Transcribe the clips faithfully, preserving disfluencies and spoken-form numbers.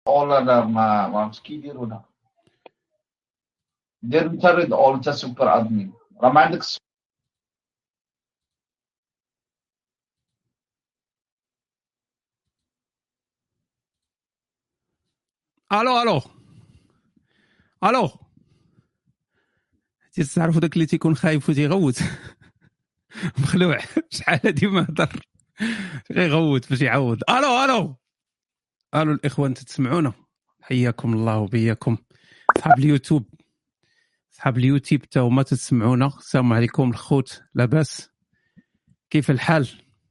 all هذا ما ما عرفتش كيديروا هنا دير انت ريد اول انت سوبر ادمين راه ما عندك الو الو الو تيعرفوا داك اللي تيكون خايف وتيغوت مخلوع شحال هادي ما هضر غيغوت باش يعوض. الو الو الو الاخوان تسمعونا؟ حياكم الله وبياكم صحاب اليوتيوب صحاب اليوتيوب تا هما تسمعونا. السلام عليكم الخوت، لاباس؟ كيف الحال؟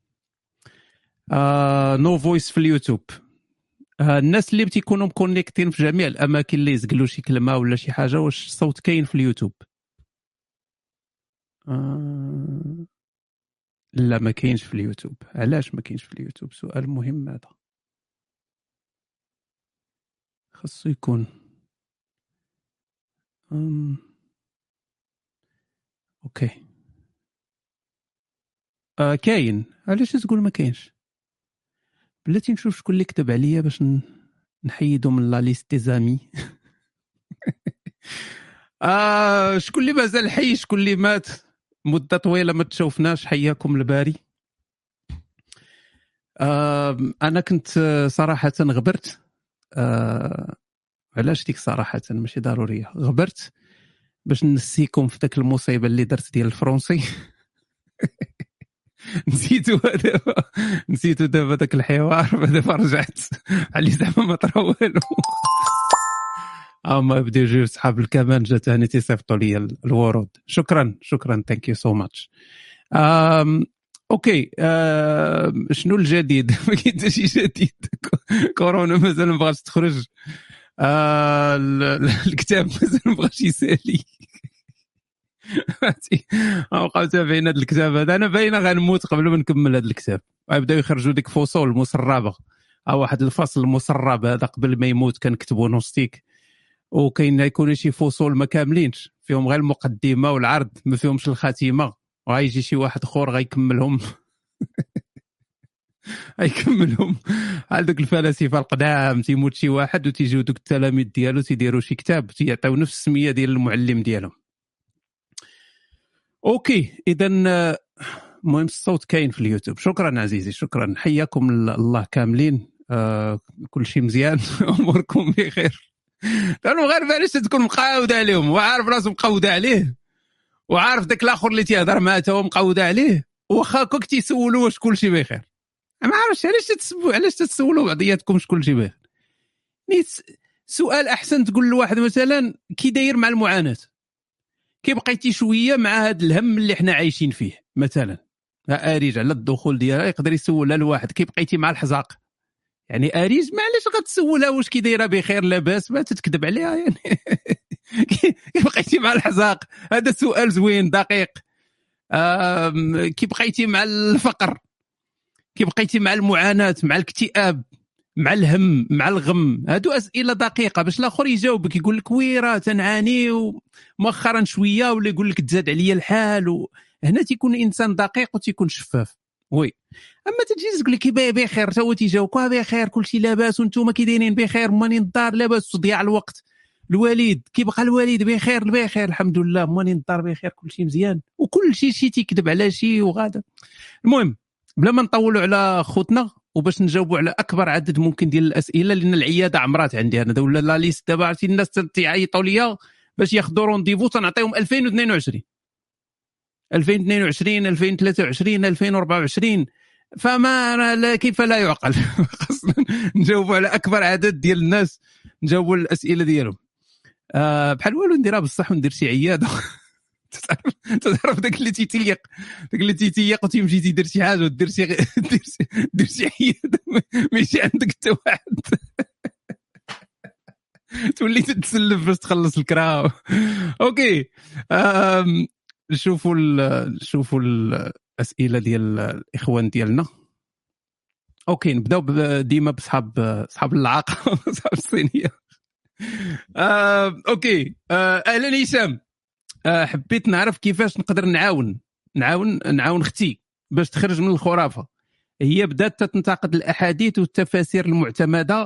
آه نو فويس في اليوتيوب. آه الناس اللي بتيكونوا مكونيكتين في جميع الاماكن اللي يزقلوا شي كلمه ولا شي حاجه، واش الصوت كاين في اليوتيوب؟ آه لا ما كاينش في اليوتيوب. علاش ما كاينش في اليوتيوب؟ سؤال مهم هذا، خاصو يكون. أم... اوكي آه كاين. علاش تقول ما كاينش؟ بلاتي نشوف شكون اللي كتب عليا باش ن... نحيدو من لا ليست دي زامي. آه شكون اللي مازال حي، شكون اللي مات مده طويله ما تشوفناش، حياكم الباري. آه انا كنت صراحه غبرت. آه علاش ديك صراحه ماشي ضروريه، غبرت باش نسيكم في داك المصيبه اللي درت ديال الفرونسي. نسيتو دابا نسيتو دابا داك الحوار، دابا رجعت علي زعما ما طرا والو. اما بدي يجيو صحاب الكمان جا ثاني تيصيفطوا لي الورود. شكرا شكرا ثانك يو سو ماتش. اوكي أم... شنو الجديد؟ ما كاين حتى شي جديد. كورونا مازال ما بغاش تخرج. آه... الكتاب مازال ما بغاش يسالي. بقاو تابعين هذا الكتاب هذا. انا باينه غنموت قبل ما نكمل هذا الكتاب. غيبداو يخرجوا ديك فصول مسربه، او واحد الفصل المسرب هذا قبل ما يموت كنكتبوا نوستيك، وكاين يكونوا شي فصول ما كاملينش فيهم غير المقدمه والعرض ما فيهمش الخاتمه، وغيجي شي واحد اخر غيكملهم. غيكملهم على دوك الفلاسفه القدام. تيموت شي واحد وتيجيو دوك التلاميذ ديالو تيديروا شي كتاب تيعطيو نفس السميه ديال المعلم ديالهم. اوكي اذا المهم الصوت كاين في اليوتيوب. شكرا عزيزي شكرا، حياكم الله كاملين. آه كل شيء مزيان. اموركم بخير. انا غير باش تكون مقاود عليهم وعارف راسو مقود عليه، وعارف داك الاخر اللي تيهضر معاه تا هو مقود عليه، واخا كنت تيسولوا واش كل شيء بخير. ما عرفتش علاش تتسبوا علاش تتسولوا بعضياتكم واش كل شيء بخير. سؤال احسن تقول لواحد مثلا كي داير مع المعاناه، كي بقيتي شويه مع هذا الهم اللي احنا عايشين فيه مثلا، اريج على الدخول ديالها يقدر يسولها لواحد كي بقيتي مع الحزاق، يعني اريج معليش غتسولها واش كي دايره بخير لاباس، ما تتكذب عليها يعني. كي بقيتي مع الحزاق هذا سؤال زوين دقيق. كي بقيتي مع الفقر، كي بقيتي مع المعاناه مع الاكتئاب مع الهم مع الغم، هادو اسئله دقيقه باش الاخر يجاوبك يقول لك وي راه تنعاني ومؤخرا شويه، ولا يقول لك تزاد عليا الحال و... هنا تيكون انسان دقيق وتيكون شفاف. وي اما تجي تقول لك بخير تا هو تيجاوبك بخير كلشي لاباس وانتم كي دايرين بخير ماني الدار لاباس تضيع الوقت. الوالد كيبقى الوالد بخير بخير الحمد لله ماني الدار بخير كلشي مزيان، وكلشي شي تيكذب على شي وغادا. المهم بلا ما نطولوا على خوتنا وباش نجاوبوا على اكبر عدد ممكن ديال الاسئله، لان العياده عمرات عندي انا ولا لا ليست دابا عرفتي الناس تيعيطوا ليا باش ياخذوا رونديفو تنعطيهم ألفين واثنين وعشرين ألفين واثنين وعشرين ألفين وثلاثة وعشرين ألفين وأربعة وعشرين، فما لا كيف لا يعقل. خاصنا نجاوبوا على اكبر عدد ديال الناس، نجاوبوا الاسئله ديالهم. أه بحال والو نديرها بصح وندير شي عياده. تعرف داك اللي تيتيق داك اللي تيتيق وتيمشي تيدير شي حاجه ودير شي دير شي دير شي عياده ماشي عندك حتى واحد. تولي تتسلف باش تخلص الكرا. اوكي نشوفوا نشوفوا الاسئله ديال الاخوان ديالنا. اوكي نبداو ديما بصحاب صحاب العاقه. صحاب الصينيه. آه، اوكي آه، اهلا هشام. آه، حبيت نعرف كيفاش نقدر نعاون نعاون نعاون اختي باش تخرج من الخرافه. هي بدات تنتقد الاحاديث والتفاسير المعتمده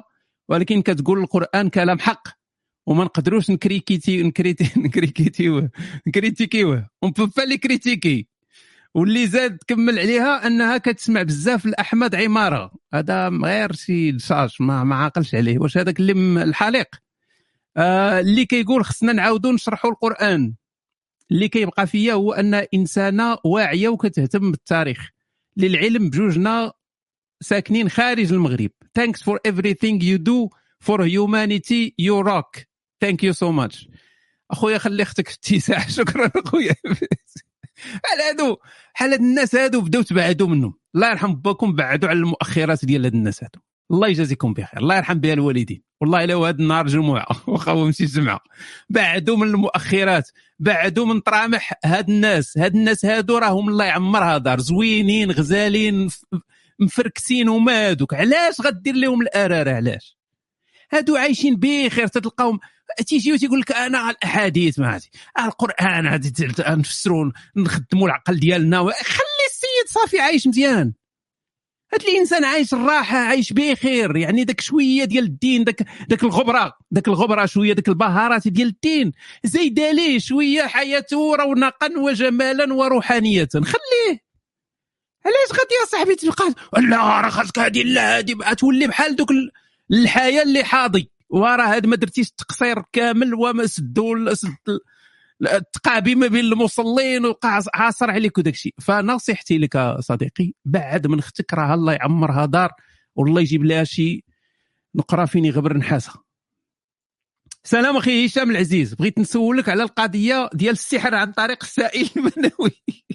ولكن كتقول القران كلام حق وما نقدروش نكريكيتي نكريتي نكريكيتيوه نكريتيكيوه اون بو با لي كريتيكي. واللي زاد تكمل عليها انها كتسمع بزاف لاحمد عماره، هذا غير شي شاش ما ما عاقلش عليه. واش هذاك اللي الحليق آه اللي كيقول خصنا نعاودوا نشرحوا القران؟ اللي كيبقى فيا هو ان انسانه واعيه وكتهتم بالتاريخ. للعلم بجوجنا ساكنين خارج المغرب. thanks for everything you do for humanity you rock. thank you so much. اخويا خلي اختك في اتساع. شكرا اخويا. بحال هادو بحال هاد الناس هادو بداو تبعدوا منهم. الله يرحم باكم، بعدوا على المؤخرات ديال هاد الناس هادو. الله يجازيكم بخير، الله يرحم بها الوالدين. والله الا هاد النهار جمعه واخا هو ماشي جمعه، بعدوا من المؤخرات، بعدوا من طرامح هاد الناس. هاد الناس هادو راهم الله يعمرها دار زوينين غزالين مفركسين وما هادوك. علاش غدير لهم الاراره؟ علاش هادو عايشين بخير؟ تتلقاهم تيجي وتيقول لك انا الاحاديث ما هادي القران هادي نفسروا نخدموا العقل ديالنا. خلي السيد صافي عايش مزيان. هاد الانسان عايش الراحه، عايش بخير. يعني داك شويه ديال الدين، داك داك الغبره داك الغبره شويه داك البهارات ديال الدين زايد عليه شويه حياته رونقا وجمالا وروحانيه. خليه. علاش غادي يا صاحبي تبقى لا راه خاصك هادي لا هادي تولي بحال دوك الحياه اللي حاضي وراه هاد ما درتيش التقصير كامل وما سدوا التقابي ما بين المصلين وقع عاصر عليك وداك الشيء. فنصيحتي لك صديقي بعد من اختك، راه الله يعمرها دار والله يجيب لها شي نقرا فيني غبر نحاسها. سلام اخي هشام العزيز، بغيت نسولك على القضيه ديال السحر عن طريق السائل المنوي.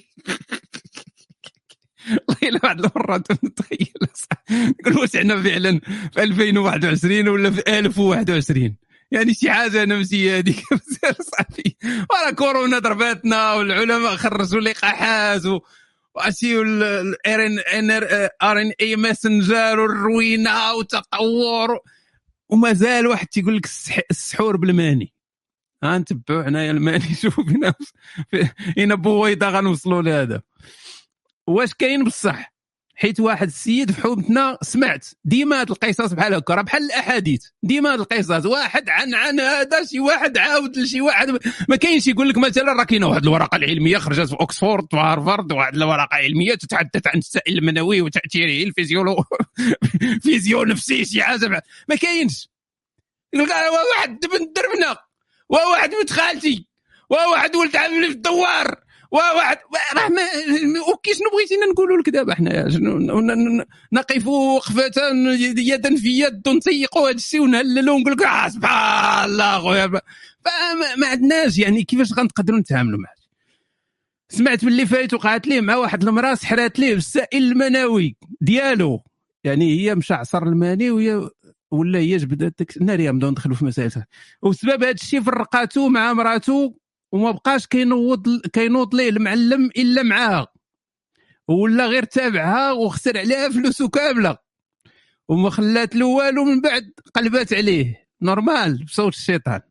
والله الا واحد المره نتخيل نقول واش حنا فعلا في ألفين وواحد وعشرين ولا في ألف وواحد وعشرين؟ يعني شي حاجه نمسيه هذيك صافي. ورا كورونا ضرباتنا والعلماء خرجوا لقاحات واشي الار ان ار ان اي ماسنجر والروينه وتطور، ومازال واحد تيقول لك السحور بالماني. ها نتبعوا حنايا الماني شوفوا فينا هنا بويضه غنوصلوا لهذا. واش كاين بصح؟ حيت واحد السيد في حومتنا سمعت ديما هاد القصص بحال هكا، راه بحال الاحاديث ديما هاد القصص. واحد عن عن هذا شي واحد عاود لشي واحد. ما كاينش يقول لك مثلا راه كاينه واحد الورقه العلميه خرجت في اوكسفورد وهارفارد، واحد الورقه علميه تتحدث عن السائل المنوي وتاثيره الفيزيولو فيزيو نفسي شي حاجه. ما كاينش. يقول لك واحد بنت دربنا، وواحد بنت خالتي، وواحد ولد عمي في الدوار، واحد راه ما اوكي. شنو بغيتينا نقولوا لك دابا حنايا؟ نقف وقفه يدا في يد نسيقوا هذا الشيء ونهللوا ونقول لك آه سبحان الله خويا. فما عندناش يعني كيفاش غنقدروا نتعاملوا معاه. سمعت باللي فايت وقعت ليه مع واحد المراه سحرات ليه بالسائل المنوي ديالو. يعني هي مشى عصر الماني وهي ولا هي جبدت ناريه. نبداو ندخلوا في مسائل وسبب هذا الشيء فرقاتو مع مراته وما بقاش كينوض كينوض ليه المعلم الا معاها، ولا غير تابعها وخسر عليها فلوسه كامله وما خلات له والو. من بعد قلبات عليه نورمال بصوت الشيطان.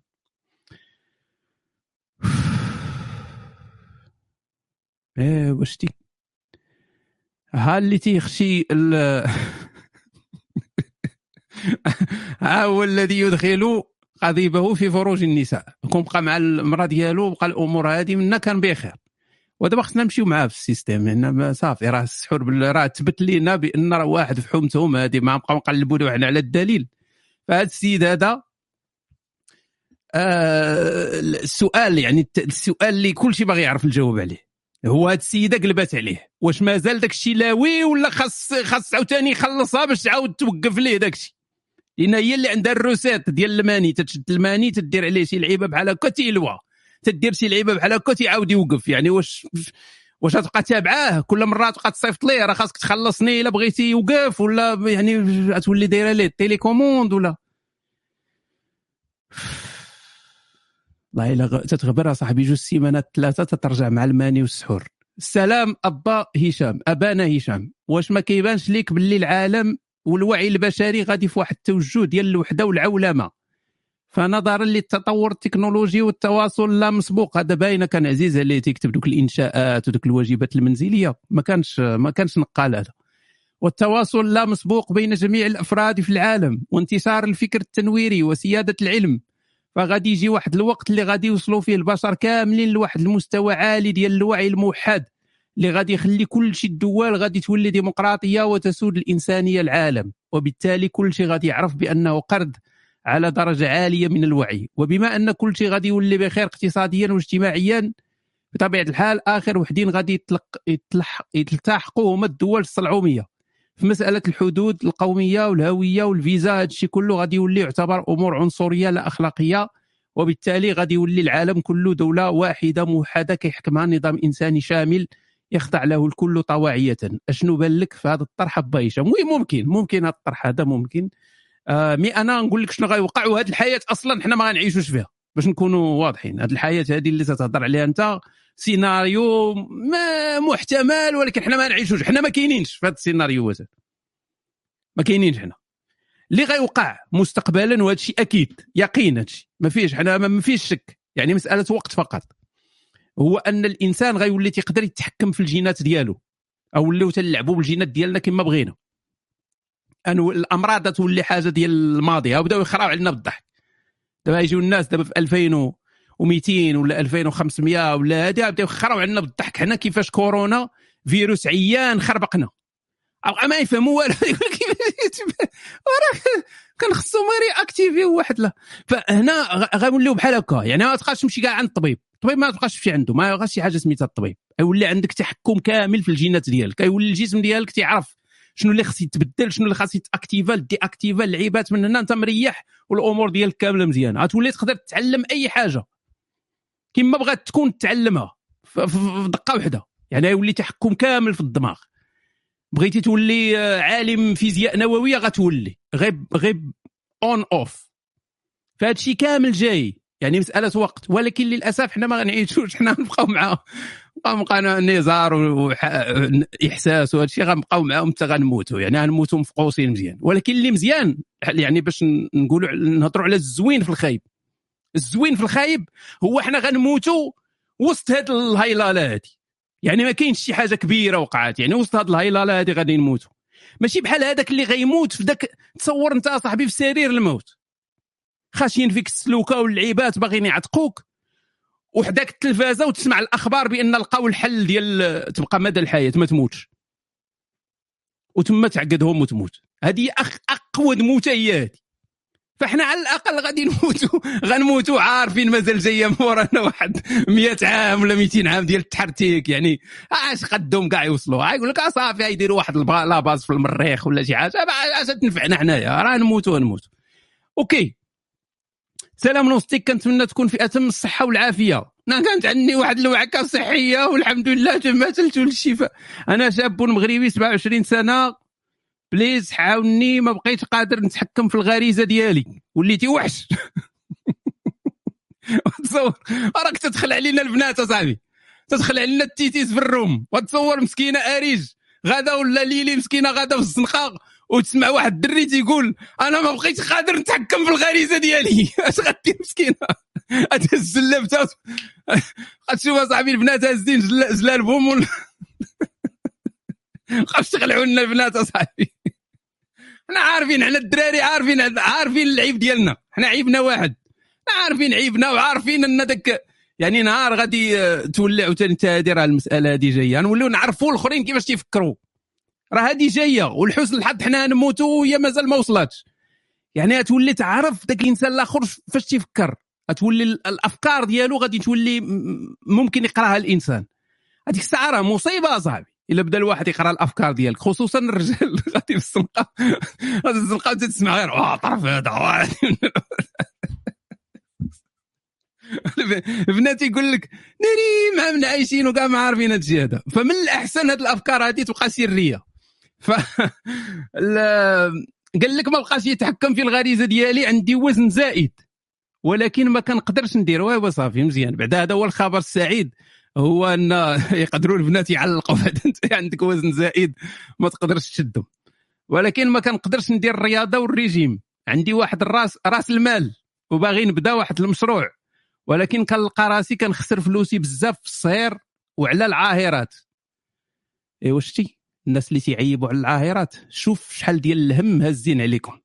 ايه واش تي ها اللي تيخشي ها هو الذي يدخل قضيبه في فروج النساء. كون بقى مع المراه ديالو بقى الامور هذه منا كان بخير. ودابا خصنا نمشيو معاه في السيستم لان صافي راه السحور راه تبت لينا بان راه واحد في حومتهم هذه ما بقاو نقلبوا له على الدليل. فهذا السيد هذا آه السؤال يعني السؤال اللي كل شيء باغي يعرف الجواب عليه هو هاد السيده قلبات عليه واش مازال داك الشيء لاوي ولا خاص خاص عاوتاني يخلصها باش تعاود توقف ليه داك الشيء. لان هي اللي عندها الروسيت ديال الماني، تتشد الماني تدير عليه شي لعيبه بحال هكا تيلوى، تدير شي لعيبه بحال هكا تيعاود يوقف. يعني واش واش تبقى تابعاه كل مره تبقى تصيفط ليه راه خاصك تخلصني الا بغيتي يوقف، ولا يعني تولي دايره ليه تيليكوموند ولا والله الا تتغبر صاحبي جوج سيمانات ثلاثه تترجع مع الماني والسحور. السلام ابا هشام ابانا هشام. واش ما كيبانش ليك باللي العالم والوعي البشري غادي في واحد التوجه ديال الوحده والعولمه فنظرا للتطور التكنولوجي والتواصل لا مسبوق؟ هذا باينه. كان عزيز عليه تكتب دوك الانشاءات ودوك الواجبات المنزليه ما كانش ما كانش نقال هذا. والتواصل لا مسبوق بين جميع الأفراد في العالم، وانتشار الفكر التنويري وسيادة العلم. فغادي يجي واحد الوقت اللي غادي يوصلوا فيه البشر كاملين لواحد المستوى عالي ديال الوعي الموحد اللي غادي يخلي كل شيء الدول غادي تولي ديمقراطية وتسود الإنسانية العالم، وبالتالي كل شيء غادي يعرف بأنه قرد على درجة عالية من الوعي. وبما أن كل شيء غادي يولي بخير اقتصاديا واجتماعيا، بطبيعة الحال آخر وحدين غادي يتلق يتلح يتلتحقوا هما الدول الصلعومية في مسألة الحدود القومية والهوية والفيزا. هذا الشيء كله غادي يولي يعتبر أمور عنصرية لا أخلاقية، وبالتالي غادي يولي العالم كله دولة واحدة موحدة كيحكمها نظام إنساني شامل يخضع له الكل طواعية. أشنو بان لك في هذا الطرح بايشة؟ ممكن ممكن هذا الطرح هذا ممكن. آه مي أنا نقول لك شنو غيوقع، وهذه الحياة أصلا حنا ما غنعيشوش فيها باش نكونوا واضحين. هذه الحياة هذه اللي تتهضر عليها أنت سيناريو ما محتمل، ولكن حنا ما نعيشوش، حنا ما كاينينش في هذا السيناريو هذا، ما كاينينش حنا. اللي غيوقع مستقبلا وهذا الشيء اكيد يقين، هذا الشيء ما فيش حنا ما فيش شك، يعني مساله وقت فقط، هو ان الانسان غيولي تيقدر يتحكم في الجينات ديالو، او ولاو تلعبوا بالجينات ديالنا كما بغينا. انو الامراض تولي حاجه ديال الماضي، وبداو يخراو علينا بالضحك. دابا يجيو الناس دابا في ألفين ومئتين ولا ألفين وخمسمية ولا هذه بداو يخراو علينا بالضحك. حنا كيفاش كورونا فيروس عيان خربقنا، او ما يفهموا والو، يقول لك راه كان خصهم غير اكتيفيو واحد. لا فهنا غنوليو بحال هكا، يعني ما تبقاش تمشي كاع عند الطبيب، الطبيب ما تبقاش تمشي عنده، ما غاش شي حاجه سميتها الطبيب. يولي عندك تحكم كامل في الجينات ديالك، يولي الجسم ديالك تعرف شنو اللي خص يتبدل، شنو اللي خاص يتاكتيفا دي اكتيفا اللعيبات. من هنا انت مريح والامور ديالك كامله مزيانه، غتولي تقدر تتعلم اي حاجه كما بغات تكون تعلمها في دقه واحده. يعني يولي تحكم كامل في الدماغ. بغيتي تولي عالم فيزياء نوويه غتولي غيب غيب اون اوف. فهاد الشيء كامل جاي، يعني مساله وقت. ولكن للاسف حنا ما غنعيشوش، حنا نبقاو معاه غنبقى نزار واحساس وهذا الشيء غنبقاو معاهم حتى غنموتوا، يعني غنموتوا مفقوسين مزيان. ولكن اللي مزيان يعني باش نقولوا نهضروا على الزوين في الخايب، الزوين في الخايب هو حنا غنموتوا وسط هاد الهيلاله هادي. يعني ما كاينش شي حاجه كبيره وقعات، يعني وسط هاد الهيلاله هادي غادي نموتوا. ماشي بحال هذاك اللي غيموت في داك، تصور انت صاحبي في سرير الموت خاشين فيك السلوكه واللعيبات باغيين يعتقوك، وحداك التلفازه وتسمع الاخبار بان لقاو الحل ديال تبقى مدى الحياه ما تموتش، وتما تعقدهم وتموت. هذه اقوى موته هي هذه. فاحنا على الاقل غادي نموتوا غنموتوا عارفين مازال جايه مورانا واحد مئة عام ولا مئتين عام ديال التحرتيك، يعني اش قدهم كاع يوصلوا. يقول لك صافي يديروا واحد لا باز في المريخ ولا شي حاجه اش تنفعنا حنايا، راه نموتوا نموتوا. اوكي سلام نوستيك، كنتمنى تكون في اتم الصحه والعافيه. انا كانت عندي واحد الوعكه صحيه والحمد لله تمثلت للشفاء. انا شاب مغربي سبعة وعشرين سنه، بليز حاولني، ما بقيتش قادر نتحكم في الغريزه ديالي، وليتي وحش. تصور راك تدخل علينا البنات اصاحبي، تدخل علينا التيتيس في الروم، وتصور مسكينه اريج غدا ولا ليلي مسكينه غدا في الزنقه، وتسمع واحد الدري تيقول انا ما بقيتش قادر نتحكم في الغريزه ديالي. اش غدير مسكينه؟ هتهز اللبته، غتشوف اصاحبي البنات هازين جلالبهم خاف تخلعوا لنا البنات اصاحبي. حنا عارفين، حنا الدراري عارفين عارفين العيب ديالنا، حنا عيبنا واحد، حنا عارفين عيبنا وعارفين ان داك يعني نهار غادي تولي عاوتاني انت هادي راه المساله هادي جايه، نوليو نعرفوا الاخرين كيفاش تيفكروا، راه هادي جايه. والحسن الحظ حنا نموتوا وهي مازال ما وصلاتش. يعني تولي تعرف داك الانسان الاخر فاش تيفكر، تولي الافكار ديالو غادي تولي ممكن يقراها الانسان. هذيك الساعه راه مصيبه صاحبي الا بدا الواحد يقرا الافكار ديالك، خصوصا الرجال غادي في الزنقه، غادي الزنقه تسمع غير اه طرف هذا. بناتي يقول لك ناري ما من عايشين وكاع ما عارفين هذا الشيء هذا. فمن الاحسن هذه الافكار هذه تبقى سريه. ف قال لك ما بقاش يتحكم في الغريزه ديالي، عندي وزن زائد ولكن ما كنقدرش ندير ايوا صافي مزيان. بعد هذا هو الخبر السعيد، هو ان يقدروا البنات يعلقوا بعد انت عندك وزن زائد ما تقدرش تشدهم. ولكن ما كنقدرش ندير الرياضه والريجيم، عندي واحد الراس راس المال وباغي نبدا واحد المشروع، ولكن كنلقى راسي كنخسر فلوسي بزاف في الصهير وعلى العاهرات. ايوا شتي الناس اللي تيعيبوا على العاهرات، شوف شحال ديال الهم هازين عليكم.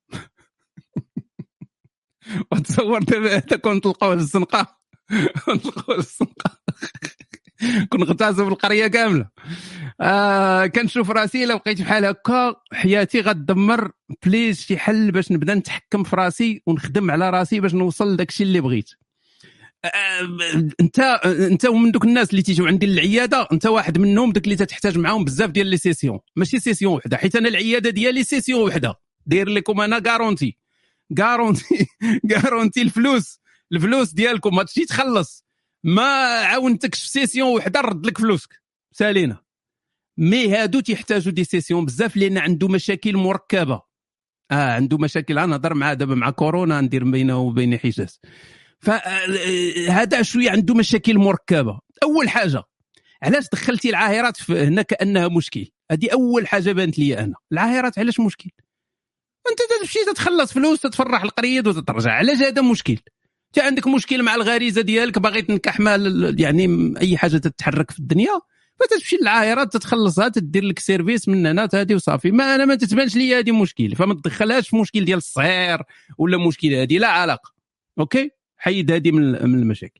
وتصور دابا كون تلقاو الزنقه تلقاو الزنقه كون غتعزف القريه كامله. آه كنشوف راسي الا بقيت بحال هكا حياتي غتدمر. بليز شي حل باش نبدا نتحكم في راسي ونخدم على راسي باش نوصل لداكشي اللي بغيت. آه انت انت من دوك الناس اللي تيجيو عندي للعياده، انت واحد منهم، داك اللي تحتاج معاهم بزاف ديال لي سيسيون، ماشي سيسيون وحده، حيت انا العياده ديالي سيسيون وحده داير لكم انا غارونتي غارونتي غارونتي الفلوس الفلوس ديالكم ما تجي تخلص، ما عاونتكش في سيسيون وحده نرد لك فلوسك سالينا. مي هادو تيحتاجوا دي سيسيون بزاف لان عنده مشاكل مركبه. اه عنده مشاكل، انا نهضر معاه دابا مع كورونا ندير بينه وبين حجاز، فهذا شويه عنده مشاكل مركبه. اول حاجه علاش دخلتي العاهرات هنا كانها مشكل؟ هذه اول حاجه بانت لي انا. العاهرات علاش مشكل؟ انت تمشي تتخلص فلوس تتفرح القريد وتترجع، علاش هذا مشكل؟ انت عندك مشكل مع الغريزه ديالك، باغي تنكح مال يعني اي حاجه تتحرك في الدنيا، فتمشي للعاهرات تتخلصها تدير لك سيرفيس من هنا هذه وصافي. ما انا ما تتبانش لي هذه مشكل، فما تدخلهاش في مشكل ديال الصهير ولا مشكل هذه لا علاقه. اوكي حيد هذه من من المشاكل.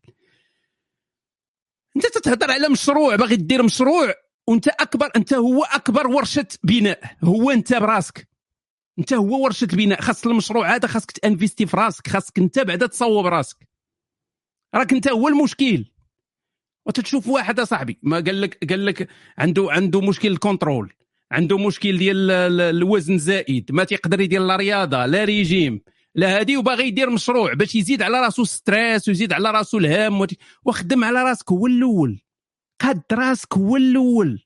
انت تتهضر على مشروع، باغي دير مشروع وانت اكبر، انت هو اكبر ورشه بناء، هو انت براسك، انت هو ورشه البناء. خاص المشروع هذا خاصك تانفيستي في راسك، خاصك انت بعدا تصوب راسك، راك انت هو المشكل. وتتشوف واحد صاحبي ما قال لك قال لك عنده عنده مشكل الكنترول، عنده مشكل ديال الوزن زائد، ما تيقدر يدير لا رياضه لا ريجيم لا هذه، وباغي يدير مشروع باش يزيد على راسو ستريس ويزيد على راسو الهم، وخدم على راسك هو الاول، قاد راسك هو الاول.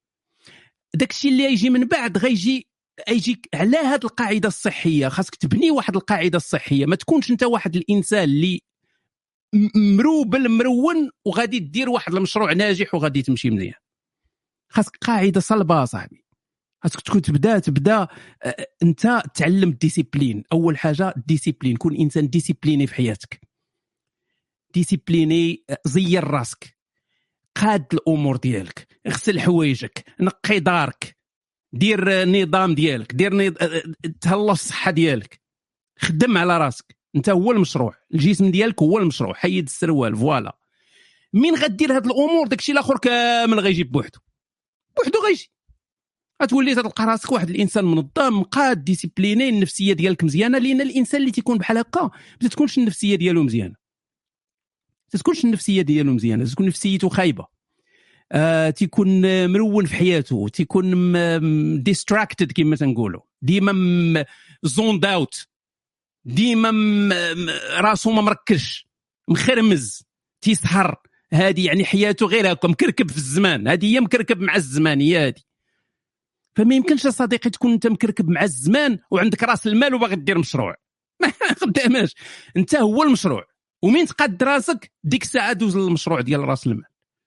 داكشي اللي يجي من بعد غيجي يجيك على هذه القاعده الصحيه. خاصك تبني واحد القاعده الصحيه، ما تكونش انت واحد الانسان اللي مروبل مرون وغادي دير واحد المشروع ناجح وغادي تمشي مزيان. خاصك قاعده صلبه صاحبي، خاصك تكون تبدا تبدا انت تعلم الديسيبلين. اول حاجه الديسيبلين، كون انسان ديسيبليني في حياتك، ديسيبليني، زير راسك، قاد الامور ديالك، اغسل حوايجك، نقي دارك، دير نظام ديالك، دير نض... تهلا الصحه ديالك، خدم على راسك. انت هو المشروع، الجسم ديالك هو المشروع. حيد السروال فوالا. مين غدير هاد الامور داكشي الاخر كامل غيجي بوحدو بوحدو غيجي. غتولي تلقى راسك واحد الانسان منظم قاد ديسيبليني، النفسيه ديالك مزيانه. لان الانسان اللي تيكون بحال هكا ما تكونش النفسيه ديالو مزيانه، ما تكونش النفسيه ديالو مزيانه، تكون نفسيته خايبه. آه، تيكون مرون في حياته، تيكون ديستراكتد كما تنقولوا، ديما زوند اوت، ديما راسو ما مركزش، مخرمز، تيسهر. هذه يعني حياته غير هكا، مكركب في الزمان. هذه هي مكركب مع الزمان، هي هذه. فما يمكنش يا صديقي تكون انت مكركب مع الزمان وعندك راس المال وباغي دير مشروع. ما خداماش. انت هو المشروع، ومين تقاد راسك ديك الساعه دوز للمشروع ديال راس المال.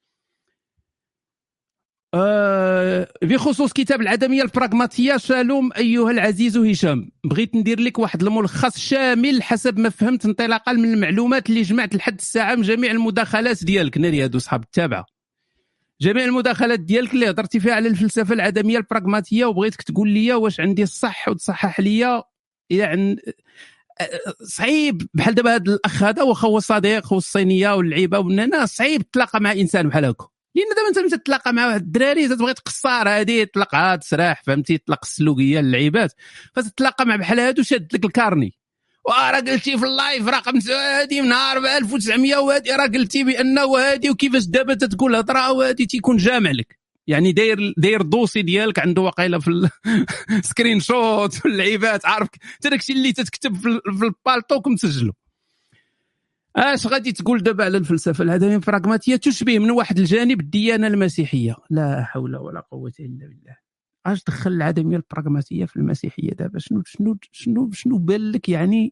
أه بخصوص كتاب العدميه البراغماتيه، شالوم ايها العزيز هشام، بغيت ندير لك واحد الملخص شامل حسب ما فهمت انطلاقا من المعلومات اللي جمعت لحد الساعه من جميع المداخلات ديالك. ناري هادو صحاب التابعه، جميع المداخلات ديالك اللي هضرتي فيها على الفلسفه العدميه البراغماتيه، وبغيتك تقول لي واش عندي الصح وتصحح لي. يعني صعيب بحال دابا هذا الاخ هذا، واخا هو صديق والصينيه واللعيبه والنانا، صعيب تلاقى مع انسان بحال هكا. لان دابا انت تتلاقى مع واحد الدراري تبغي تقصر هذه، تطلقها تسراح، فهمتي، تطلق السلوكيه اللعيبات، فتتلاقى مع بحال هادو شاد لك الكارني، وراه قلتي في اللايف رقم هادي من نهار ألف وتسعمية وهادي راه قلتي بانه هادي، وكيفاش دابا تتقول هضره وهادي، تيكون جامع لك يعني داير داير دوسي ديالك عنده واقيلا في السكرين شوت واللعيبات، عارف حتى داكشي اللي تتكتب في البالطوك مسجلو. اش غادي تقول دابا على الفلسفه العدميه البراغماتيه؟ تشبه من واحد الجانب الديانه المسيحيه. لا حول ولا قوه الا بالله. اش دخل العدميه البراغماتيه في المسيحيه دابا؟ شنو شنو شنو شنو بان لك يعني؟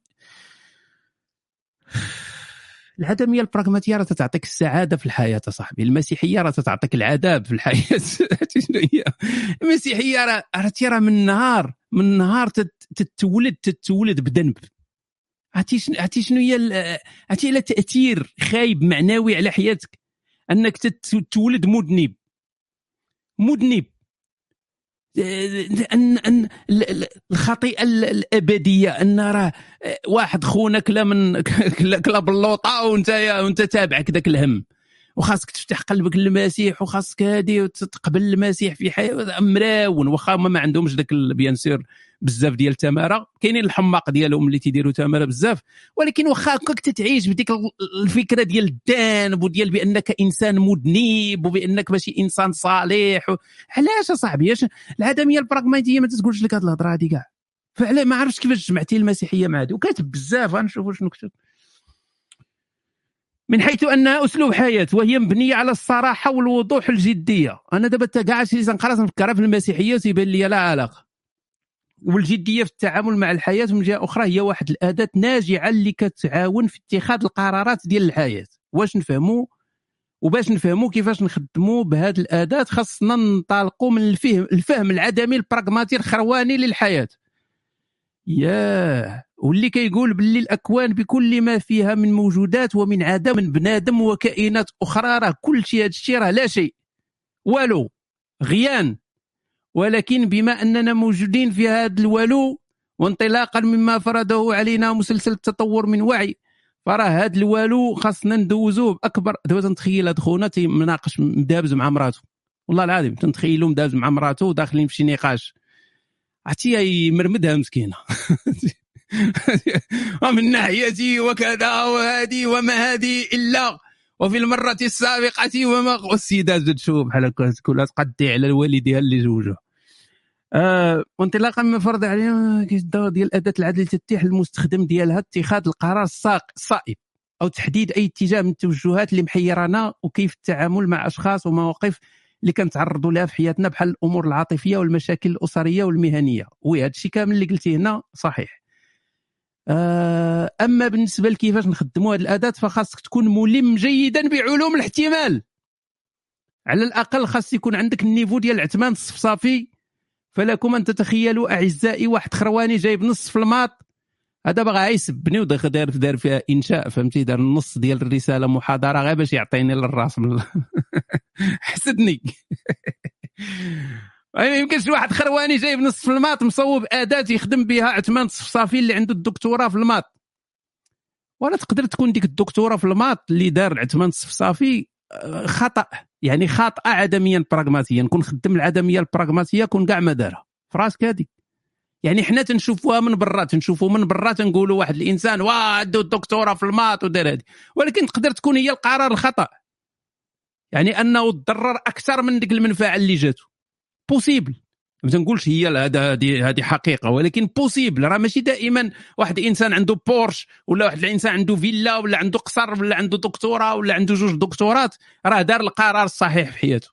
العدميه البراغماتيه راه تتعطيك السعاده في الحياه صاحبي، المسيحيه راه تتعطيك العذاب في الحياه. شنو هي المسيحيه؟ راه راه من نهار من نهار تتولد تتولد بذنب. عرفتي شنو عرفتي شنو هي عرفتي على تاثير خايب معنوي على حياتك انك تتولد مذنب. مذنب ان ان الخطيئه الابديه ان راه واحد خونا كلا من كلا باللوطه وانت وانت تابعك ذاك الهم، وخاصك تفتح قلبك للمسيح، وخاصك هادي وتقبل المسيح في حياه مراون، واخا ما عندهمش داك بيان سور بزاف ديال التماره، كاينين الحماق ديالهم اللي تيديروا تماره بزاف، ولكن واخا هكاك تتعيش بديك الفكره ديال الذنب وديال بانك انسان مذنب وبانك ماشي انسان صالح و... علاش اصاحبي؟ العدميه البراغماتيه ما تقولش لك هاد الهضره هادي كاع، فعلا ما عرفتش كيفاش جمعتي المسيحيه مع هادي، وكاتب بزاف غنشوفوا شنو كتب. من حيث انها اسلوب حياه وهي مبنيه على الصراحه والوضوح والجديه. انا دابا حتى كاع شي تنقرا نفكرها في المسيحيه وتيبان لي لا علاقه. والجديه في التعامل مع الحياه من جهه اخرى هي واحد الاداه ناجعه اللي كتعاون في اتخاذ القرارات ديال الحياه. واش نفهموا وباش نفهموا كيفاش نخدموا بهذه الاداه خاصنا ننطلقوا من الفهم الفهم العدمي البراغماتي الخرواني للحياه. ياه، واللي كيقول باللي الاكوان بكل ما فيها من موجودات ومن عدم من بنادم وكائنات اخرى، راه كل شيء هذا الشيء راه لا شيء والو غيان. ولكن بما اننا موجودين في هذا الولو وانطلاقا مما فرضه علينا مسلسل التطور من وعي، فراه هذا الوالو خاصنا ندوزوه باكبر. دابا تنتخيل هاد خونا تيناقش مدابز مع مراته، والله العظيم تنتخيلو مدابز مع مراته وداخلين في شي نقاش، عرفتي يمرمدها مسكينه ومن ناحيتي وكذا وهذه وما هذه الا وفي المره السابقه وما السيدات زاد شوف بحال هكا كلها تقدي على والديها اللي زوجها. آه وانطلاقا من فرض علينا الدور ديال اداه العدل تتيح المستخدم ديالها اتخاذ القرار الصائب او تحديد اي اتجاه من التوجهات اللي محيرانا، وكيف التعامل مع اشخاص ومواقف اللي كنتعرضوا لها في حياتنا بحال الامور العاطفيه والمشاكل الاسريه والمهنيه. وي هذا الشيء كامل اللي قلتيه هنا صحيح. آه اما بالنسبه لكيفاش نخدموا هذه الاداه فخاصك تكون ملم جيدا بعلوم الاحتمال. على الاقل خاص يكون عندك النيفو ديال العثمان الصفصافي. فلكم ان تتخيلوا اعزائي واحد خرواني جايب نص في الماط، هذا باغي يسبني وداخل داير دار فيها انشاء، فهمتي، دار النص ديال الرساله محاضره غير باش يعطيني للراس من حسدني. ما يمكنش واحد خرواني جايب نص في الماط مصوب اداه يخدم بها عثمان الصفصافي اللي عنده الدكتوراه في الماط. ولا تقدر تكون ديك الدكتوراه في الماط اللي دار عثمان الصفصافي خطا، يعني خاطئه عدميا براغماتيا. نكون خدم العدميه البراغماتيه كون كاع ما دارها في راسك هذيك. يعني حنا تنشوفوها من برا، تنشوفوا من برا تنقولوا واحد الانسان واه عنده الدكتوراه في الماط ودار هذه، ولكن تقدر تكون هي القرار الخطا، يعني انه تضرر اكثر من ديك المنفعه اللي جاته. بوسيبل، ما تنقولش هي هذا هذه هذه حقيقه، ولكن بوسيبل. راه ماشي دائما واحد الانسان عنده بورش ولا واحد الانسان عنده فيلا ولا عنده قصر ولا عنده دكتوراه ولا عنده جوج دكتورات راه دار القرار الصحيح في حياته.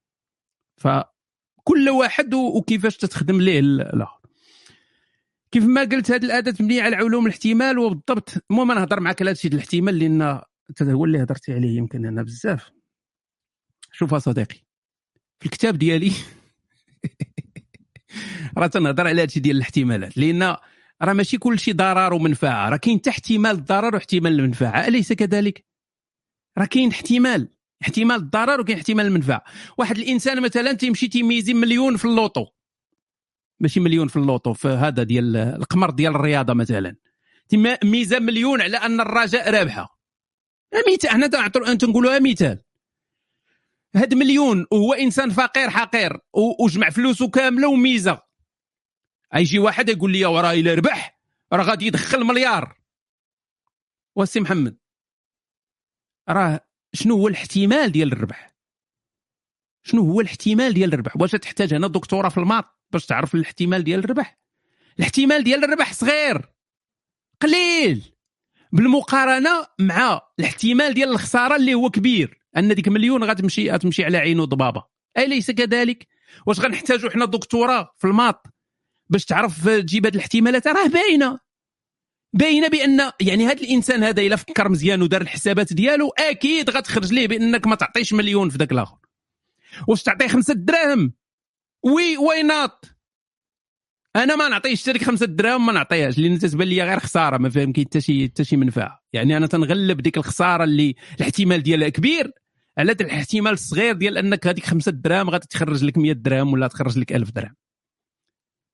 فكل واحد وكيفاش تتخدم ليه الاخر. كيف ما قلت هذه الاداه مبنيه على علوم الاحتمال، وبالضبط المهم انا نهضر معك على هذا الشيء الاحتمال لان هذا هو اللي هضرتي عليه يمكن انا بزاف. شوف صديقي، في الكتاب ديالي راه تنهضر على هادشي ديال الاحتمالات، لان راه ماشي كل شيء ضرر ومنفعه، راه كاين حتى احتمال الضرر واحتمال المنفعه، اليس كذلك؟ راه كاين احتمال احتمال الضرر وكاين احتمال المنفعه. واحد الانسان مثلا تيمشي تيميزي مليون في اللوطو، ماشي مليون في اللوطو، في هذا ديال القمر ديال الرياضه مثلا، ميزه مليون على ان الرجاء رابحه. مثال، حنا تنقولوها مثال. هاد مليون وهو انسان فقير حقير وجمع فلوسه كامله وميزه، ايجي واحد يقول لي وراه الا ربح راه غادي يدخل مليار. وسي محمد، راه شنو هو الاحتمال ديال الربح؟ شنو هو الاحتمال ديال الربح؟ واش تحتاج هنا دكتوراه في الماط باش تعرف الاحتمال ديال الربح؟ الاحتمال ديال الربح صغير قليل بالمقارنه مع الاحتمال ديال الخساره اللي هو كبير، ان ديك مليون غتمشي غتمشي على عينه ضبابه. اليس كذلك؟ واش غنحتاجوا حنا دكتوراه في الماط باش تعرف تجيب هذه الاحتمالات؟ راه باينه باينه بان يعني هذا الانسان هذا الا فكر مزيان ودار الحسابات ديالو اكيد غتخرج ليه بانك ما تعطيش مليون في ذاك الاخر. واش تعطيه خمسة دراهم؟ وي واي نوت. انا ما نعطيش شريك خمسة دراهم، ما نعطيهاش لان تتبان لي غير خساره، ما فاهم كاين حتى شي حتى شي منفعه. يعني انا تنغلب ديك الخساره اللي الاحتمال ديالها كبير على الاحتمال الصغير ديال انك هذيك خمسة دراهم غادي تخرج لك مية درهم ولا تخرج لك ألف درهم.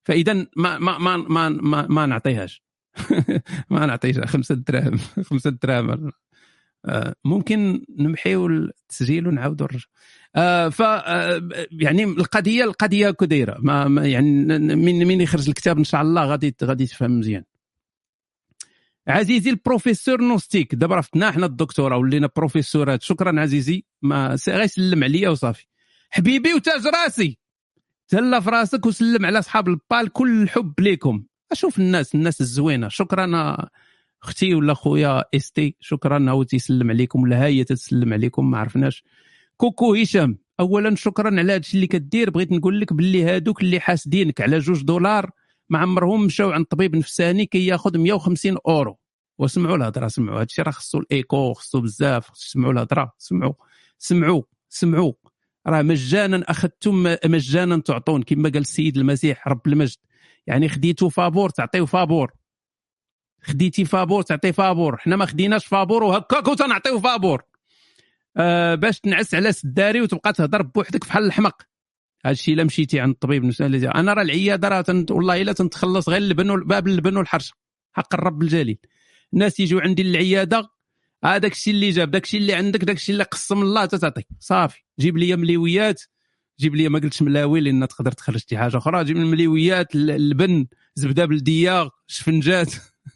فاذا ما ما ما ما, ما, ما نعطيهاش ما نعطيش خمسة دراهم خمسة دراهم ممكن نمحيو التسجيل ونعاودوا نرجع. آه ف يعني القضيه القضيه هكا دايره ما يعني من من يخرج الكتاب ان شاء الله غادي غادي تفهم مزيان. عزيزي البروفيسور نوستيك دابا رفتنا حنا الدكتوره ولينا بروفيسورات. شكرا عزيزي ما غير سلم عليا وصافي حبيبي وتاج راسي تهلا في راسك وسلم على اصحاب البال كل الحب ليكم. اشوف الناس الناس الزوينه. شكرا اختي ولا خويا استي شكرا هو تيسلم عليكم ولا هي تسلم عليكم ما عرفناش. كوكو هشام اولا شكرا على هادشي اللي كدير. بغيت نقول لك باللي هادوك اللي حاسدينك على جوج دولار ما عمرهم مشاو عند طبيب نفساني كي ياخذ مية وخمسين اورو. وسمعوا الهضره سمعوا هادشي راه خصو الايكو خصو بزاف سمعوا الهضره سمعوا سمعوا سمعوا راه مجانا اخذتم مجانا تعطون كما قال السيد المسيح رب المجد. يعني خديتو فابور تعطيو فابور خديتي فابور تعطي فابور. حنا ما خديناش فابور وهكاك تنعطيو فابور أه باش تنعس على سداري وتبقى تهضر بوحدك بحال الحمق. هادشي الا مشيتي عند الطبيب نفساني. انا راه العياده راه تنت... والله الا تنتخلص غير اللبن باب اللبن والحرشه حق الرب الجليل. الناس يجوا عندي للعياده هذاك الشيء اللي جاب داك الشيء اللي عندك داك الشيء اللي قسم الله تتعطي صافي. جيب لي مليويات جيب لي ما قلتش ملاوي لان تقدر تخرج شي حاجه اخرى. جيب المليويات اللبن زبده بلديه شفنجات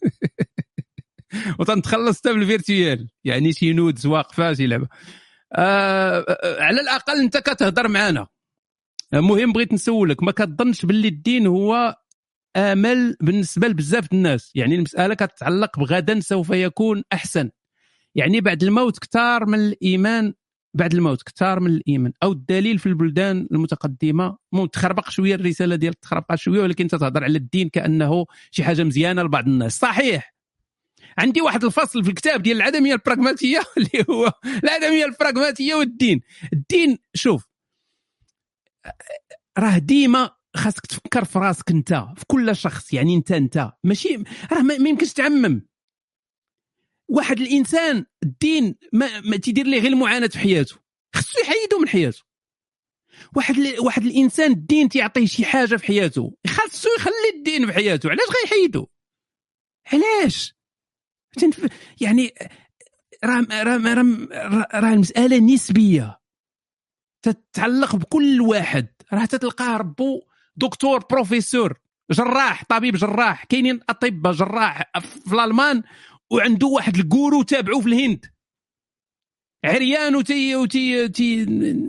وتنتخلص حتى بالفيرتوال يعني شي نودز واقفه شي لعبه. آه على الاقل انت كتهضر معنا. المهم بغيت نسولك ما كتظنش باللي الدين هو امل بالنسبه لبزاف الناس؟ يعني المساله كتتعلق بغدا سوف يكون احسن. يعني بعد الموت كثار من الايمان بعد الموت كثار من الايمان او الدليل في البلدان المتقدمه. مو تخربق شويه الرساله ديالك تخربق شويه ولكن تتهضر على الدين كانه شي حاجه مزيانه لبعض الناس. صحيح عندي واحد الفصل في الكتاب ديال العدميه البراغماتيه اللي هو العدميه البراغماتيه والدين. الدين شوف راه ديما خاصك تفكر في راسك انت في كل شخص. يعني انت انت ماشي راه ما يمكنش تعمم واحد الانسان. الدين ما, ما تيدير ليه غير المعاناه في حياته خصو يحيدو من حياته. واحد ل... واحد الانسان الدين تيعطيه شي حاجه في حياته خاصو يخلي الدين في حياته. علاش غيحيدو؟ علاش تنف... يعني راه راه راه راه المساله نسبيه تتعلق بكل واحد. راه تتلقاه ربو دكتور بروفيسور جراح طبيب جراح. كاينين اطباء جراح في الالمان وعنده واحد الجورو تابعوه في الهند عريان وتي وتي تي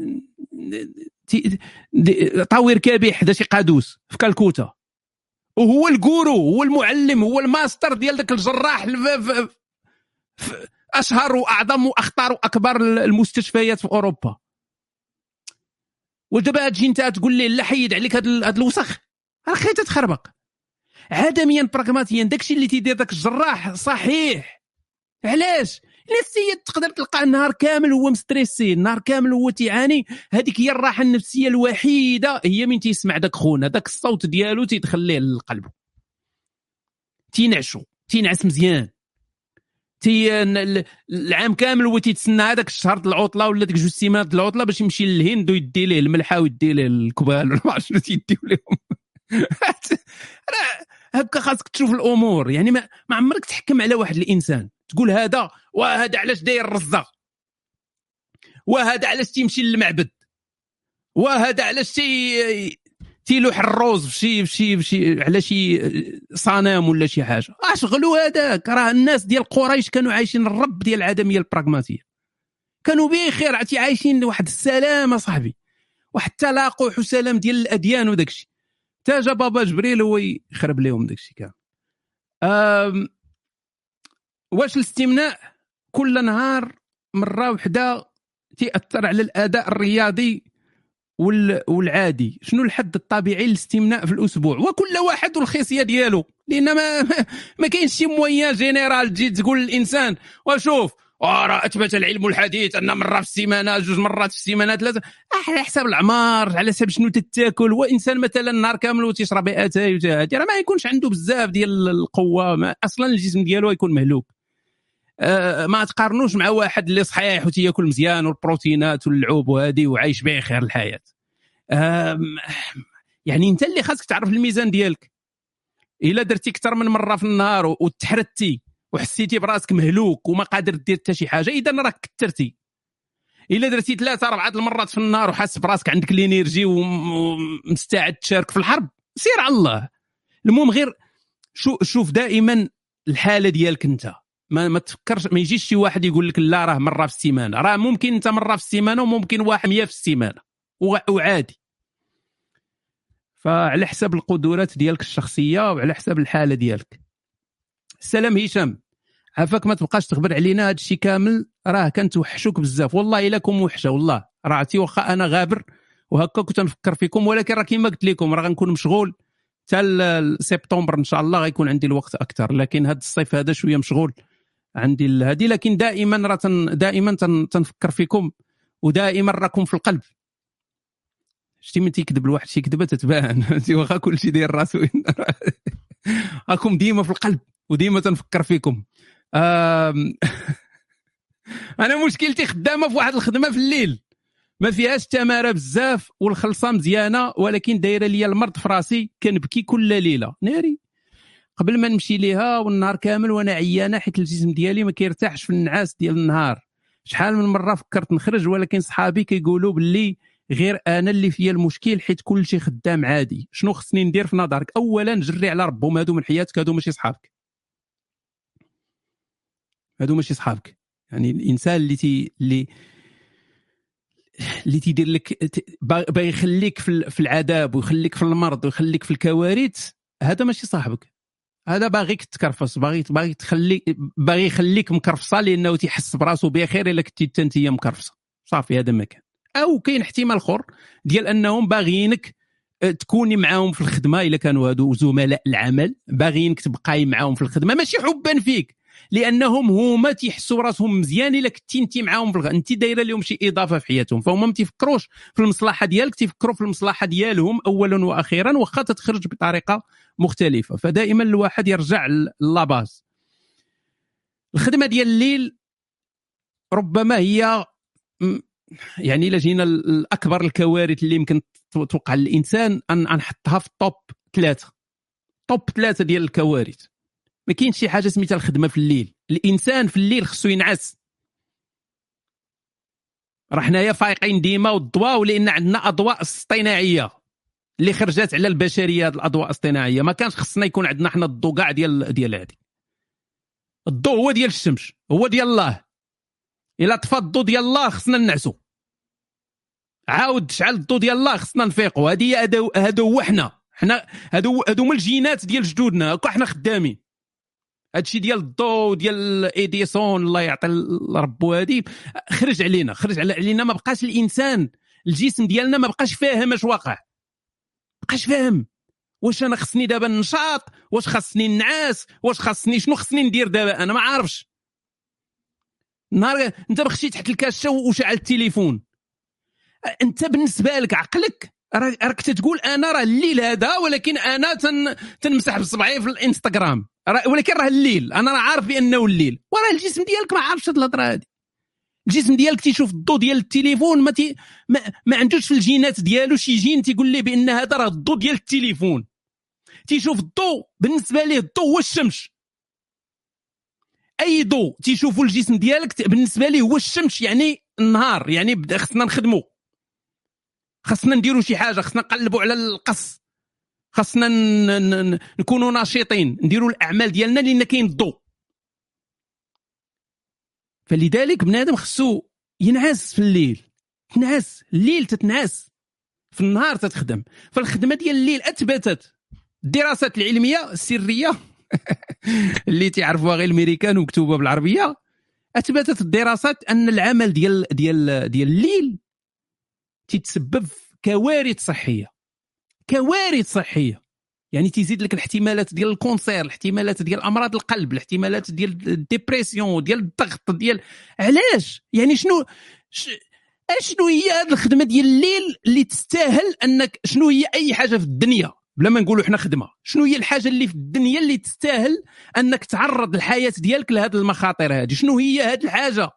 تي طاوير كبيح حدا شي قادوس في كالكوتا وهو الجورو هو المعلم هو الماستر ديال داك الجراح في اشهر واعظم واخطر واكبر المستشفيات في اوروبا. ودابا تجي انت تقول لي لا حيد عليك هذا الوسخ راه خيت تخربق. عدميا براغماتيا داكشي اللي تيدير داك الجراح صحيح. علاش؟ نفسيا تقدر تلقى النهار كامل هو مستريسي النهار كامل هو تيعاني. هذيك هي الراحه النفسيه الوحيده هي من تيسمع داك خونا داك الصوت ديالو تيدخل ليه للقلب تينعشو تينعس مزيان. تي العام كامل هو تيتسنى هذاك الشهر د العطله ولا ديك جوج سيمانات د العطله باش يمشي للهند ويدي ليه الملحه ويدي ليه الكبال ولا ما عرفتش شنو تيديو لهم. راه هكا خاصك تشوف الامور. يعني ما, ما عمرك تحكم على واحد الانسان تقول هذا وهذا علاش داير الرزه وهذا علاش تيمشي للمعبد وهذا علاش تي تيلوح الروز في شي في شي في شي على شي صنم ولا شي حاجه. اشغلوا هذاك. راه الناس ديال قريش كانوا عايشين الرب ديال العدميه البراغماتيه كانوا بخير عتي عايشين واحد السلام صاحبي واحد التلاقح وسلام ديال الاديان وداكشي. تا جا بابا جبريل هو يخرب لهم داكشي كامل. واش الاستمناء كل نهار مره وحده تاثر على الاداء الرياضي والعادي؟ شنو الحد الطبيعي للاستمناء في الاسبوع؟ وكل واحد والخصيه ديالو لان ما ما كاينش شي موين جينيرال تجي تقول للانسان وشوف راه اثبت العلم الحديث ان مره في السيمانه جوج مرات في السيمانه ثلاثه على حساب العمار على حساب شنو تتاكل. وانسان مثلا نهار كامل وتشرب اتاي وهادي راه ما يكونش عنده بزاف ديال القوه ما اصلا الجسم ديالو يكون مهلوك. أه ما تقارنوش مع واحد اللي صحيح وتياكل مزيان والبروتينات واللعوب وهادي وعايش بخير الحياه. أه يعني انت اللي خاصك تعرف الميزان ديالك. الا درتي اكثر من مره في النهار وتحرتي وحسيتي براسك مهلوك وما قادر دير حتى شي حاجه، اذا راك كثرتي. الا درتي ثلاثه اربعه المرات في النهار وحاس براسك عندك الانرجي ومستعد تشارك في الحرب، سير على الله. المهم غير شو شوف دائما الحاله ديالك انت، ما ما تفكرش، ما يجيش شي واحد يقول لك لا راه مره في السيمانه، راه ممكن انت مره في السيمانه وممكن واحد مية في السيمانه وعادي. فعلى حسب القدرات ديالك الشخصيه وعلى حسب الحاله ديالك. السلام هشام، عافاك ما تبقاش تخبر علينا هذا الشيء كامل، راه كنتوحشوك بزاف والله. الا كون موحشه والله، راه عرفتي واخا انا غابر وهكا كنت نفكر فيكم، ولكن راه كيما قلت لكم راه غنكون مشغول حتى سبتمبر ان شاء الله غيكون عندي الوقت اكثر، لكن هذا الصيف هذا شويه مشغول عندي هذه. لكن دائما راه تن دائما تن تنفكر فيكم ودائما راكم في القلب. شتي من تيكذب الواحد شي كذبه تتبان انت واخا كل شيء داير راسو راكم ديما في القلب وديما تنفكر فيكم. انا مشكلتي خدامه في واحد الخدمه في الليل ما فيهاش تماره بزاف والخلصه مزيانه، ولكن دايره ليا المرض في راسي، كنبكي كل ليله ناري قبل ما نمشي ليها والنهار كامل وانا عيانه حيت الجسم ديالي ما كيرتاحش في النعاس ديال النهار. شحال من مره فكرت نخرج ولكن صحابي كيقولوا باللي غير انا اللي فيا المشكل حيت كل شيء خدام عادي. شنو خصني ندير في نظرك؟ اولا جري على ربهم، هادو من حياتك، هادو ماشي صحابك، هادو ماشي صحابك. يعني الانسان اللي تي اللي اللي تيدير لك باغي يخليك في العذاب ويخليك في المرض ويخليك في الكوارث، هذا ماشي صاحبك، هذا باغيك تكرفص، باغي باغي تخلي باغي يخليك مكرفصه لانه تيحس براسو بخير الا كنتي انت مكرفصه صافي. هذا ما كان. او كاين احتمال اخر ديال انهم باغيينك تكوني معاهم في الخدمه، الا كانوا هادو زملاء العمل باغيينك تبقاي معاهم في الخدمه ماشي حبا فيك، لانهم هما تيحسوا راسهم مزيان الا كنتي انت معاهم في الغ... انت دايره لهم شي اضافه في حياتهم، فهم ما تيفكروش في المصلحه ديالك، تيفكروا في المصلحه ديالهم اولا واخيرا، واخا تتخرج بطريقه مختلفه. فدائما الواحد يرجع للاباز. الخدمه ديال الليل ربما هي يعني الا جينا الاكبر الكوارث اللي يمكن توقع للانسان ان نحطها في الطوب ثلاثه، طوب ثلاثه ديال الكوارث. ما كاينش شي حاجه سميتها الخدمه في الليل. الانسان في الليل خصو ينعس. راه حنايا فايقين ديما والضواء، ولان عندنا اضواء اصطناعيه اللي خرجت على البشريه. هذه الاضواء الاصطناعيه ما كانش خصنا يكون عندنا حنا الضوء كاع ديال ديال هذه. الضوء هو ديال الشمس، هو ديال الله. الا طفى الضوء ديال الله خصنا ننعسوا، عاود شعل الضوء ديال الله خصنا نفيقوا. هذه هادو هو حنا حنا هادو هادو هما الجينات ديال جدودنا، هكا حنا خدامين. هادشي ديال الضوء ديال ايديسون الله يعطي ربو هادي خرج علينا، خرج علينا. ما بقاش الانسان الجسم ديالنا ما بقاش فاهم اش واقع، بقاش فاهم واش انا خصني دابا نشاط، واش خصني نعاس، واش خصني شنو خصني ندير دابا، انا ما عارفش. نهار انت بخشيت تحت الكاشه وشعل التليفون، انت بالنسبه لك عقلك راك تتقول انا راه الليل هذا، ولكن انا تن تنمسح بصبعي في الانستغرام، ولكن راه الليل، انا راه عارف بانه الليل، وراه الجسم ديالك ما عارفش هاد الهضره هذه. الجسم ديالك تيشوف الضوء ديال التليفون، ما تي ما, ما عندوش في الجينات ديالو شي جين تيقول ليه بان هذا راه الضوء ديال التليفون. تيشوف الضوء بالنسبه ليه الضوء هو الشمس. اي ضوء تيشوفوا الجسم ديالك بالنسبه ليه هو الشمس، يعني النهار، يعني خصنا نخدموا، خصنا نديروا شي حاجه، خصنا نقلبوا على القص، خصنا نكونوا ناشطين، نديروا الاعمال ديالنا لان كاين الضوء. فلذلك بنادم خصو ينعس في الليل، تنعس الليل، تتنعس في النهار تتخدم. فالخدمه ديال الليل اثبتت الدراسات العلميه السريه اللي تعرفوها غير الامريكان ومكتوبه بالعربيه، اثبتت الدراسات ان العمل ديال ديال ديال الليل تتسبب في كوارث صحيه، كوارث صحيه. يعني تزيد لك الاحتمالات ديال الكونسير، الاحتمالات ديال امراض القلب، الاحتمالات ديال الديبرسيون، ديال الضغط، ديال علاش يعني شنو ش... شنو هي هذه الخدمه ديال الليل اللي تستاهل انك، شنو هي اي حاجه في الدنيا بلا ما نقولوا حنا خدمه، شنو هي الحاجه اللي في الدنيا اللي تستاهل انك تعرض الحياه ديالك لهذه المخاطر هذه؟ شنو هي هذه الحاجه؟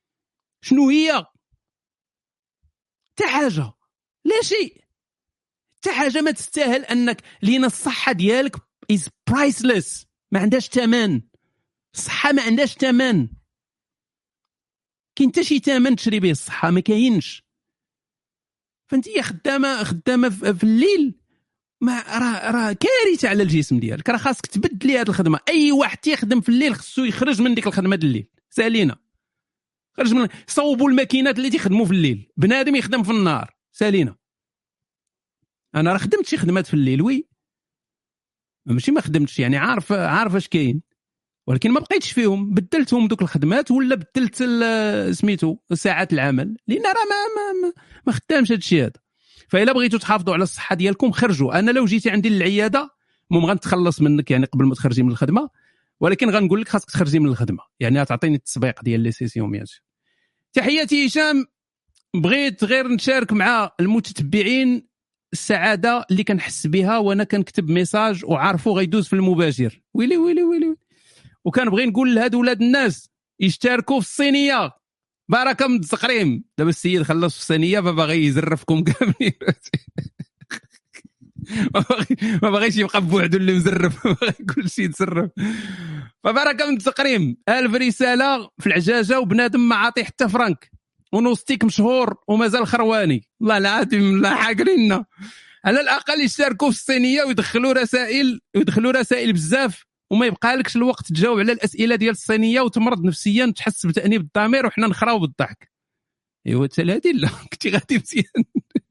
شنو هي؟ حتى حاجه، لا شيء، حتى حاجه ما تستاهل انك لينا الصحه ديالك is priceless، ما عندهاش ثمن. الصحه ما عندهاش ثمن، كاين حتى شي ثمن تشري به الصحه ما كاينش. فانت خدامه خدامه في الليل، ما راه راه كارثه على الجسم ديالك. راه خاصك تبدلي هذه الخدمه. اي واحد تيخدم في الليل خصو يخرج من ديك الخدمه ديال الليل. سالينا خرج من صوبوا الماكينات اللي تيخدموا في الليل. بنادم يخدم في النهار. سالينا انا راه خدمت شي خدمات في الليل وي، ماشي ما خدمتش، يعني عارف عارف اش كاين، ولكن ما بقيتش فيهم. بدلتهم دوك الخدمات ولا بدلت سميتو ساعات العمل، لان راه ما ما, ما, ما خدامش هذا الشيء هذا. فإلا بغيتوا تحافظوا على الصحه ديالكم خرجوا. انا لو جيتي عندي للعياده المهم غنتخلص منك يعني قبل ما تخرجي من الخدمه، ولكن غنقول لك خاصك تخرجي من الخدمه، يعني تعطيني التسبيق ديال لي سيسيون مياتي. تحياتي هشام، بغيت غير نشارك مع المتتبعين السعاده اللي كنحس بها وانا كنكتب ميساج وعارفو غيدوز في المباشر. ويلي ويلي ويلي. وكنبغي نقول لهاد ولاد الناس يشتركوا في الصينيه. بركه من الزقريم. دابا السيد خلص في الصينيه فباغي يزرفكم كاملين. ما باغيش يبقى بوحدو اللي مزرف، باغي كل شيء يتزرف. فبركه من الزقريم. الف رساله في العجاجه وبنادم ما عاطي حتى فرانك، ونوستيك مشهور ومازال خرواني. والله العظيم لا حاقريننا. على الاقل يشتركوا في الصينيه ويدخلوا رسائل ويدخلوا رسائل بزاف، وما يبقى لكش الوقت تجاوب على الاسئله ديال الصينيه وتمرض نفسيا وتحس بتانيب الضمير وحنا نخراو بالضحك. ايوا حتى هذه لا كنتي غادي مزيان.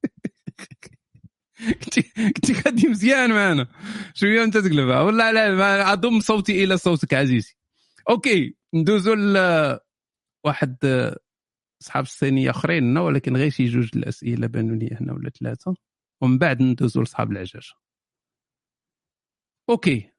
كنتي كنتي غادي مزيان معنا شويه انت تقلبها. والله لا ما اضم صوتي الى صوتك عزيزي. اوكي ندوزوا ل واحد اصحاب الصينيه اخرين، ولكن غير شي جوج الاسئله بانوا لي هنا ولا ثلاثه، ومن بعد ندوزوا لاصحاب العجاج. اوكي.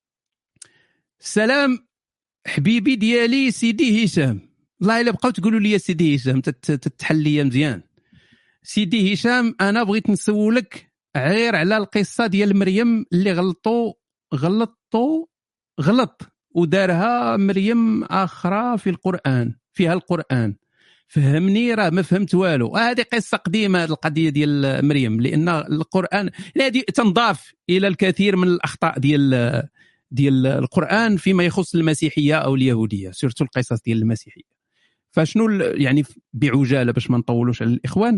السلام حبيبي ديالي سيدي هشام. والله الا بقاو تقولوا لي سيدي هشام تتحل لي مزيان. سيدي هشام انا بغيت نسولك غير على القصه ديال مريم اللي غلطوا غلطوا غلط ودارها مريم اخرى في القران، فيها القران. فهمني راه ما فهمت والو. هذه قصه قديمه القضيه ديال مريم، لان القران هذه تنضاف الى الكثير من الاخطاء ديال ديال القران فيما يخص المسيحيه او اليهوديه، سورتو القصص ديال المسيحيه. فشنو يعني بعجاله باش ما نطولوش على الاخوان.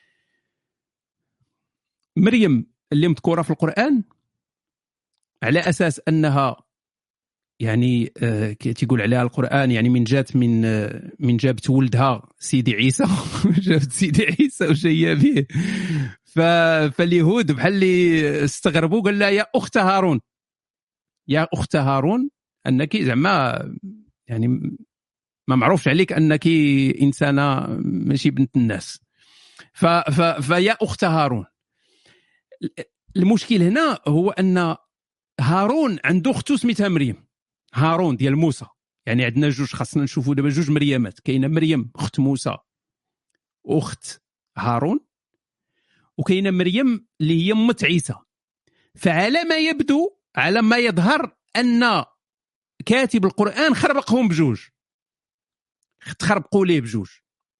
مريم اللي مذكوره في القران على اساس انها يعني آه تيقول عليها القران يعني من جات من آه من جابت ولدها سيدي عيسى. جابت سيدي عيسى وجايه به. فاليهود بحال اللي استغربوا قال لها يا اخت هارون، يا اخت هارون انك زعما يعني ما معروفش عليك انك انسانه ماشي بنت الناس. ف ف فيا اخت هارون. المشكل هنا هو ان هارون عنده اخته سميتها مريم. هارون ديال موسى، يعني عندنا جوج، خاصنا نشوفوا دابا جوج مريمات. كاينه مريم اخت موسى واخت هارون، وكاينه مريم اللي هي امه عيسى. فعلى ما يبدو على ما يظهر ان كاتب القران خربقهم بجوج، تخربقوا ليه بجوج.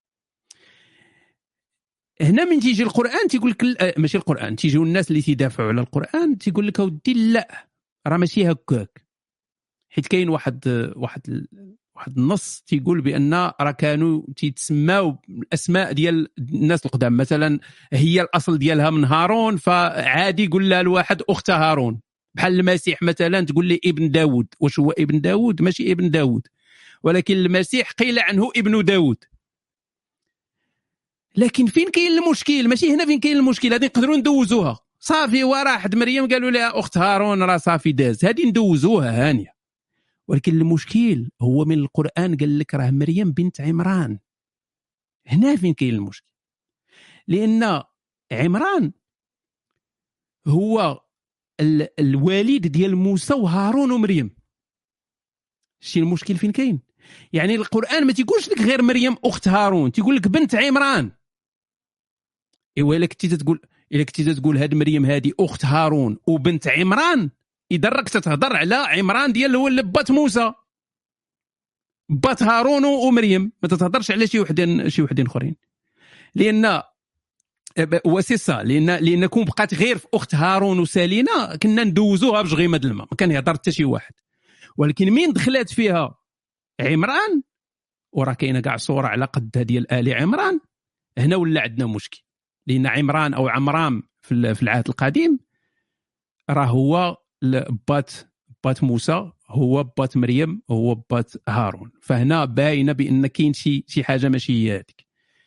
هنا من تيجي القران تيقول لك ماشي القران، تيجيو الناس اللي تيدافعوا على القران تيقول لك اودي لا راه ماشي هكاك، حيت كاين واحد واحد واحد النص تيقول بان راه كانوا تيتسماو الاسماء ديال الناس القدام. مثلا هي الاصل ديالها من هارون، فعادي يقول لها الواحد اخت هارون. بحال المسيح مثلا تقول لي ابن داود. واش هو ابن داود؟ ماشي ابن داود، ولكن المسيح قيل عنه ابن داود. لكن فين كاين المشكل؟ ماشي هنا فين كاين المشكل. هذه نقدروا ندوزوها صافي، وراحت مريم قالوا لها اخت هارون راه صافي داز، هذه ندوزوها هانيه. ولكن المشكل هو من القران قال لك راه مريم بنت عمران. هنا فين كاين المشكل، لان عمران هو الوالد ديال موسى وهارون ومريم. شي المشكل فين كاين؟ يعني القران ما تيقولش لك غير مريم اخت هارون، تيقول لك بنت عمران. ايوا الا كنتي تقول الا كنتي تقول هاد مريم هادي اخت هارون وبنت عمران، اذا راك تتهضر على عمران ديال هو اللي بات موسى، بات هارون ومريم، ما تتهضرش على شي وحدين شي وحدين اخرين. لان وسي سا لان لانكم بقات غير في اخت هارون وسالينا كنا ندوزوها بجغيمه الماء ما كان يهضر حتى شي واحد. ولكن مين دخلات فيها عمران وراه كاينه كاع صوره على قد ديال ال عمران، هنا ولا عندنا مشكل. لان عمران او عمرام في العهد القديم راه هو بات بات موسى، هو بات مريم، هو بات هارون. فهنا باينه بان كاين شي شي حاجه ماشي هي هذيك.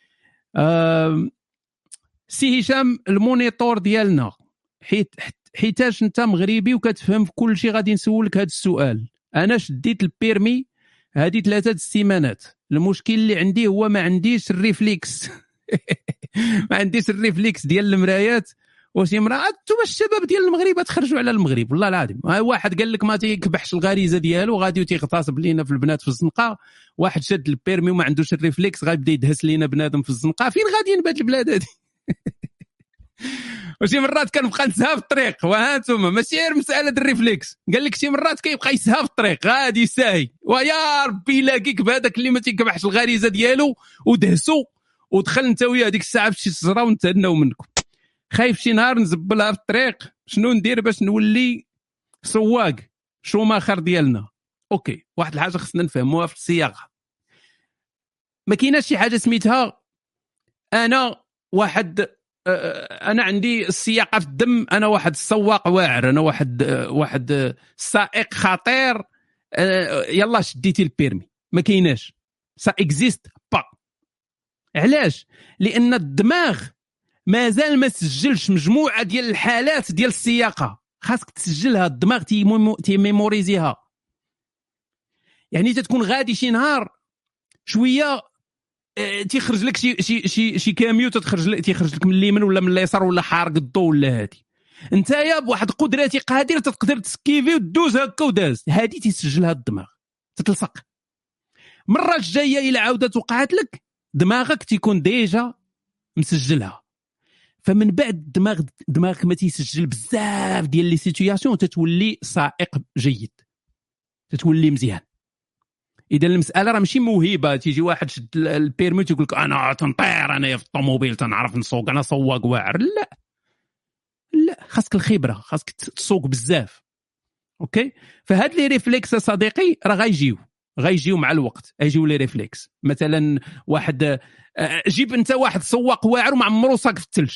سي هشام المونيتور ديالنا، حيت حيتاش انت مغربي وكتفهم في كل شيء غادي نسولك هذا السؤال. انا شديت البيرمي هذه ثلاثه السيمانات، المشكل اللي عندي هو ما عنديش الريفليكس ما عنديش الريفليكس ديال المرايات. واش امراه انتم الشباب ديال المغرب تخرجوا على المغرب والله العظيم. واحد قال لك ما تيكبحش الغريزه ديالو غادي وتيغتصب لينا في البنات في الزنقه، واحد شد البيرمي وما عندوش الريفليكس غيبدا يدهس لينا بنادم في الزنقه. فين غاديين بهاد البلاد هذه؟ وشي مرات كنبقى نسها في الطريق، وها انتم ماشي غير مساله الريفليكس، قال لك شي مرات كيبقى يسها في الطريق غادي ساهي، ويا ربي لاقيك بهذاك اللي ما تيكبحش الغريزه ديالو ودهسو ودخل انت ويا هذيك الساعه في شي شجره ونتهناو منكم. خايف شي نهار نزبلها في الطريق، شنو ندير باش نولي سواق شوماخر ديالنا؟ اوكي، واحد الحاجه خصنا نفهموها في السياقه، ما كايناش شي حاجه سميتها انا واحد انا عندي السياقه في الدم، انا واحد السواق واعر، انا واحد واحد سائق خطير يلا شديتي البيرمي. ما كايناش، سا اكزيست با. علاش؟ لان الدماغ مازال ما سجلش مجموعه ديال الحالات ديال السياقه، خاصك تسجلها. الدماغ تيميموريزيها، يعني تتكون غادي شي نهار شويه تيخرج لك شي شي شي شي كاميو تتخرج لك تيخرج لك من اليمين ولا من اليسار ولا حارق الضوء ولا هادي، نتايا بواحد قدراتي قادر تقدر تسكيفي ودوز هكا وداز، هادي تيسجلها الدماغ تتلصق. المره الجايه الى عاودت وقعت لك دماغك تيكون ديجا مسجلها. فمن بعد الدماغ دماغك ما تيسجل بزاف ديال لي سيتوياسيون تتولي سائق جيد، تتولي مزيان. اذا المساله راه ماشي موهبه تيجي واحد شد البيرمي تيقول لك انا تنطير انايا في الطوموبيل تنعرف نسوق انا سواق واعر. لا لا، خاصك الخبره، خاصك تسوق بزاف. اوكي، فهاد لي ريفلكس صديقي راه غيجيو غيجيو مع الوقت، غيجيو لي ريفلكس. مثلا واحد جيب انت واحد سواق واعر وما عمرو ساق في الثلج،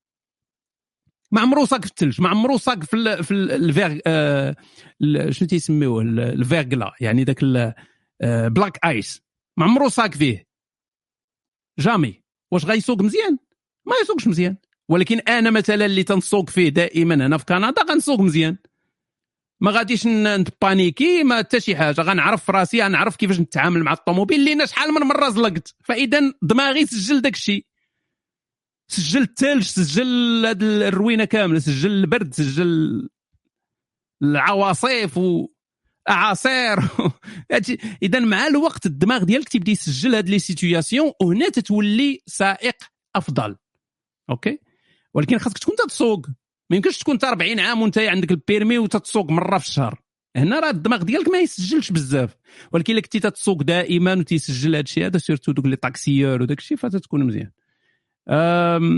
ما عمرو ساق في الثلج، ما عمرو ساق في ال في الفيغ آه شنو تيسميوه الفيرغلا، يعني داك بلاك ايس، ما عمرو ساق فيه جامي. واش غيسوق مزيان؟ ما يسوقش مزيان. ولكن انا مثلا اللي تنسوق فيه دائما هنا في كندا غنسوق مزيان، ما غاديش نبانيكي ما حتى شي حاجه، غنعرف راسي، غنعرف كيفاش نتعامل مع الطوموبيل لان شحال من مره زلقت. فاذا دماغي سجل داك الشيء، سجل الثلج، سجل هاد الروينه كامله، سجل البرد، سجل العواصف واعاصير اذا مع الوقت الدماغ ديالك تيبدا يسجل هاد لي سيتوياسيون، وهنا تتولي سائق افضل. اوكي، ولكن خاصك تكون تتسوق، ما يمكنش تكون انت أربعين عام وانت عندك البيرمي وتتسوق مره في الشهر. هنا راه الدماغ ديالك ما يسجلش بزاف. ولكن الا كنتي تتسوق دائما وتيسجل هذا الشيء هذا، سيرتو دوك لي طاكسيور وداك الشيء، فتتكون مزيان. أم...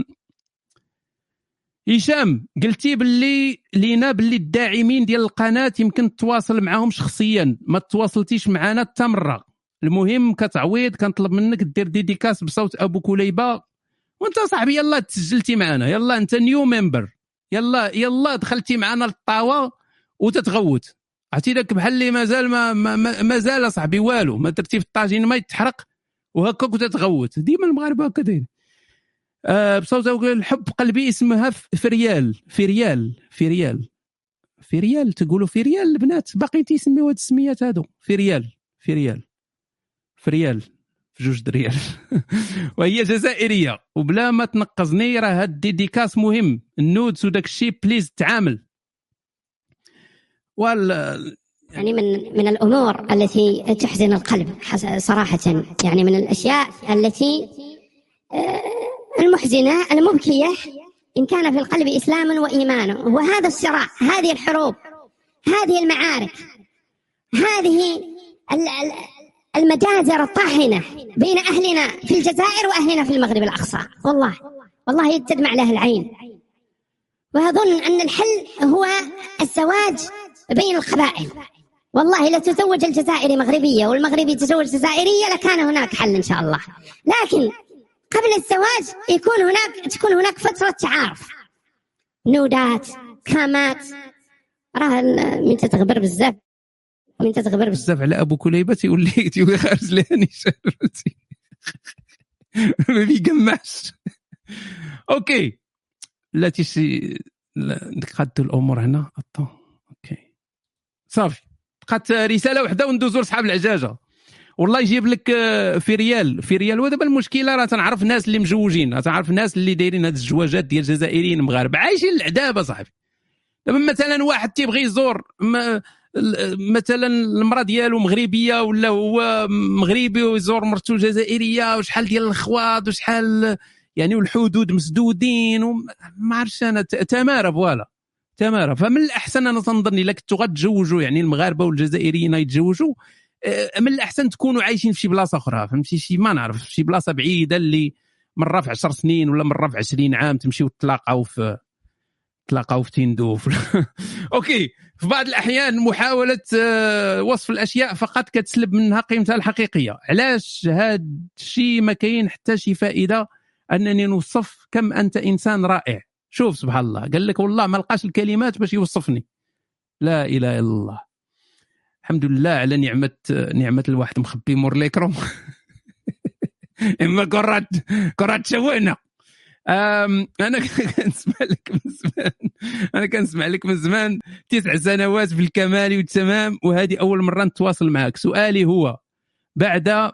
هشام قلتي باللي لينا باللي الداعمين ديال القناه يمكن تواصل معهم شخصيا، ما تواصلتيش معنا حتى مره. المهم كتعويض كنطلب منك دير ديديكاس بصوت ابو كليبه، وانت صاحبي يلا تسجلتي معنا، يلا انت نيو ممبر، يلا يلا دخلتي معنا للطاوه وتتغوت. عرفتي داك بحال اللي مازال ما مازال صاحبي والو ما درتي في الطاجين ما يتحرق وهكا كنت تغوت. ديما المغاربه هكا دايرين. أه بصوت الحب قلبي اسمها فريال فريال فريال فريال تقولوا فريال البنات باقي تيسميو هاد السميات هادو فريال فريال فريال في جوج دريال وهي جزائريه وبلا ما تنقصني. راه هاد ديديكاس مهم، النودس وداك الشيء بليز تعامل. وال يعني من من الامور التي تحزن القلب صراحه، يعني من الاشياء التي المحزنه المبكيه ان كان في القلب اسلام وايمان، وهذا الصراع، هذه الحروب، هذه المعارك، هذه المجازر الطاحنه بين اهلنا في الجزائر واهلنا في المغرب الاقصى. والله والله تدمع له العين. وأظن أن الحل هو الزواج بين القبائل. والله لا تزوج الجزائري مغربية والمغربي تزوج جزائرية لكان هناك حل إن شاء الله. لكن قبل الزواج يكون هناك تكون هناك فترة تعارف، نودات، كامات. راه من تتغبر بزاف من تتغبر بزاف على ابو كليبه تيقول لي تيقول خارج لهني شرتي ما بيجمعش. اوكي لا تيشي نقادوا الامور هنا. اوكي صافي بقات رساله واحده وندوزوا لصحاب العجاجه. والله يجيب لك في ريال في ريال. ودابا المشكله راه تنعرف ناس اللي مجوجين، تنعرف ناس اللي دايرين هاد الزواجات ديال الجزائريين مغاربه عايشين العذاب صاحبي. دابا مثلا واحد تيبغي يزور مثلا المراه ديالو مغربيه ولا هو مغربي ويزور مرته الجزائريه، وشحال ديال الخواض وشحال يعني والحدود مسدودين وما عرفتش انا تماره فوالا تماره. فمن الاحسن انا تنظن الا كنتو غتزوجوا يعني المغاربه والجزائريين يتزوجوا من الاحسن تكونوا عايشين في شي بلاصه اخرى، فهمتي؟ شي ما نعرف شي بلاصه بعيده اللي مره في عشر سنين ولا مره في عشرين عام تمشيو تلاقاو في تلاقاو في تندوف. اوكي في بعض الاحيان محاوله وصف الاشياء فقط كتسلب منها قيمتها الحقيقيه. علاش هاد الشيء ما كاين حتى شي فائده انني نوصف كم انت انسان رائع؟ شوف سبحان الله قال لك والله ما لقاش الكلمات باش يوصفني. لا اله الا الله. الحمد لله على نعمه نعمه الواحد مخبي مور ليكرون. اما كرات كرات شوينا. انا كنسمع لك من زمان انا كنسمع لك من زمان تسع سنوات في الكمال والتمام، وهذه اول مره نتواصل معك. سؤالي هو بعد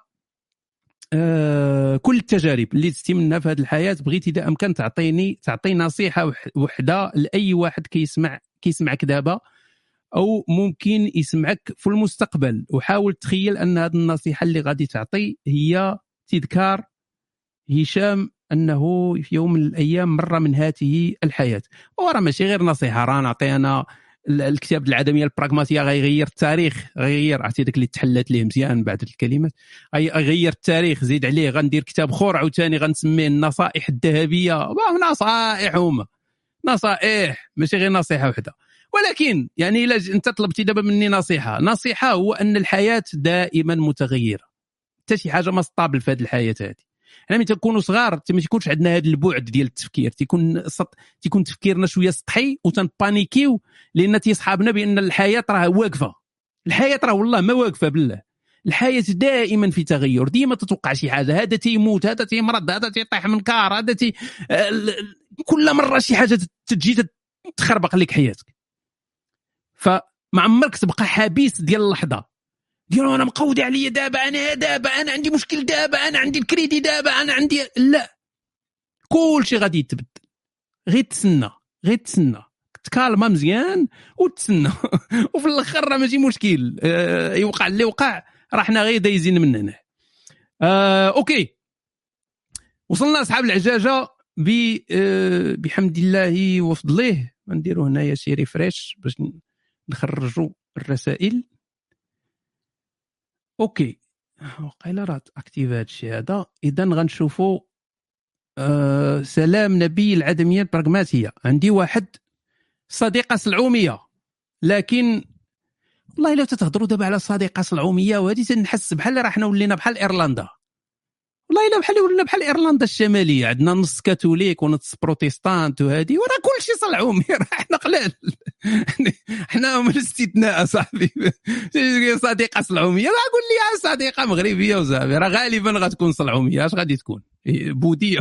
آه كل التجارب اللي تستي منها في هذه الحياه، بغيتي اذا امكن تعطيني تعطي نصيحه وحده لاي واحد كيسمع كيسمعك دابا او ممكن يسمعك في المستقبل، وحاول تخيل ان هذه النصيحه اللي غادي تعطي هي تذكار هشام انه في يوم من الايام مر من هذه الحياه. وراه ماشي غير نصيحه، راه نعطي انا الكتاب العدميه البراغماتيه غيغير التاريخ، غير عرفتي داك اللي تحلات ليه مزيان بعد الكلمات، غير التاريخ. زيد عليه غندير كتاب اخر عاوتاني غنسميه النصائح الذهبيه. نصائح هما نصائح ماشي غير نصيحه وحده. ولكن يعني الا انت طلبتي دابا مني نصيحه نصيحه هو ان الحياه دائما متغيره، حتى شي حاجه ما ستابل في هذه الحياه هذه. حنا ملي تكونوا صغار ما تيكونش عندنا هذا البعد ديال التفكير، تيكون سط... تيكون تفكيرنا شويه سطحي وتنبانيكيو لان تيصحابنا بان الحياه راه واقفه. الحياه راه والله ما واقفه بالله، الحياه دائما في تغير، ديما تتوقع شي حاجه، هذا تيموت، هذا تيمرض، هذا تيطيح من كار، هذا تي... كل مره شي حاجه تجي تخربق لك حياتك. فما عمرك تبقى حبيس ديال اللحظه ديالو انا مقودي عليا دابا، انا دابا انا عندي مشكل دابا، انا عندي الكريدي دابا، انا عندي لا، كل شيء غادي يتبدل. غير تسنى غير تسنى تكالما مزيان وتسنى وفي الاخر راه ماشي مشكل. آه يوقع اللي وقع راه حنا غير دايزين من هنا. آه اوكي وصلنا اصحاب العجاجه ب آه بحمد الله وفضله. نديروا هنايا شي ريفريش باش نخرجوا الرسائل. اوكي وقيلا راه اكتيف هذا الشيء هذا. اذا غنشوفوا أه سلام نبي العدميه البراغماتيه. عندي واحد صديقه سلعوميه، لكن والله لو تتهضروا دابا على صديقه سلعوميه وهذه تنحس بحال راه حنا ولينا بحال ايرلندا. والله الا بحال ولينا بحال ايرلندا الشماليه، عندنا نص كاثوليك ونص بروتستانت وهذه، وراه كلشي صلعومي. راه حنا قلال، حنا من الاستثناء صاحبي. صديقه صلعوميه راه قول لي صديقه مغربيه وصافي، راه غالبا غتكون صلعوميه. اش غادي تكون بوذيه؟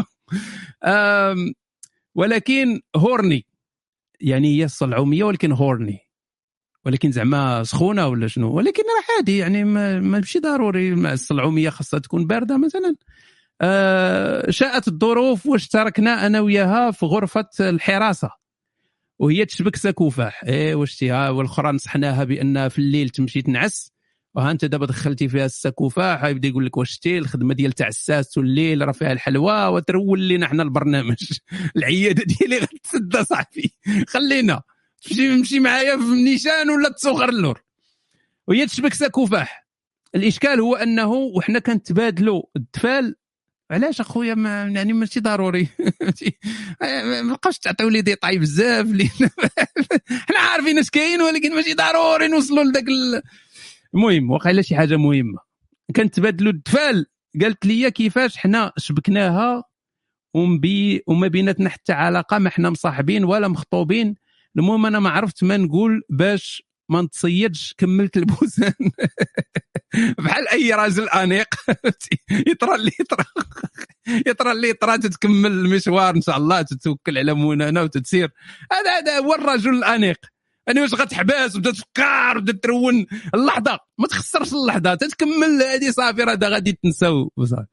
ولكن هورني يعني هي الصلعوميه ولكن هورني، ولكن زعما سخونه ولا شنو. ولكن راه عادي يعني ماشي ضروري مع الصلعوميه خاصها تكون بارده مثلا. آه شاءت الظروف واشتركنا انا وياها في غرفه الحراسه وهي تشبك سكوفاح. ايه وشتيها، والاخرى نصحناها بانها في الليل تمشي تنعس، وها انت دابا دخلتي فيها السكوفاح يبدا يقول لك واش شتي الخدمه ديال تاع الساس والليل راه فيها الحلوى وترول لينا حنا البرنامج. العياده ديالي غتسد صاحبي، خلينا تمشي نمشي معايا في النيشان ولا تسوغر اللور. وهي تشبك سكوفاح. الاشكال هو انه وحنا كنتبادلوا الدفال علاش اخويا ما يعني ماشي ضروري ما بقاوش تعطيو لي ديطاي بزاف لي حنا عارفين اش كاين ولكن ماشي ضروري نوصلوا لذاك ال... المهم واخا شي حاجه مهمه كنتبادلوا الدفال. قالت لي كيفاش حنا شبكناها ومبي وما بيناتنا حتى علاقه ما حنا مصاحبين ولا مخطوبين. المهم انا ما عرفت ما نقول باش ما نتصيدش كملت البوسان بحال اي راجل انيق يطرى اللي يطرى يطرى اللي يطرى تتكمل المشوار ان شاء الله تتوكل على مولانا وتتسير. هذا هذا هو الرجل الانيق. انا واش غتحبس وبدا تفكر وبدا ترون اللحظه ما تخسرش اللحظه تتكمل هذه صافي راه غادي تنساو وصافي.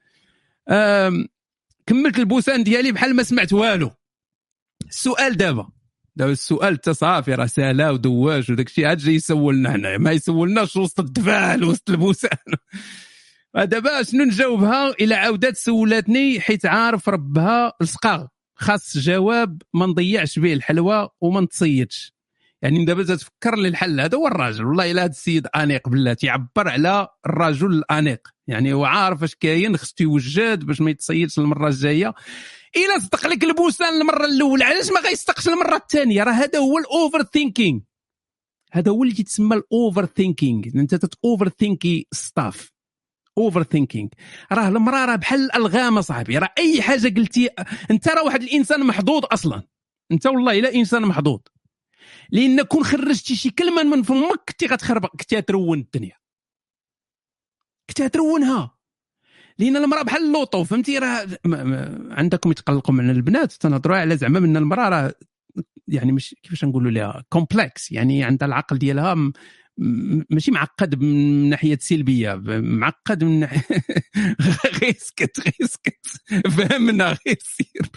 كملت البوسان ديالي بحال ما سمعت والو. السؤال دابا دابا السؤال تصافي راه سالا ودواج وداك الشيء عاد جاي يسولنا حنا ما يسولناش وسط الدفال وسط البوسان. دابا شنو نجاوبها الى عاودات سولاتني حيت عارف ربها لصقا خاص جواب ما نضيعش به الحلوى وما نتصيدش. يعني دابا تفكر لي الحل. هذا هو الراجل والله الا هذا السيد انيق بالله تيعبر على الرجل الانيق. يعني هو عارف اش كاين خصو يوجد باش ما يتصيدش المره الجايه. الا صدق لك البوسان المره الاولى علاش ما غيصدقش المره الثانيه؟ راه هذا هو الاوفر ثينكينغ. هذا هو اللي تيتسمى الاوفر ثينكينغ. انت تتوفر ثينكي ستاف. اوفر ثينكينغ راه المراه راه بحال الالغام صاحبي. راه اي حاجه قلتي انت راه واحد الانسان محظوظ اصلا. انت والله الا انسان محظوظ لان كون خرجتي شي كلمه من فمك كنتي غتخربق كنتي ترون الدنيا كنتي ترونها. لان المراه بحال اللوطو فهمتي. راه عندكم يتقلقوا من البنات تنهضروا على زعما من المراه راه يعني مش كيفاش نقولوا لها كومبلكس. يعني عندها العقل ديالها م... ماشي معقد من ناحيه سلبيه معقد من ناحيه غير سكت غير سكت فهمنا غير سير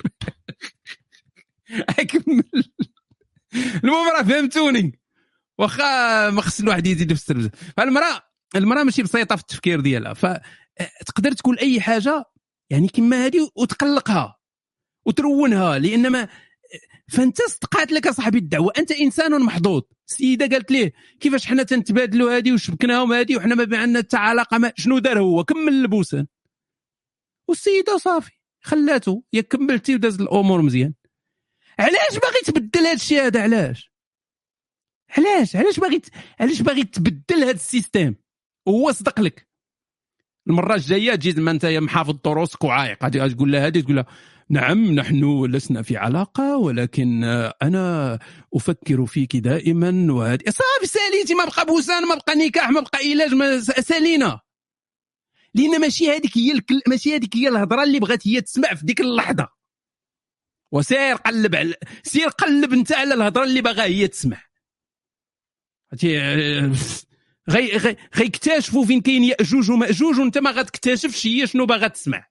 اكمل. المهم راه فهمتوني واخا ما خص الواحد يزيد في السر. فالمراه المراه ماشي بسيطه في التفكير ديالها فتقدر تقول اي حاجه يعني كما هذه وتقلقها وترونها. لان ما فانت صدقات لك صاحبي الدعوه انت انسان محظوظ. السيده قالت ليه كيفاش حنا تنتبادلوا هذه وشبكناهم هذه وحنا ما عندنا حتى علاقه ما شنو دار هو كمل البوسان والسيده صافي خلاته يا كملتي وداز الامور مزيان. علاش باغي تبدل هذا الشيء هذا؟ علاش علاش علاش باغي علاش باغي تبدل هذا السيستم وهو صدق لك؟ المره الجايه تجي ما انت محافظ طروسك وعايق غادي تقول لها هذه تقول لها نعم نحن لسنا في علاقه ولكن انا افكر فيك دائما وهذه صافي ساليتي. ما بقى بوسان ما بقى نكاح ما بقى علاج ما سالينا. لان ماشي هذيك هي الكل... ماشي هذيك هي الهضره اللي بغات هي تسمع في ديك اللحظه. وسير قلب على سير قلب انت على الهضره اللي باغا هي تسمع. غي غي غيكتشفوا فين كاين ياجوج وماجوج وانت ما غتكتشفش هي شنو باغا تسمع.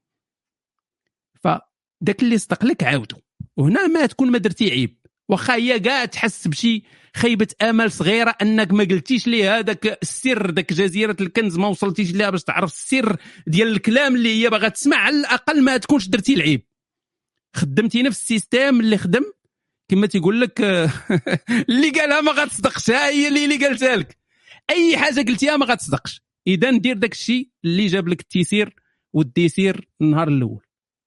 فداك اللي صدق لك عاودو وهنا ما تكون ما درتي عيب. واخا هي كاع تحس بشي خيبه امل صغيره انك ما قلتيش ليه هذاك السر داك جزيره الكنز ما وصلتيش ليها باش تعرف السر ديال الكلام اللي هي باغا تسمع. على الاقل ما تكونش درتي العيب. خدمتي نفس السيستم اللي خدم كما تيقول لك اللي قالها ما غتصدقش. ها هي اللي اللي قالتها لك. اي حاجه قلتيها ما غتصدقش. اذا دير داك الشيء اللي جاب لك التيسير والديسير النهار الاول.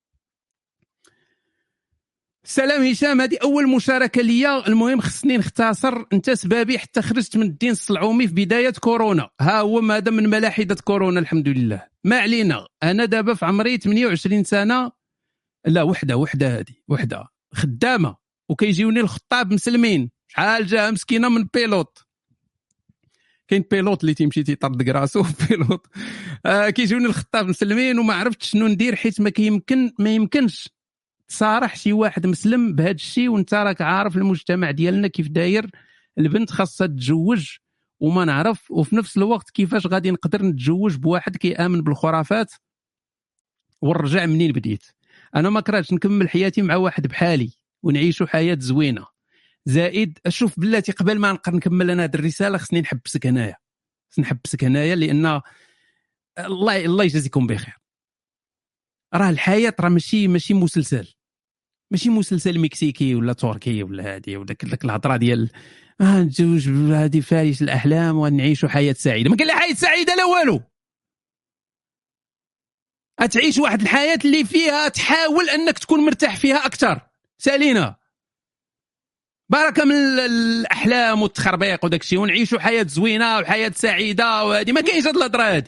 سلام هشام هذه اول مشاركه ليا. المهم خصني نختصر. انت سبابي حتى خرجت من الدين الصلعومي في بدايه كورونا. ها هو هذا من ملاحده كورونا الحمد لله. ما علينا. انا دابا في عمري ثمانية وعشرين سنه. لا وحده وحده هذه وحده خدامه وكيجيوني الخطاب مسلمين. شحال جا مسكينه من بيلوت. كاين بيلوت اللي تيمشي تيطرد راسو بيلوت. آه كيجيوني الخطاب مسلمين وما عرفتش شنو ندير حيت ما كيمكن ما يمكنش تصارح شي واحد مسلم بهذا الشيء. وانت راك عارف المجتمع ديالنا كيف داير. البنت خاصها تتزوج وما نعرف وفي نفس الوقت كيفاش غادي نقدر نتزوج بواحد كيامن بالخرافات ونرجع منين بديت. انا ما كرهتش نكمل حياتي مع واحد بحالي ونعيشوا حياه زوينه. زائد اشوف بلاتي قبل ما نقدر نكمل انا هذه الرساله خصني نحبسك هنايا. خصني نحبسك هنايا لان الله الله يجازيكم بخير. راه الحياه راه ماشي ماشي مسلسل. ماشي مسلسل مكسيكي ولا تركي ولا هادي ولا داك الهضره ديال اه نتزوج هذه فارس الاحلام ونعيشوا حياه سعيده. ما قال لي حياه سعيده لا والو. اتعيش واحد الحياه اللي فيها تحاول انك تكون مرتاح فيها اكثر. سالينا بركه من الاحلام والتخربيق وداك الشيء، ونعيشوا حياه زوينه وحياه سعيده، وهذه ما كاينش هاد الهضره هذه.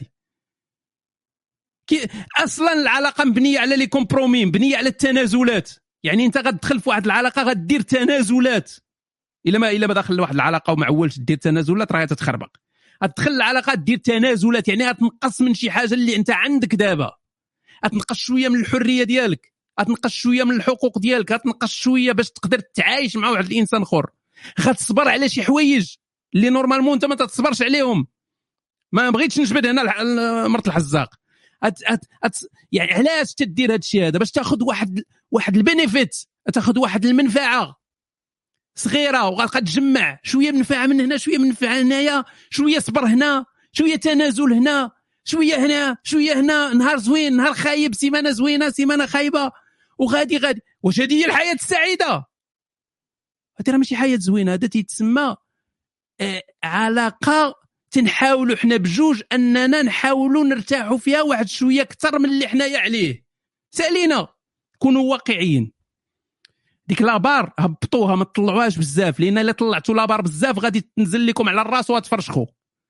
اصلا العلاقه مبنيه على لي كومبرومي، مبنيه على التنازلات. يعني انت غتدخل في واحد العلاقه غدير تنازلات. الا ما الا ما داخل لواحد العلاقه وما عولش دير تنازلات راه غتتخربق. غتدخل العلاقه دير تنازلات، يعني غتنقص من شي حاجه اللي انت عندك دابا، غتنقص شويه من الحريه ديالك، غتنقص شويه من الحقوق ديالك، غتنقص شويه باش تقدر تعايش مع واحد الانسان اخر. غتصبر على شي حوايج اللي نورمالمون انت ما تتصبرش عليهم. ما بغيتش نجبد هنا مرت الحزاق. أت أت أت يعني علاش تدير هذا الشيء هذا؟ باش تاخذ واحد واحد البينيفيت، تاخذ واحد المنفعه صغيره، وغتبقى تجمع شويه منفعه من هنا، شويه منفعه هنايا، شويه صبر هنا، شويه تنازل هنا، شويه هنا، شويه هنا، نهار زوين نهار خايب، سيمانه زوينه سيمانه خايبه، وغادي غادي. واش هذه هي الحياه السعيده؟ هذه راه ماشي حياه زوينه، هذا تيتسمى آه علاقه تنحاولوا حنا بجوج اننا نحاولوا نرتاحوا فيها واحد شويه اكثر من اللي حنايا عليه. سالينا كونوا واقعيين. ديك لابار هبطوها ما تطلعوهاش بزاف، لان الا طلعتوا لابار بزاف غادي تنزل لكم على الراس وتفرشخوا،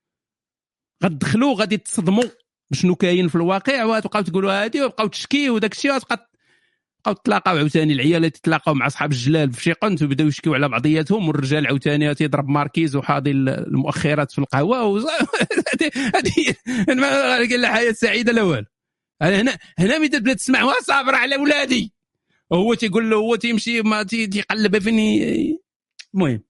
غتدخلوا غادي تصدموا بشنو كاين في الواقع، وتبقاو تقولوا هادي وبقاو تشكيو وداك الشيء، وتبقى بقاو تلاقاو عاوتاني العيالات تلاقاو مع اصحاب الجلال في شي قنت وبداو يشكيو على بعضياتهم، والرجال عاوتاني تيضرب ماركيز وحاضي المؤخرات في القهوه. هذه ما قال لها حياه سعيده لا والو. هنا هنا ملي تبدا تسمع صابر على ولادي، هو تيقول له هو تيمشي ما تيقلب فين. المهم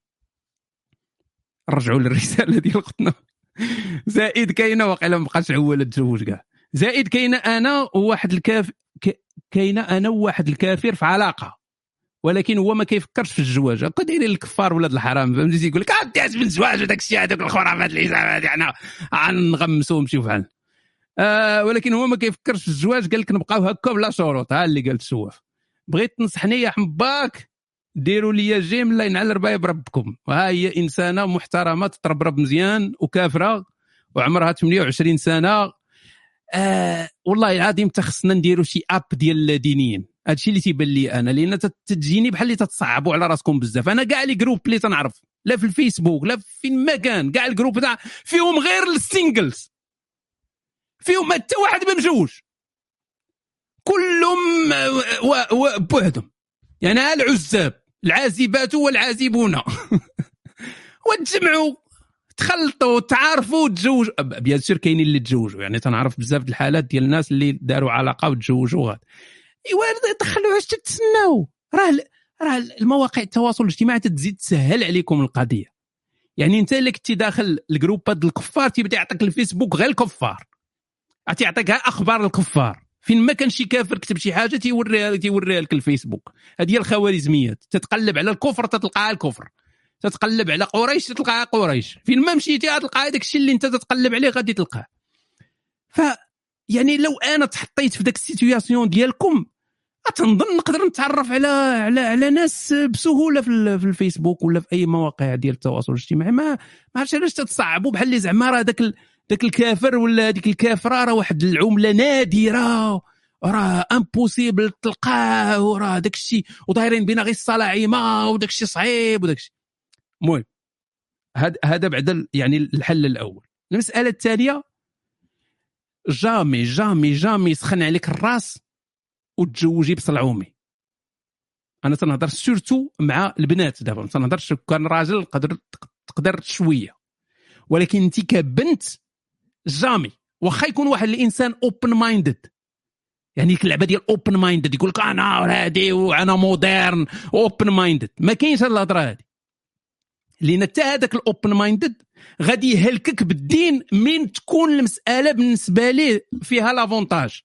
رجعوا للرساله ديال اختنا. زائد كاينه واقيلا ما بقاش عوله تزوج كاع. زائد كاينه انا وواحد الكاف كاينه انا وواحد الكافر في علاقه، ولكن هو ما كيفكرش في الزواج. هكا دايرين الكفار ولاد الحرام، فهمتي؟ يقول لك عاد من الزواج وداك الشيء هذوك الخرافات الحساب هذه حنا غنغمسوا ونمشيو بحال آه ولكن هو ما كيفكرش في الزواج. قال لك نبقاو هكا بلا شروط. ها اللي قال السواف. بغيت تنصحني يا حمباك ديروا لي جيم الله ينعل ربايب بربكم. وها هي انسانه محترمه تطربرب مزيان وكافره وعمرها ثمانية وعشرين سنه. آه والله العظيم تخصنا نديروا شي اب ديال دينيين. هادشي اللي تيبان لي انا، لان تتجيني بحال اللي تتصعبوا على راسكم بزاف. انا كاع لي جروب اللي تنعرف لا في الفيسبوك لا فين ما كان، كاع الجروب تاع فيهم غير السينجلز، فيهم حتى واحد ما مجوج، كلهم بوحدهم. يعني العزاب العازبات والعازبون وتجمعوا تخلطوا تعارفوا وتزوجوا. بيان سير كاينين اللي تزوجوا، يعني تنعرف بزاف الحالات ديال الناس اللي داروا علاقه وتزوجوا غاد. ايوا دخلوا واش تتسناو؟ راه راه المواقع التواصل الاجتماعي تزيد تسهل عليكم القضيه. يعني انت اللي كنتي داخل الجروبات ديال الكفار تيبدا يعطيك الفيسبوك غير الكفار، تعطيك اخبار الكفار. فين ما كان شي كافر كتب شي حاجه تيوريها تيوريها لك الفيسبوك. هذه هي الخوارزميات. تتقلب على الكفر تتلقاها الكفر، تتقلب على قريش تلقاها قريش. فين ما مشيتي غتلقى داك الشيء اللي انت تتقلب عليه غادي تلقاه. ف يعني لو انا تحطيت في داك السيتوياسيون ديالكم تنظن نقدر نتعرف على على على ناس بسهوله في, في الفيسبوك ولا في اي مواقع ديال التواصل الاجتماعي. ما ما عرفتش علاش تتصعبوا بحال اللي زعما راه داك داك الكافر ولا هذيك الكافره راه واحد العمله نادره، راه امبوسيبل تلقاه، وراه داك الشيء ودايرين بينا غير الصلاعيمه وداك الشيء صعيب وداك الشيء. المهم هذا هذا بعد يعني الحل الاول. المساله الثانيه، جامي جامي جامي يسخن عليك الراس وتزوجي بصلعومي. انا تنهضر سورتو مع البنات دابا، ما تنهضرش كان راجل قدر تقدر شويه، ولكن انت كبنت جامي واخا يكون واحد الانسان اوبن مايندد. يعني اللعبه ديال اوبن مايندد يقول لك انا هادي وانا مودرن اوبن مايندد، ما كاينش هاد الهضره هادي. لان حتى هذاك الاوبن مايندد غادي يهلكك بالدين من تكون المساله بالنسبه ليه فيها لافونتاج.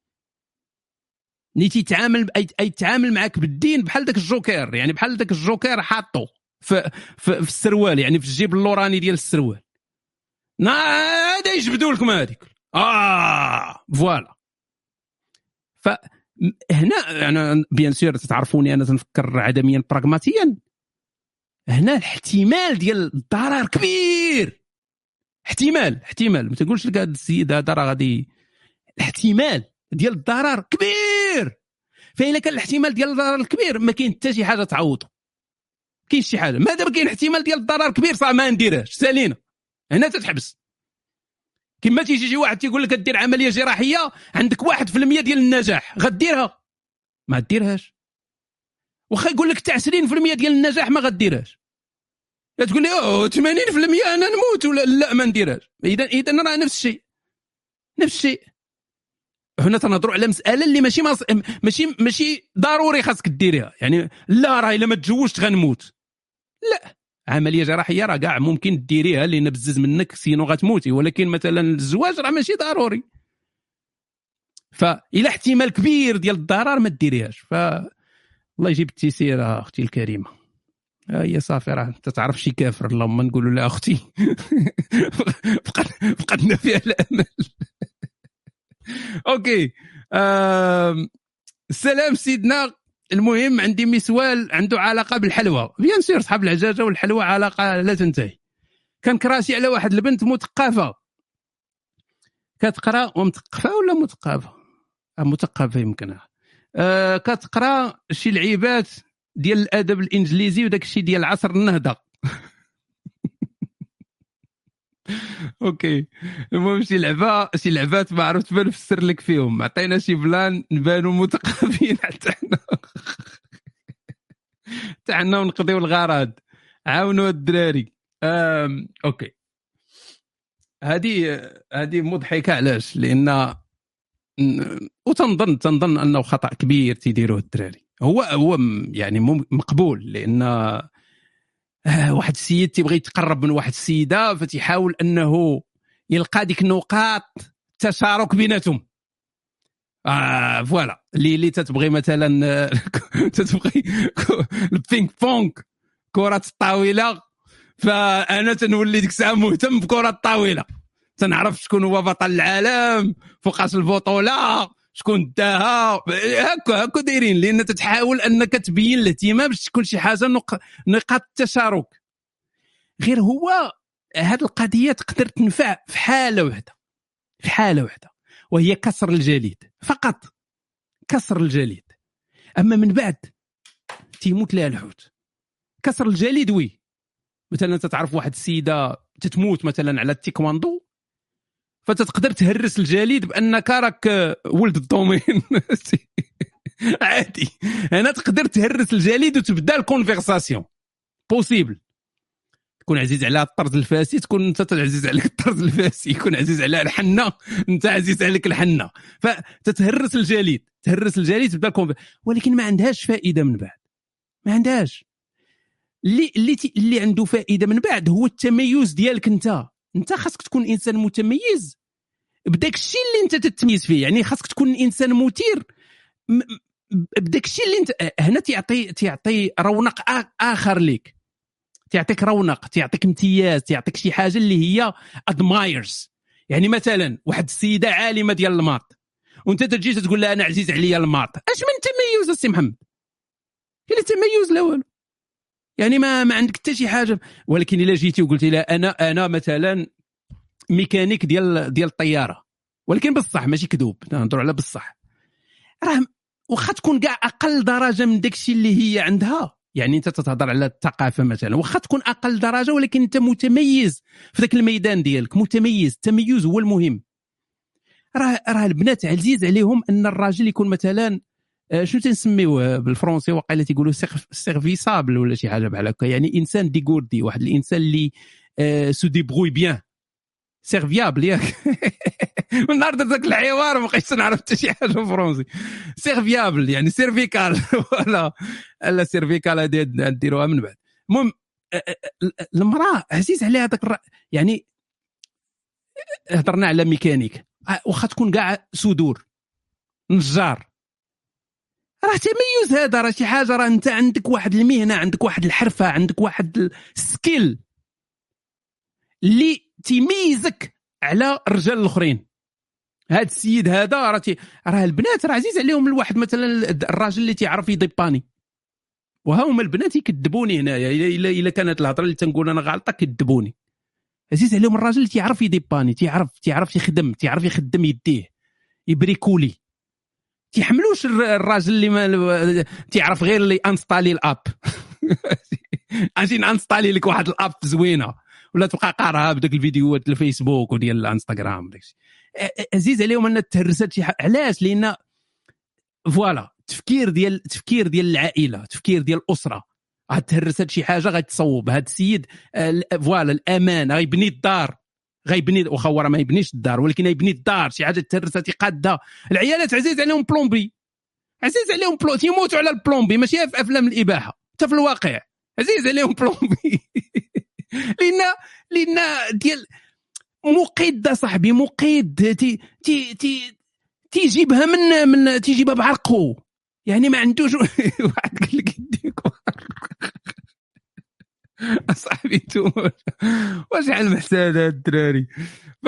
ني تيتعامل اي يتعامل معك بالدين بحال داك الجوكر، يعني بحال داك الجوكر حاطو في, في, في السروال، يعني في الجيب اللوراني ديال السروال. هذا يجبدوا لكم هذيك اه فوالا. فهنا انا بيان سير تعرفوني انا تنفكر عدميا براغماتيا. هنا الاحتمال ديال الضرر كبير، احتمال احتمال ما تقولش لك هذا السيد هذا راه غادي، الاحتمال ديال الضرر كبير. فإلا كان الاحتمال ديال الضرر الكبير ما كاين حتى شي حاجه تعوض، كاين شي حاجه. ما دام كاين احتمال ديال الضرر كبير صح ما نديرهاش، سالينا هنا تتحبس. كما تيجي شي واحد تيقول لك دير عمليه جراحيه عندك واحد في المية ديال النجاح، غديرها؟ ما ديرهاش. واخا يقول لك تاع عشرين في المية ديال النجاح ما غديرهاش. لا تقول لي اوه ثمانين في المية انا نموت ولا لا ما نديرهاش. اذا اذا راه نفس الشيء نفس الشيء. هنا تنهضروا على مساله اللي ماشي مص... ماشي ماشي ضروري خاصك ديريها. يعني لا راه الا ما تزوجت غنموت، لا، عمليه جراحيه راه كاع ممكن ديريها لان بزز منك سينو غتموتي، ولكن مثلا الزواج راه ماشي ضروري. فإلى احتمال كبير ديال الضرر ما ديريهاش. ف الله يجيب التيسير اختي الكريمه. هي صافي راه انت تعرف شي كافر اللهم نقولوا لا اختي فقد فقدنا فيها الامل. اوكي آه... السلام سيدنا. المهم عندي مسوال عنده علاقه بالحلوى. بيان سير صحاب العجاجه والحلوى علاقه لا تنتهي. كان كراسي على واحد البنت مثقفه كتقرا، ومثقفه ولا مثقفه مثقفه يمكنها آه... كتقرا شي لعيبات ديال الادب الانجليزي وداك الشيء ديال عصر النهضه. اوكي المهم شي لعبه شي لعبات ما عرفت ما نفسر لك فيهم. عطينا شي بلان نبانوا مثقفين حتى حنا حتى حنا ونقضيو الغرض. عاونوا الدراري. أم... اوكي هذه هذه مضحكه. علاش؟ لان وتنظن تنظن انه خطا كبير تيديروه الدراري. هو هو يعني مقبول، لان واحد السيد تيبغي يتقرب من واحد السيده فتيحاول انه يلقى ديك نقاط التشارك بيناتهم. آه فوالا اللي اللي تتبغي مثلا تتبغي البينغ بونغ كره الطاوله، فانا تنولي ديك الساعه مهتم بكره الطاوله، تنعرف شكون هو بطل العالم فوقاش البطوله شكون داها هكا هكا دايرين، لان تتحاول انك تبين الاهتمام باش تكون شي حاجه نقاط التشارك. غير هو هذه القضيه تقدر تنفع في حاله واحده في حاله واحده وهي كسر الجليد فقط. كسر الجليد. اما من بعد تيموت لها الحوت. كسر الجليد وي مثلا تتعرف واحد السيده تتموت مثلا على التيكواندو، فتتقدر تهرس الجليد بانك راك ولد الدومين عادي. هنا تقدر تهرس الجليد وتبدا الكونفرساسيون بوسيبل. تكون عزيز على الطرز الفاسي تكون انت عزيز عليك الطرز الفاسي، يكون عزيز على الحنه انت عزيز عليك الحنه، فتتهرس الجليد تهرس الجليد تبدا الكونفرساسيون. ولكن ما عندهاش فائده من بعد، ما عندهاش. اللي اللي اللي عنده فائده من بعد هو التميز ديالك. انت انت خاصك تكون انسان متميز بداك الشيء اللي انت تتميز فيه. يعني خاصك تكون انسان مثير بداك الشيء اللي انت هنا تعطي تعطي رونق اخر ليك، تعطيك رونق، تعطيك امتياز، تعطيك شي حاجه اللي هي ادمايرز. يعني مثلا واحد السيده عالمه ديال الماط وانت تجي تقول لها انا عزيز عليا الماط، اش من تميز السي محمد؟ كاين تميز لا والو. يعني ما ما عندك حتى شي حاجه. ولكن الا جيتي وقلتي لها انا انا مثلا ميكانيك ديال ديال الطياره، ولكن بصح ماشي كذوب نهضروا على بصح، راه واخا تكون كاع اقل درجه من داكشي اللي هي عندها. يعني انت تتهضر على الثقافه مثلا، واخا تكون اقل درجه ولكن انت متميز في ذاك الميدان ديالك، متميز. التميز هو المهم. راه راه البنات عزيز عليهم ان الراجل يكون مثلا شنو تنسميوه بالفرنسي وقيله تيقولوا سيرفيسابل ولا شي حاجه بحال هكا. يعني انسان ديغوردي، واحد الانسان اللي سو ديبروي بيان، سيرفيابل ياك. من نهار درت ذاك الحوار ما بقيتش نعرف حتى شي حاجه بالفرنسي. سيرفيابل يعني سيرفيكال ولا لا سيرفيكال هذه نديروها من بعد. المهم المراه عزيز عليها هذاك الر... يعني هضرنا على ميكانيك، واخا تكون كاع سدور نجار، راه تميز. هذا راه شي حاجه، راه انت عندك واحد المهنه، عندك واحد الحرفه، عندك واحد السكيل اللي تيميزك على الرجال الاخرين. هذا السيد هذا راه راه البنات راه عزيز عليهم الواحد مثلا الراجل اللي تيعرف يديباني. وها هما البنات يكذبوني هنايا الا الا كانت الهضره اللي تنقول انا غلطه كذبوني. عزيز عليهم الراجل اللي تيعرف يديباني، تيعرف تيعرف يخدم، تيعرف يخدم يديه، يبريكولي. تيحملوش الراجل اللي ما تيعرف غير اللي انستالي الاب اجي نانستالي لك واحد الاب زوينه ولا تبقى قارها بداك الفيديوهات الفيسبوك وديال الانستغرام داكشي عزيز عليهم ان تهرست شي حاجه. علاش؟ لان فوالا تفكير ديال تفكير ديال العائله، تفكير ديال الاسره، غتهرست شي حاجه غتصوب هذا السيد فوالا الامان غيبني الدار، غيبني واخا هو راه ما يبنيش الدار ولكن يبني الدار، شي حاجه تهرست يقادها. العيالات عزيز عليهم بلومبي، عزيز عليهم بلو تيموتوا على البلومبي، ماشي في افلام الاباحه حتى في الواقع عزيز عليهم بلومبي لان لان ديال مقيد صاحبي، مقيد تي تي تي تيجيبها من من تيجيبها بعرقه، يعني ما عندوش واحد قال لك يديك اصاحبي تو واش على المحساد هاد الدراري. ف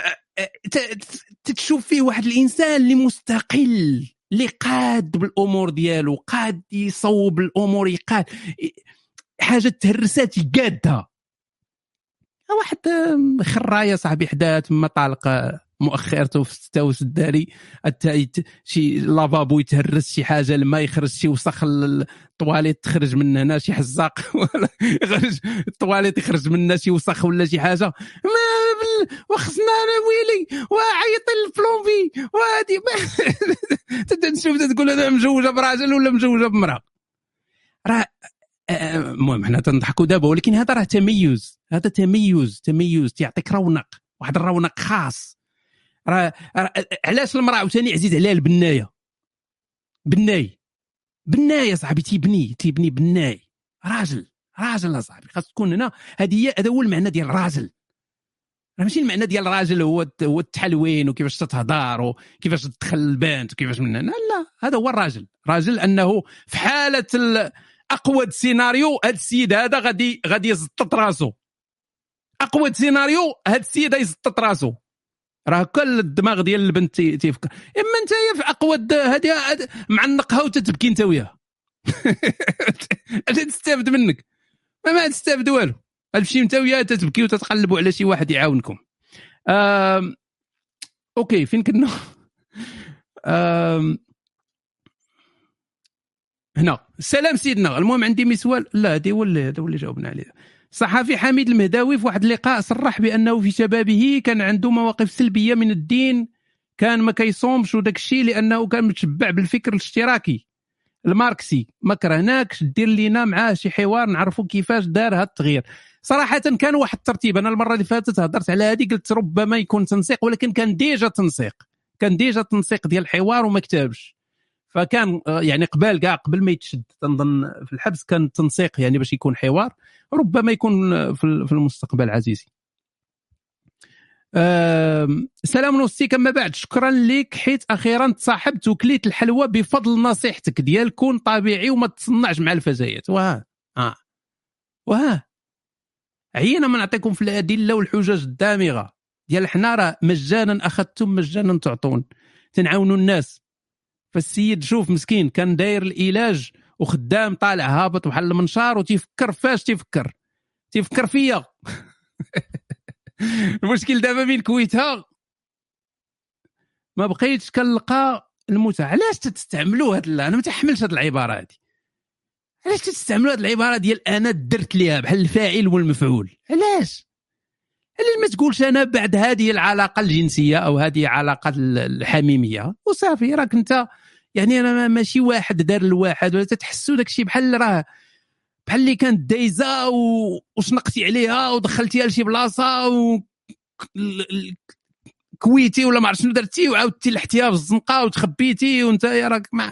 تتشوف فيه واحد الانسان اللي مستقل، اللي قاد بالامور ديالو، قاد يصوب الامور، يقاد حاجه تهرسات يقادها. واحد خرايه صاحبي حدا تما طالق مؤخرته في ستة وسداري حتى شي لافابو يتهرس، شي حاجه لما يخرج شي وسخ الطواليت تخرج من هنا، شي حزاق ولا يخرج الطواليت يخرج منها شي وسخ ولا شي حاجه، ما وخصنا انا ويلي وعيط البلومبي وهادي تنشوف تقول انا مجوجه براجل ولا مجوجه بمراه. راه المهم حنا تنضحكوا دابا، ولكن هذا راه تميز، هذا تميز تميز تيعطيك رونق، واحد الرونق خاص. راه علاش المراه عاوتاني عزيز عليها البنايه؟ بناي بنايه صاحبي، تيبني تيبني بناي، راجل راجل صاحبي خاص تكون هنا. هذه هذا هو المعنى ديال الراجل. راه ماشي المعنى ديال الراجل هو هو التحلوين وكيفاش تتهضر وكيفاش تدخل البنت وكيفاش من هنا، لا، هذا هو الراجل. راجل انه في حاله اقوى سيناريو هذا السيد هذا غادي غادي يزطط راسو، اقوى سيناريو هذا السيد يزطط راسو. راه كل الدماغ ديال البنت تيفكر، اما انت في اقوى هذه معنقها وتتبكي انت وياها اش تستافد منك؟ ما تستافد والو، تمشي انت وياها تتبكي وتتقلبوا على شي واحد يعاونكم. آم... اوكي فين كنا؟ آم... هنا سلام سيدنا. المهم عندي مسوال، لا هذه ولا هذا اللي جاوبنا عليه. صحفي حميد المهداوي في واحد اللقاء صرح بانه في شبابه كان عنده مواقف سلبيه من الدين، كان ما كيصومش وداك الشيء لانه كان متشبع بالفكر الاشتراكي الماركسي. ما كرهناكش دير لينا معاه شي حوار نعرفوا كيفاش دار هذا التغيير. صراحه كان واحد الترتيب، انا المره اللي فاتت هضرت على هذه قلت ربما يكون تنسيق، ولكن كان ديجا تنسيق، كان ديجا تنسيق ديال الحوار وما كتبش. فكان يعني قبل كاع قبل ما يتشد تنظن في الحبس كان تنسيق يعني باش يكون حوار، ربما يكون في المستقبل عزيزي. سلام نصي كما بعد، شكرا لك حيت اخيرا تصاحبت وكليت الحلوى بفضل نصيحتك ديال كون طبيعي وما تصنعش مع الفزايات. وها اه وها عينا ما نعطيكم في الادله والحجج الدامغه ديال حنا راه مجانا اخذتم مجانا تعطون، تنعاونوا الناس. فالسيد شوف مسكين كان داير العلاج وخدام طالع هابط بحال المنشار وتيفكر فاش تيفكر تيفكر فيا المشكل دابا بين كويتها ما بقيتش كنلقى المتعه. علاش تستعملوا هاد؟ انا ما تحملش هاد العباره هذه. علاش تستعملوا هاد العباره ديال انا درت ليها بحال الفاعل والمفعول؟ علاش علاش ما تقولش انا بعد هذه العلاقه الجنسيه او هذه علاقه الحميميه وصافي؟ راك انت يعني انا ماشي واحد دار الواحد، ولا تتحسوا داكشي بحال راه بحال اللي كانت دايزه وشنقتي عليها ودخلتيها لشي بلاصه و كويتي ولا ما عرفت شنو درتي وعاودتي لحتيها في الزنقه وتخبيتي وانت راك ما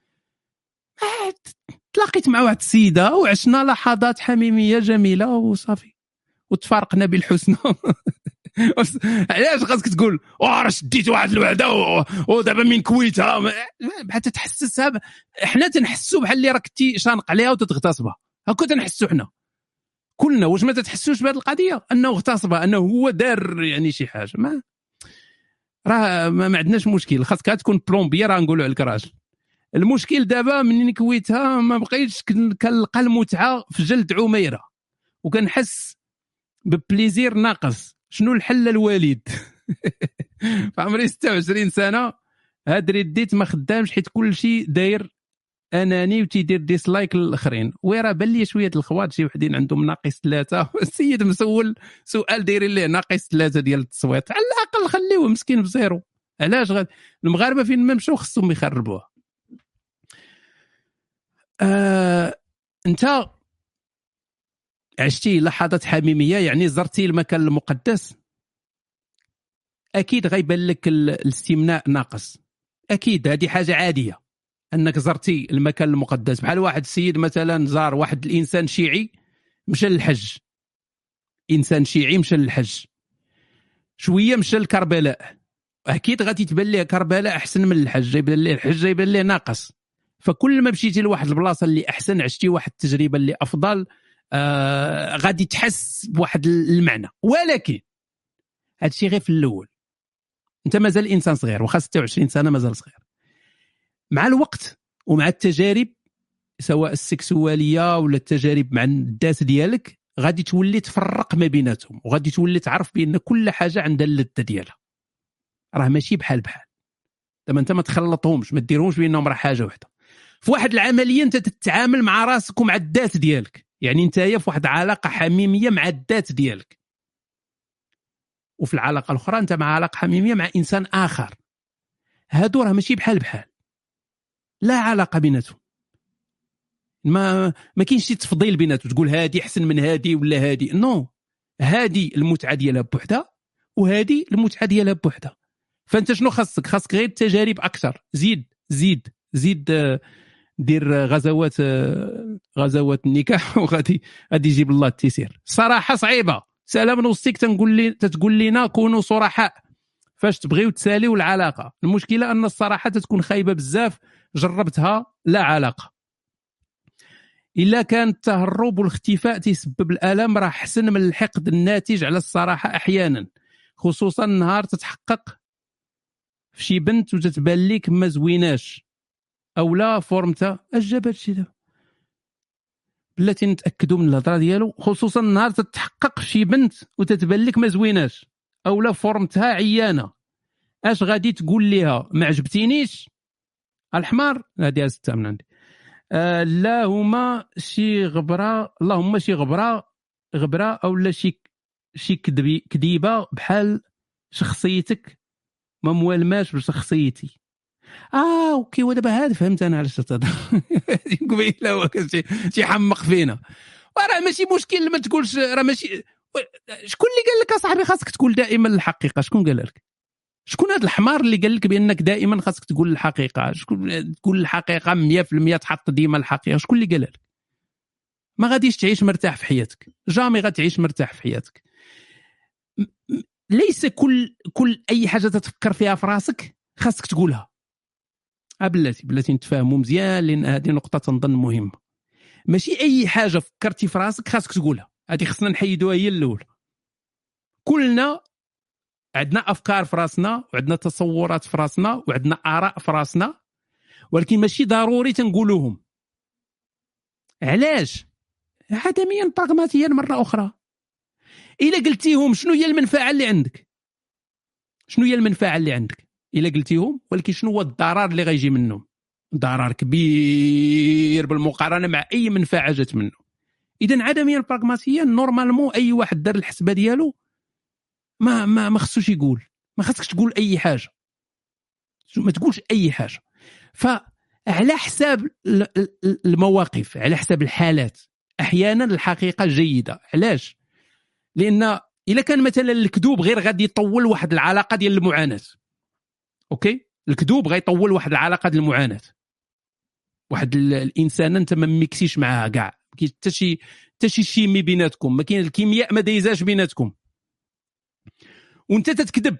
تلاقيت مع واحد السيده وعشنا لحظات حميميه جميله وصافي وتفارقنا بالحسنى. علاش خاصك تقول راه شديت واحد الوحده ودابا من كويتها بحال تتحسسها؟ حنا تنحسوا بحال اللي راك تي شانق عليها وتتغتصبها، هكا تنحسوا حنا كلنا. واش ما تتحسوش بهذه القضيه انه اغتصبها، انه هو دار يعني شي حاجه؟ ما راه ما عندناش مشكل، خاصك تكون بلومبير راه نقولوا عليك راجل. المشكل دابا منين كويتها ما بقيتش كنلقى المتعه في جلد عميره وكنحس ببليزير ناقص. شنو الحل الوالد؟ في عمري ستة وعشرين سنه هاد ريديت ما خدامش حيت كل شيء داير اناني وتيدير ديسلايك للاخرين. ويراه بان لي شويه الخوات شي وحدين عندهم ناقص ثلاثه السيد مسول سؤال دايرين ليه ناقص ثلاثه ديال التصويت، على الاقل خليوه مسكين بزيرو. علاش غاد المغاربه فين ما مشاو خصهم يخربوها. آه... انت عشتي لحظات حميميه، يعني زرتي المكان المقدس، اكيد غيبان لك الاستمناء ناقص، اكيد هذه حاجه عاديه انك زرتي المكان المقدس. بحال واحد السيد مثلا زار واحد الانسان شيعي مشى للحج، انسان شيعي مشى للحج، شويه مشى لكربلاء، اكيد غادي تبان ليه كربلاء احسن من الحج، يبان ليه الحج يبان ليه ناقص. فكل ما مشيتي لواحد البلاصه اللي احسن، عشتي واحد التجربه اللي افضل، آه غادي تحس بواحد المعنى. ولكن هادشي غير في الاول، انت مازال انسان صغير، واخا ستة وعشرين سنه مازال صغير. مع الوقت ومع التجارب سواء السكسواليه ولا التجارب مع الذات ديالك، غادي تولي تفرق ما بيناتهم، وغادي تولي تعرف بان كل حاجه عندها اللذه ديالها، راه ماشي بحال بحال. دابا انت ما تخلطهمش، ما ديرهمش بانهم راه حاجه واحده. في واحد العمليه انت تتعامل مع راسك ومع الذات ديالك، يعني انت هي في واحد علاقه حميميه مع الذات ديالك، وفي العلاقه الاخرى انت مع علاقه حميميه مع انسان اخر. هادو راه ماشي بحال بحال، لا علاقه بيناتهم، ما ما كاينش شي تفضيل بيناتهم تقول هادي احسن من هادي ولا هادي. نو، هادي المتعه ديالها بوحدها وهادي المتعه ديالها بوحدها. فانت شنو خاصك؟ خاصك غير التجارب اكثر، زيد زيد زيد، دير غزوات غزوات النكاح وغادي غادي يجيب الله التيسير. الصراحه صعيبه، سلام نوصيك تنقول لي تتقول لنا كونوا صرحاء فاش تبغيو تساليو العلاقه. المشكله ان الصراحه تتكون خايبه بزاف، جربتها لا علاقه. الا كان التهرب والاختفاء تسبب الالم، راه احسن من الحقد الناتج على الصراحه احيانا، خصوصا نهار تتحقق في شي بنت وتتبان لك ما زويناش او لا فورمتها. اش جاب هادشي دابا؟ بلاتي نتاكدوا من الهضره ديالو. خصوصا نهار تتحقق في شي بنت وتتبان لك ما زويناش او لا فورمتها عيانه، اش غادي تقول ليها؟ ما عجبتينيش الحمار؟ هذه سته من عندي. آه لا هما شي غبره، اللهم شي غبره غبره او لا شي شي كذبي كذيبه بحال شخصيتك ما موالماش بشخصيتي. اه اوكي، ودابا هذا فهمت انا علاش تهضر. قبيله هو شي حمق فينا، راه ماشي مشكل ما تقولش، راه ماشي. شكون اللي قال لك اصاحبي خاصك تقول دائما الحقيقه؟ شكون قال لك؟ شكون هذا الحمار اللي قال لك بانك دائما خاصك تقول الحقيقه؟ شكون تقول الحقيقه مية في المية تحط ديما الحقيقه؟ شكون اللي قال لك؟ ما غاديش تعيش مرتاح في حياتك، جامي غتعيش مرتاح في حياتك. ليس كل كل اي حاجه تتفكر فيها في راسك خاصك تقولها. بلاتي بلاتي نتفاهموا مزيان، لان هذه نقطه تنظن مهمه. ماشي اي حاجه فكرتي في راسك خاصك تقولها، هذه خصنا نحيدوها هي الاولى. كلنا عندنا افكار في راسنا وعندنا تصورات في راسنا وعندنا اراء في راسنا، ولكن ماشي ضروري تنقولوهم. علاش؟ عدميا براغماتيا مره اخرى. الا قلتيهم شنو هي المنفعه اللي عندك؟ شنو هي المنفعه اللي عندك الا قلتيهم؟ ولكن شنو هو الضرر اللي غيجي منهم؟ ضرر كبير بالمقارنه مع اي منفعه جات منه. اذا عدميا براغماتيا نورمالمون اي واحد دار الحسبه ديالو ما ما ما خصوش يقول، ما خصكش تقول اي حاجه، ما تقولش اي حاجه. فعلى حساب المواقف، على حساب الحالات، احيانا الحقيقه جيده. علاش؟ لان الا كان مثلا الكذوب غير غادي يطول واحد العلاقه ديال المعاناه، اوكي، الكذوب غيطول واحد العلاقه ديال المعاناه. واحد الانسان انت ما ميكسيش معاها كاع، كاين حتى شي حتى شي شيمي بيناتكم، ما كاين الكيمياء ما دايزاش بيناتكم، وانت تتكذب.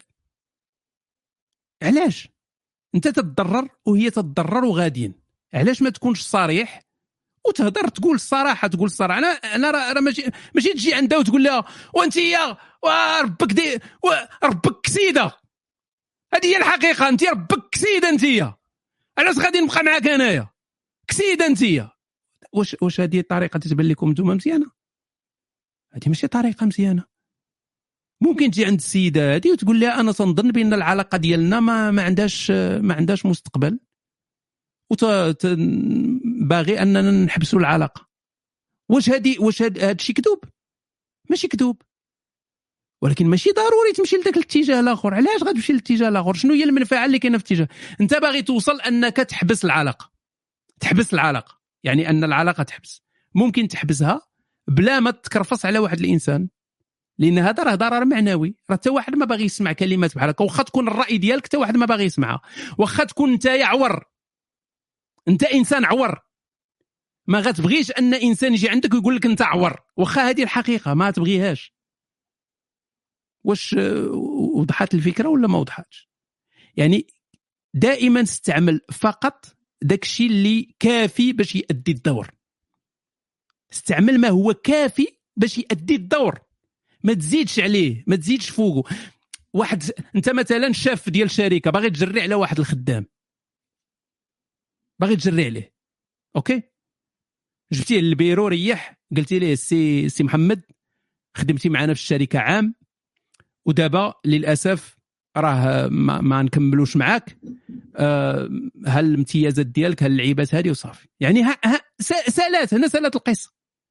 علاش؟ انت تتضرر وهي تتضرر وغاديين. علاش ما تكونش صريح وتهضر، تقول الصراحه، تقول الصراحه. انا انا راه ماشي ماشي تجي عندها وتقول لها وانت يا ربك دي ربك كسيده، هذه هي الحقيقه، انت ربك كسيده، انت علاش غادي نبقى معاك انايا كسيده انت؟ واش واش هذه الطريقه تتبان لكم نتوما مزيانه؟ هذه ماشي طريقه مزيانه. ممكن تجي عند السيده هذه وتقول لها انا تنظن بان العلاقه ديالنا ما ما عندهاش ما عندهاش مستقبل وت باغي اننا نحبسوا العلاقه. واش هذه واش هذا الشيء كذوب؟ ماشي كذوب، ولكن ماشي ضروري تمشي لذاك الاتجاه الاخر. علاش غتمشي للاتجاه الاخر؟ شنو هي المنفعه اللي كاينه في الاتجاه؟ انت باغي توصل انك تحبس العلاقه، تحبس العلاقه يعني ان العلاقه تحبس. ممكن تحبسها بلا ما تكرفص على واحد الانسان، لان هذا راه ضرر معنوي. راه حتى واحد ما باغي يسمع كلمات بحال هكا، واخا تكون الراي ديالك حتى واحد ما باغي يسمعها، واخا تكون انت عور، انت انسان عور، ما غتبغيش ان انسان يجي عندك ويقول لك انت عور، واخا هذه الحقيقه ما تبغيهاش. واش وضحت الفكره ولا ما وضحتش؟ يعني دائما استعمل فقط داكشي اللي كافي باش يؤدي الدور. استعمل ما هو كافي باش يؤدي الدور، ما تزيدش عليه، ما تزيدش فوقه. واحد انت مثلا شاف ديال شركه باغي تجري على واحد الخدام، باغي تجري عليه، اوكي، جبتيه للبيرو ريح، قلتي ليه سي سي محمد خدمتي معنا في الشركه عام ودابا للاسف راه ما, ما نكملوش معاك، أه هل الامتيازات ديالك هل العيبات هذه وصافي. يعني ها ها سالات هنا سالات القصه.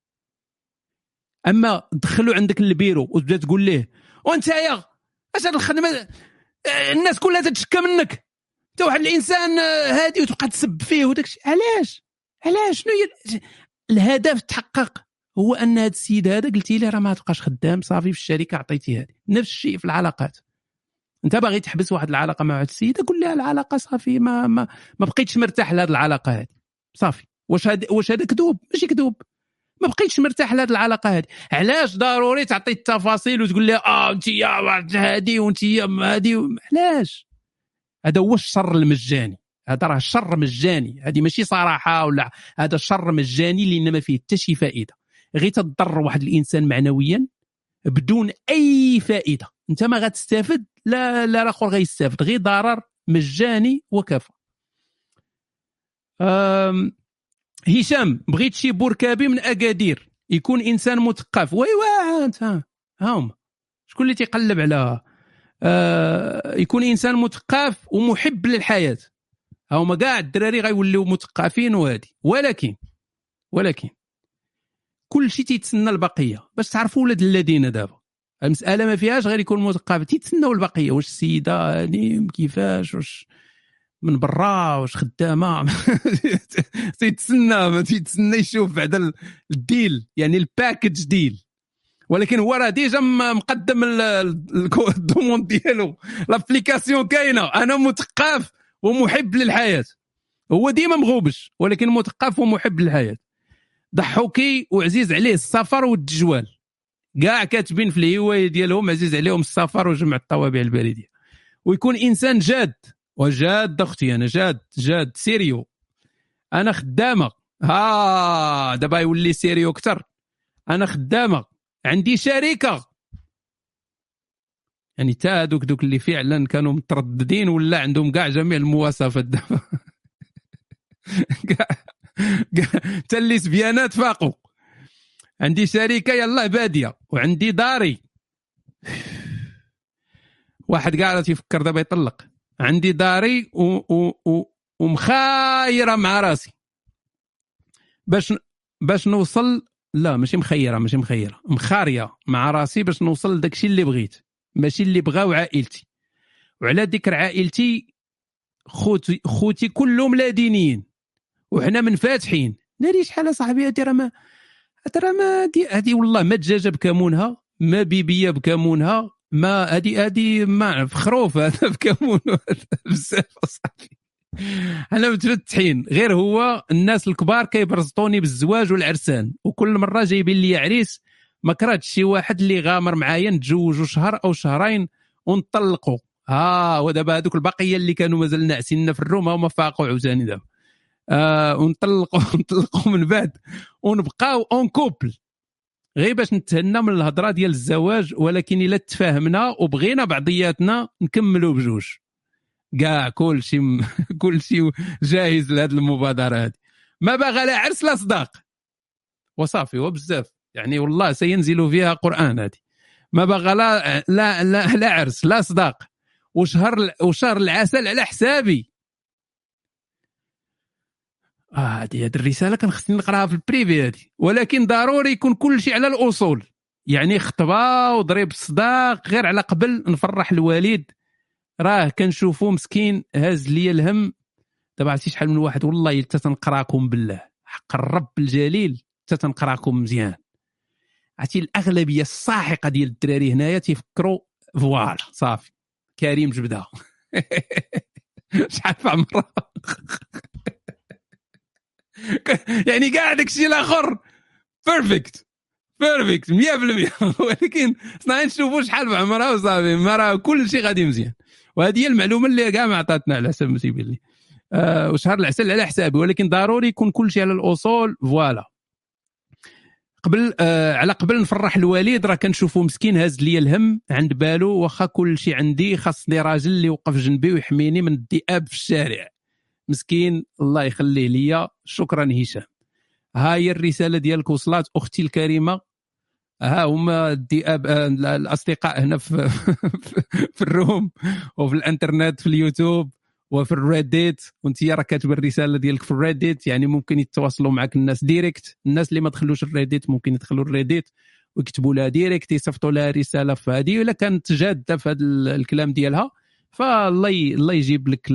اما دخلوا عندك للبيرو وتبدا تقول ليه وانت يا اش هاد الخدمه الناس كلها تتشكى منك، انت واحد الانسان هادي وتبقى تسب فيه وداكشي. علاش علاش شنو هي الهدف تحقق؟ هو ان هذا السيد هذا قلتي ليه راه ما تبقاش خدام صافي في الشركه، عطيتي هذه. نفس الشيء في العلاقات، انت باغي تحبس واحد العلاقه مع واحد السيده قول لها العلاقه صافي ما ما, ما بقيتش مرتاح لهذه العلاقه هذه صافي. واش هذا واش هذا كذوب؟ ماشي كذوب، ما بقيتش مرتاح لهذه العلاقه هذه. علاش ضروري تعطي التفاصيل وتقول لها اه انت يا هذه وانت يا هذه؟ علاش؟ هذا هو الشر المجاني، هذا راه شر مجاني، هذه ماشي صراحه ولا هذا شر مجاني اللي ما فيه حتى شي فائده، غير تضر واحد الانسان معنويا بدون اي فائده. انت ما غتستافد، لا لا الاخر غيستافد، غير ضرر مجاني وكفى. هشام بغيت شي بركابي من اكادير يكون انسان مثقف. ويوا انت هاهم شكون اللي تيقلب على آه يكون انسان مثقف ومحب للحياه. هاهما كاع الدراري غيوليو مثقفين وهادي، ولكن ولكن كل شيء تيتسنى البقيه باش تعرفوا ولاد الذين دابا المساله ما فيهاش غير يكون مثقف، تيتسناو البقيه. واش السيده هذه كيفاش، واش من برا، واش خدامه تيتسنى ما تيتسنى يشوف بعد الديل يعني الباكج ديل. ولكن هو راه ديجا مقدم الدوموند ديالو، لابليكاسيون كاينه، انا مثقف ومحب للحياه. هو ديما مغوبش ولكن مثقف ومحب للحياه. ضحوكي وعزيز عليه السفر والتجوال، كاع كاتبين في الهوايه ديالهم عزيز عليهم السفر وجمع الطوابع البريديه. ويكون انسان جاد، وجاد اختي انا جاد جاد سيريو، انا خدامه. ها دابا يولي سيريو اكثر، انا خدامه عندي شركه. يعني تا هذوك دوك اللي فعلا كانوا مترددين ولا عندهم كاع جميع المواصفات دابا كاع حتى الليسبيانات فاقوا. عندي شركه يلا باديه وعندي داري. واحد كاع تيفكر دابا يطلق. عندي داري و و و ومخايره مع راسي باش باش نوصل. لا ماشي مخيره ماشي مخيره مخاريه مع راسي باش نوصل لداكشي اللي بغيت، ماشي اللي بغاو عائلتي. وعلى ذكر عائلتي، خوتي خوتي كلهم لا دينيين وحنا منفاتحين. ناري شحال صاحبي هادي راه ما راه ما هادي والله ما دجاجه بكمونها، ما بيبيه بكمونها، ما هادي هادي ما خروف هذا بكمونه بزاف صاحبي. انا متفتحين، غير هو الناس الكبار كيبرزطوني بالزواج والعرسان، وكل مره جايبين لي عريس. ما كرهتش شي واحد اللي غامر معايا نتزوجوا شهر او شهرين ونطلقوا. ها ودابا هذوك البقيه اللي كانوا مازال ناعسين في الروم هما فاقوا عاوتاني دابا. آه ونطلقوا نطلقوا من بعد ونبقاو اون كوبل غير باش نتهنى من الهضره ديال الزواج. ولكن الا تفاهمنا وبغينا بعضياتنا نكملوا بجوج. كاع كل شيء كل شيء جاهز لهذه المبادره هذه. ما باغا لا عرس لا صداق وصافي وبزاف. يعني والله سينزل فيها قرآن هذه. ما بغى لا لا لا, لا عرس لا صداق وشهر وشهر العسل على حسابي. اه هذه هذه الرساله كان خصني نقراها في البريفي هذه، ولكن ضروري يكون كل شيء على الاصول، يعني خطبه وضريب الصداق غير على قبل نفرح الوالد. راه كنشوفو مسكين هاز ليا الهم دابا. عرفتي شحال من واحد والله حتى تنقراكم بالله حق الرب الجليل حتى تنقراكم مزيان. عرفتي الاغلبيه الساحقه ديال الدراري هنايا تيفكروا فوالا صافي كريم جبدها شحال في عمره يعني كاع داكشي الاخر بيرفكت بيرفكت مية بالمية، ولكن صنع نشوفوا شحال في عمرها وصافي ما راه كل شيء غادي مزيان. وهذه هي المعلومه اللي كاع ما عطاتنا على حسب مسيبي لي آه وشهر العسل على حسابي، ولكن ضروري يكون كل شيء على الاصول. فوالا قبل آه على قبل نفرح الوالد راه كنشوفوا مسكين هاز لي الهم عند بالو، واخا كل شيء عندي خاصني راجل اللي يوقف جنبي ويحميني من الذئاب في الشارع. مسكين الله يخليه ليا. شكرا هشام. ها هي الرساله ديالك وصلت اختي الكريمه. ها هما الذئاب الاصدقاء هنا في في الروم وفي الانترنت في اليوتيوب وفي الريديت، وانت راه كاتبه الرساله ديالك في الريديت، يعني ممكن يتواصلوا معك الناس ديريكت. الناس اللي ما دخلوش الريديت ممكن يدخلوا الريديت ويكتبوا لها ديريكت يصيفطوا لها رساله في هذه، ولا كانت جاده في هذا الكلام ديالها فالله الله يجيب لك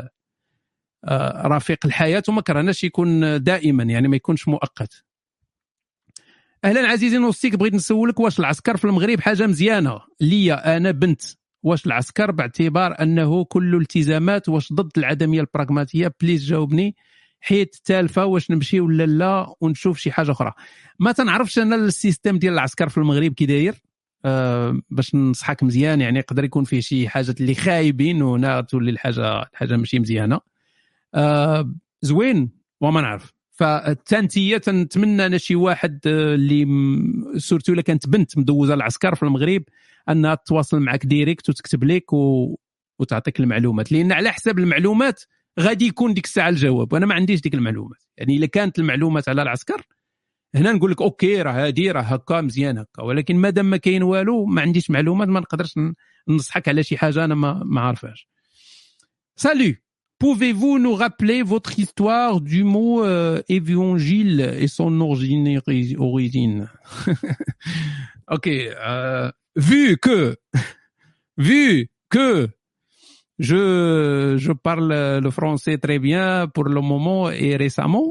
رفيق الحياه، وما كرهناش يكون دائما يعني ما يكونش مؤقت. اهلا عزيزي نوصيك، بغيت نسولك واش العسكر في المغرب حاجه مزيانه ليا انا بنت؟ واش العسكر باعتبار انه كل التزامات واش ضد العدميه البراغماتيه؟ بليز جاوبني حيت تالفه واش نمشي ولا لا ونشوف شي حاجه اخرى. ما تنعرفش انا السيستم ديال العسكر في المغرب كي داير أه باش ننصحك مزيان، يعني يقدر يكون فيه شي حاجات اللي خايبين وهنا تولي الحاجه الحاجه ماشي مزيانه. أه زوين وما نعرف. فالتانتيه تنتمنى انا شي واحد اللي سورتو الا كانت بنت مدوزه العسكر في المغرب انها تتواصل معك ديريكت وتكتب لك و... وتعطيك المعلومات، لان على حسب المعلومات غادي يكون ديك الساعه الجواب. وانا ما عنديش ديك المعلومات، يعني الا كانت المعلومات على العسكر هنا نقول لك اوكي راه هادي راه هكا مزيان هكا، ولكن مادام ما كاين والو ما عنديش معلومات ما نقدرش ننصحك على شي حاجه انا ما ما عارفاش. سالو. Pouvez-vous nous rappeler votre histoire du mot euh, évangile et son origine, origine. Ok, euh, vu que, vu que je, je parle le français très bien pour le moment et récemment,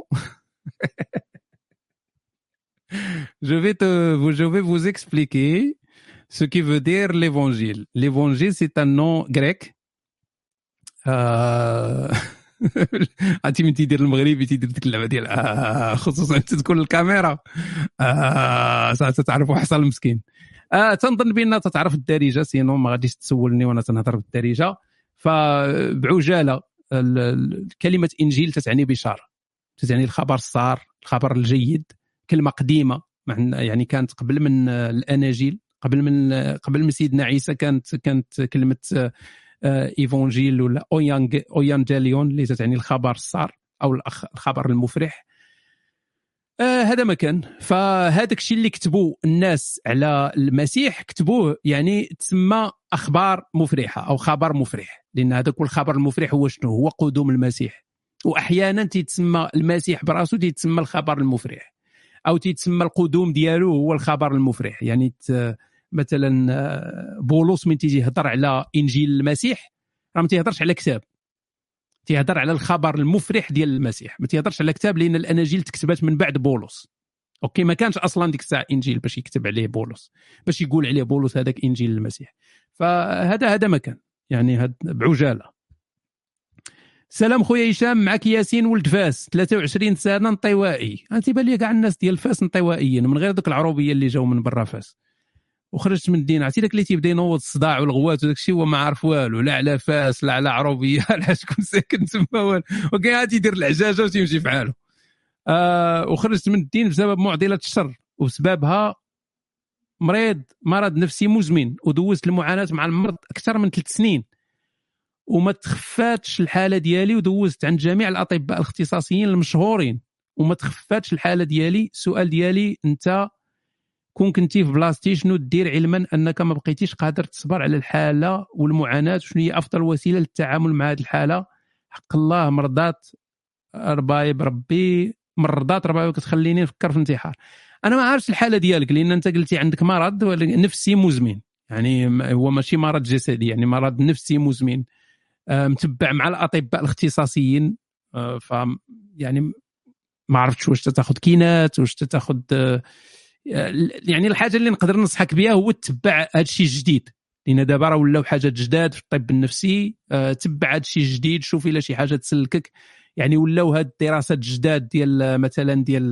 je vais te, je vais vous expliquer ce qui veut dire l'évangile. L'évangile, c'est un nom grec. عرفتي من تيدير المغربي تيدير ديك اللعبه ديال آه خصوصا تكون الكاميرا آه تعرفوا حصل المسكين. آه تنظن بان تتعرف الدارجه، سينو ما غاديش تسولني وانا تنهضر بالدارجه. فبعجاله كلمه انجيل تتعني بشاره، تتعني الخبر السار، الخبر الجيد. كلمه قديمه يعني كانت قبل من الاناجيل، قبل من قبل من سيدنا عيسى كانت كانت كلمه ايفانجيل ولا اويانجيليون اللي تعني الخبر السار او الخبر المفرح. آه هذا ما كان. فهذاك الشيء اللي كتبوه الناس على المسيح كتبوه يعني تسمى اخبار مفرحه او خبر مفرح، لان هذاك الخبر المفرح هو شنو؟ هو قدوم المسيح. واحيانا تيتسمى المسيح براسو تيتسمى الخبر المفرح، او تيتسمى القدوم ديالو هو الخبر المفرح. يعني مثلا بولس من تيجي يهضر على انجيل المسيح راه ما تيهضرش على كتاب، تيهضر على الخبر المفرح ديال المسيح، ما تيهضرش على كتاب، لان الاناجيل تكتبات من بعد بولس. اوكي ما كانش اصلا ديك الساعه انجيل باش يكتب عليه بولس، باش يقول عليه بولس هذاك انجيل المسيح. فهذا هذا ما كان يعني هاد بعجاله. سلام خويا هشام، معك ياسين ولد فاس ثلاثة وعشرين سنه انطوائي. انت بان لي كاع الناس ديال فاس انطوائيين من غير دوك العروبيه اللي جاوا من برا فاس وخرجت من الدين. عرفتي داك اللي تيبدا ينوض الصداع والغوات وداك الشيء وما عارف والو، لا على فاس لا على عروبيه لا شكون ساكن تما والو، وكاين عاد يدير العجاجه وتيمشي في حاله. آه وخرجت من الدين بسبب معضله الشر، وبسببها مريض مرض نفسي مزمن، ودوزت المعاناه مع المرض اكثر من ثلاث سنين وما تخفاتش الحاله ديالي، ودوزت عند جميع الاطباء الاختصاصيين المشهورين وما تخفاتش الحاله ديالي. السؤال ديالي انت كون كنتي في بلاصتي شنو دير علما انك ما بقيتيش قادر تصبر على الحاله والمعاناه، شنو هي افضل وسيله للتعامل مع هذه الحاله؟ حق الله مرضات ربايب ربي مرضات ربايب كتخليني نفكر في الانتحار. انا ما عارفش الحاله ديالك، لان انت قلتي عندك مرض نفسي مزمن، يعني هو ماشي مرض جسدي، يعني مرض نفسي مزمن متبع مع الاطباء الاختصاصيين. ف يعني ما عرفتش واش تاخذ كينات واش تاخذ، يعني الحاجه اللي نقدر ننصحك بها هو تتبع هذا الشيء الجديد، لان دابا راه ولاو حاجات جداد في الطب النفسي. تبع هذا الشيء الجديد، شوف الا شي حاجه تسلكك، يعني ولاو هاد الدراسات الجداد ديال مثلا ديال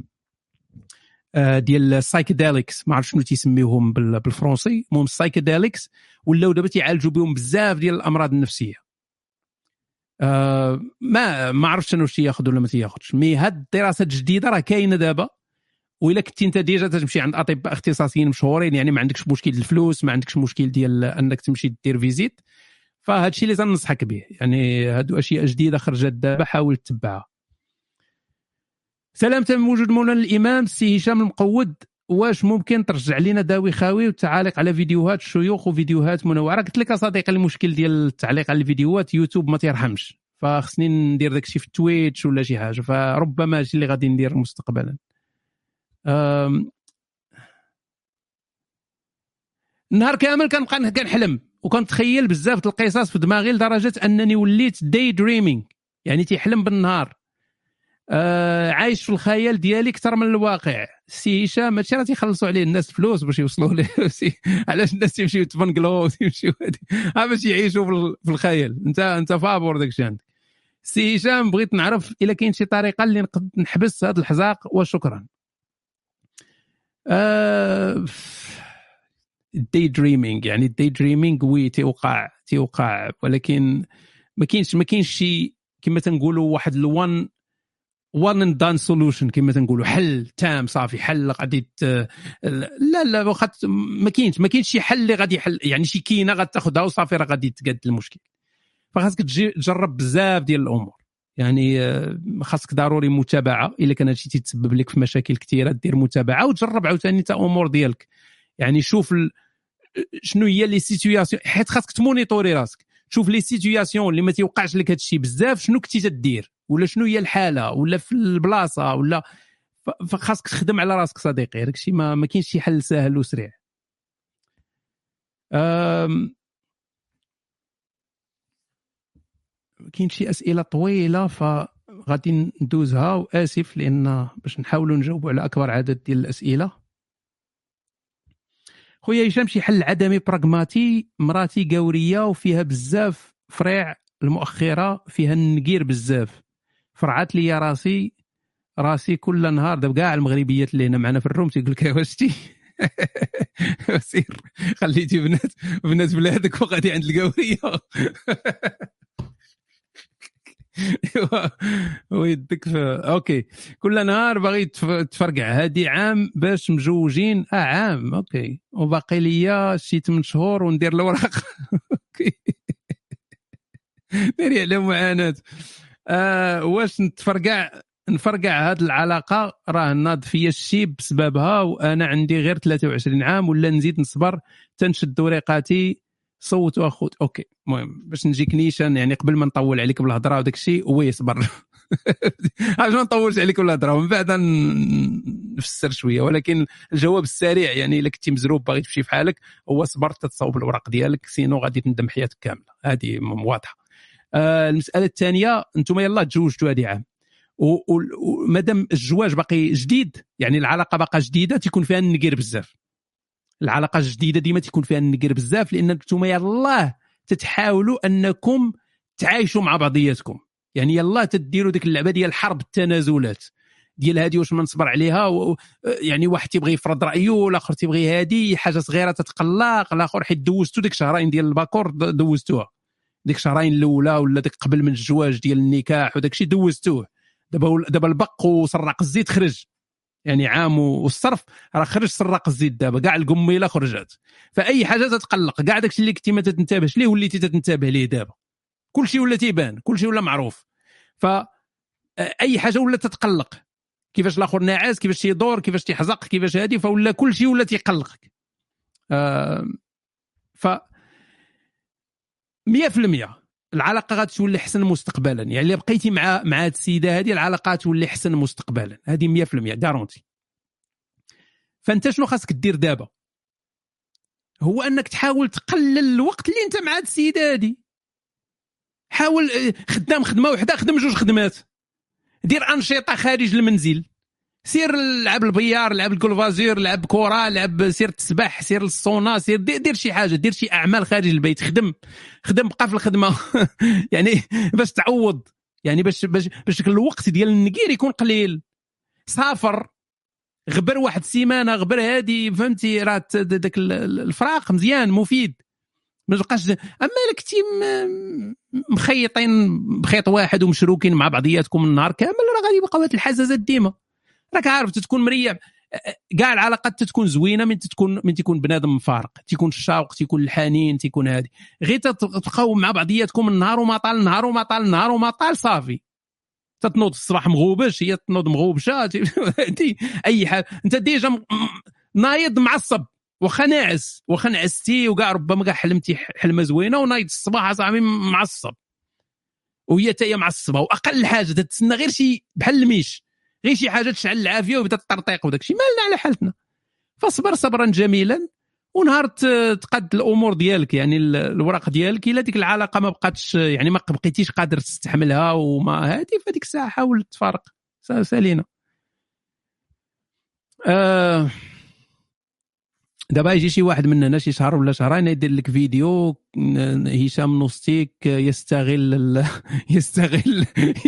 ديال السايكيديليكس، ما عرفتش شنو تيسميوهم بالفرنسي، المهم السايكيديليكس ولاو دابا تيعالجوا بهم بزاف ديال الامراض النفسيه. أه ما ما عرفتش انا واش تياخذ ولا ما تياخذش، مي هاد الدراسات الجديده راه كاينه دابا، وإلا كنتي انت ديجا تمشي عند اطباء اختصاصيين مشهورين، يعني ما عندكش مشكل الفلوس، ما عندكش مشكل ديال انك تمشي دير فيزيت، فهاد الشيء اللي تنصحك به. يعني هادو اشياء جديده خرجت دابا، حاول تتبعها. سلامة من وجود مولانا الامام السي هشام المقود، واش ممكن ترجع لنا داوي خاوي وتعالق على فيديوهات الشيوخ وفيديوهات منوعه؟ قلت لك اصديقي المشكل ديال التعليق على الفيديوهات يوتيوب ما تيرحمش، فخصني ندير داكشي في تويتش ولا شي حاجه، فربما هادشي اللي غادي ندير مستقبلا. أم... النهار كامل كنبقى كنحلم وكنتخيل بزاف د القصص في دماغي لدرجه انني وليت داي دريمينغ، يعني تيحلم بالنهار. آه عايش في الخيال ديالي اكثر من الواقع. سي هشام هادشي راه تيخلصوا عليه الناس الفلوس باش يوصلوا ليه. علاش الناس تيمشيو يتفنقلوا وتيمشيو ها باش يعيشوا في الخيال؟ انت انت فابور داكشي عندك. سي هشام بغيت نعرف الا كاين شي طريقه اللي نقدر نحبس هذا الحزاق، وشكرا. آه الداي دريمينغ، يعني الداي دريمينغ وي تيوقع تيوقع ولكن ما كاينش ما كاينش شي كما تنقولوا واحد الوان وان اند دان سولوشن، كما تنقولوا حل تام صافي حل غادي لا لا وخت ما كاينش ما كاينش شي حل اللي غادي يحل، يعني شي كاينه غتاخذها وصافي راه غادي تقاد المشكل. فخاصك تجرب بزاف ديال الامور، يعني خاصك ضروري متابعه، الا كان هادشي تيتسبب لك في مشاكل كثيره دير متابعه وتجرب عاوتاني تا امور ديالك، يعني شوف ال... شنو هي لي سيتوياسيون، حيت خاصك تمونيطوري راسك، تشوف لي سيتوياسيون اللي ما تيوقعش لك هادشي بزاف شنو كنتي تدير، ولا شنو هي الحاله، ولا في البلاصه، ولا فخاصك تخدم على راسك صديقي. داكشي ما ما كاينش شي حل سهل وسريع. أم... كاين شي اسئله طويله فغادي ندوزها، واسف لان باش نحاولوا نجاوبوا على اكبر عدد ديال الاسئله. خويا هشام شي حل عدمي براغماتي، مراتي قوريه وفيها بزاف فريع، المؤخره فيها النقير بزاف، فرعات لي راسي راسي كل نهار. دابا كاع المغربيات اللي هنا معنا في الروم تيقول لك واش تي سير خليتي بنات بنات بلادك وغادي عند القوريه. ويدك في اوكي كل نهار باغي تفرقع. هادي عام باش مجوجين، اه عام اوكي، وباقي ليا شي ثمانية شهور وندير الاوراق. اوكي ديري على معاناه. آه واش نتفرقع نفرقع هاد العلاقه؟ راه ناض فيا الشيب بسببها وانا عندي غير ثلاثة وعشرين عام، ولا نزيد نصبر تنشد وريقاتي صوت واخوت. اوكي المهم باش نجيك نيشان، يعني قبل ما نطول عليك بالهضره وداك الشيء وي صبر علاش ما نطولش عليك بالهضره ومن بعد نفسر شويه، ولكن الجواب السريع يعني الا كنتي مزروب باغي تمشي في حالك هو صبرت تصاوب الاوراق ديالك، سينو غادي تندم حياتك كامله. هذه واضحه. آه المساله الثانيه، انتم يلاه تزوجتوا هذه عام، ومادام الزواج باقي جديد، يعني العلاقه باقا جديده، تيكون فيها النقير بزاف. العلاقه الجديده ديما تيكون فيها النقير بزاف، لان نتوما يلاه تتحاولوا انكم تعايشوا مع بعضياتكم، يعني يلاه تديروا ديك اللعبه ديال حرب التنازلات ديال هذه واش ما نصبر عليها و... يعني واحد تيبغي يفرض رايه والاخر تيبغي هذه حاجه صغيره تتقلق، الاخر حيت دوزتوا ديك شهرين ديال الباكور دوزتوها، ديك شهرين الاولى ولا ديك قبل من الزواج ديال النكاح وداك الشيء دوزتوه. دابا دابا البق وسرق الزيت خرج، يعني عام والصرف راه خرج سرق الزيت، دابا كاع القميله خرجت، فاي حاجه تتقلق، كاع داكشي اللي كنتي ما تنتبهش ليه وليتي تنتبه ليه دابا، كلشي ولا تيبان، كلشي ولا معروف، ف اي حاجه ولا تتقلق. كيفاش الاخر ناعس، كيفاش تيدور، كيفاش تيحزق، كيفاش هادي، فولا كل شيء ولا تيقلقك. آه ف مية في المية العلاقه غتولي احسن مستقبلا. يعني اللي بقيتي مع مع هاد السيده هذه العلاقه تولي احسن مستقبلا، هذه مية في المية جارونتي. فانت شنو خاصك دير دابا؟ هو انك تحاول تقلل الوقت اللي انت مع هاد السيده هذه. حاول خدام خدمه وحده، خدم جوج خدمات، دير انشطه خارج المنزل، سير لعب البيار، لعب الكولفازير، لعب كره، لعب سير تسبح، سير للصونا، سير دير, دير شي حاجه، دير شي اعمال خارج البيت، خدم خدم بقى في الخدمه يعني باش تعوض، يعني باش باش باش الوقت ديال النقير يكون قليل. سافر، غبر واحد السيمانه، غبر هادي، فهمتي؟ راه داك الفراق مزيان مفيد. ما تبقاش اما الا كنتي مخيطين بخيط واحد ومشروكين مع بعضياتكم النهار كامل، راه غادي يبقاو هاد الحزازات ديما. راك عارف تكون مريع. كاع العلاقات تكون زوينه من تكون من تكون بنادم مفارق، تيكون الشوق، تيكون الحنين، تيكون هادي. غير تبقاو مع بعضياتكم النهار وما طال النهار وما طال النهار وما طال صافي، تتنوض الصباح مغوبش، هي تنوض مغوبشه اي حاجه. انت ديجا نايض معصب، واخا ناعس، واخا نعستي وكاع ربما كاع حلمتي حلمه زوينه ونايض الصباح صاحبي معصب، وهي تاهي معصبه، واقل حاجه تتسنى غير شي بحال الميش، غير شي حاجه تشعل العافيه وبدا الترطيق وداك الشيء. مالنا على حالتنا. فصبر صبرا جميلا، ونهار تقد الامور ديالك، يعني الوراق ديالك، الا ديك العلاقه ما بقاتش، يعني ما بقيتيش قادر تستحملها وما هادي، فديك الساعه حاول تفارق. سالينا. آه دابا يجي شي واحد مننا شي شهر ولا شهرين يدير لك فيديو هشام نوستيك يستغل يستغل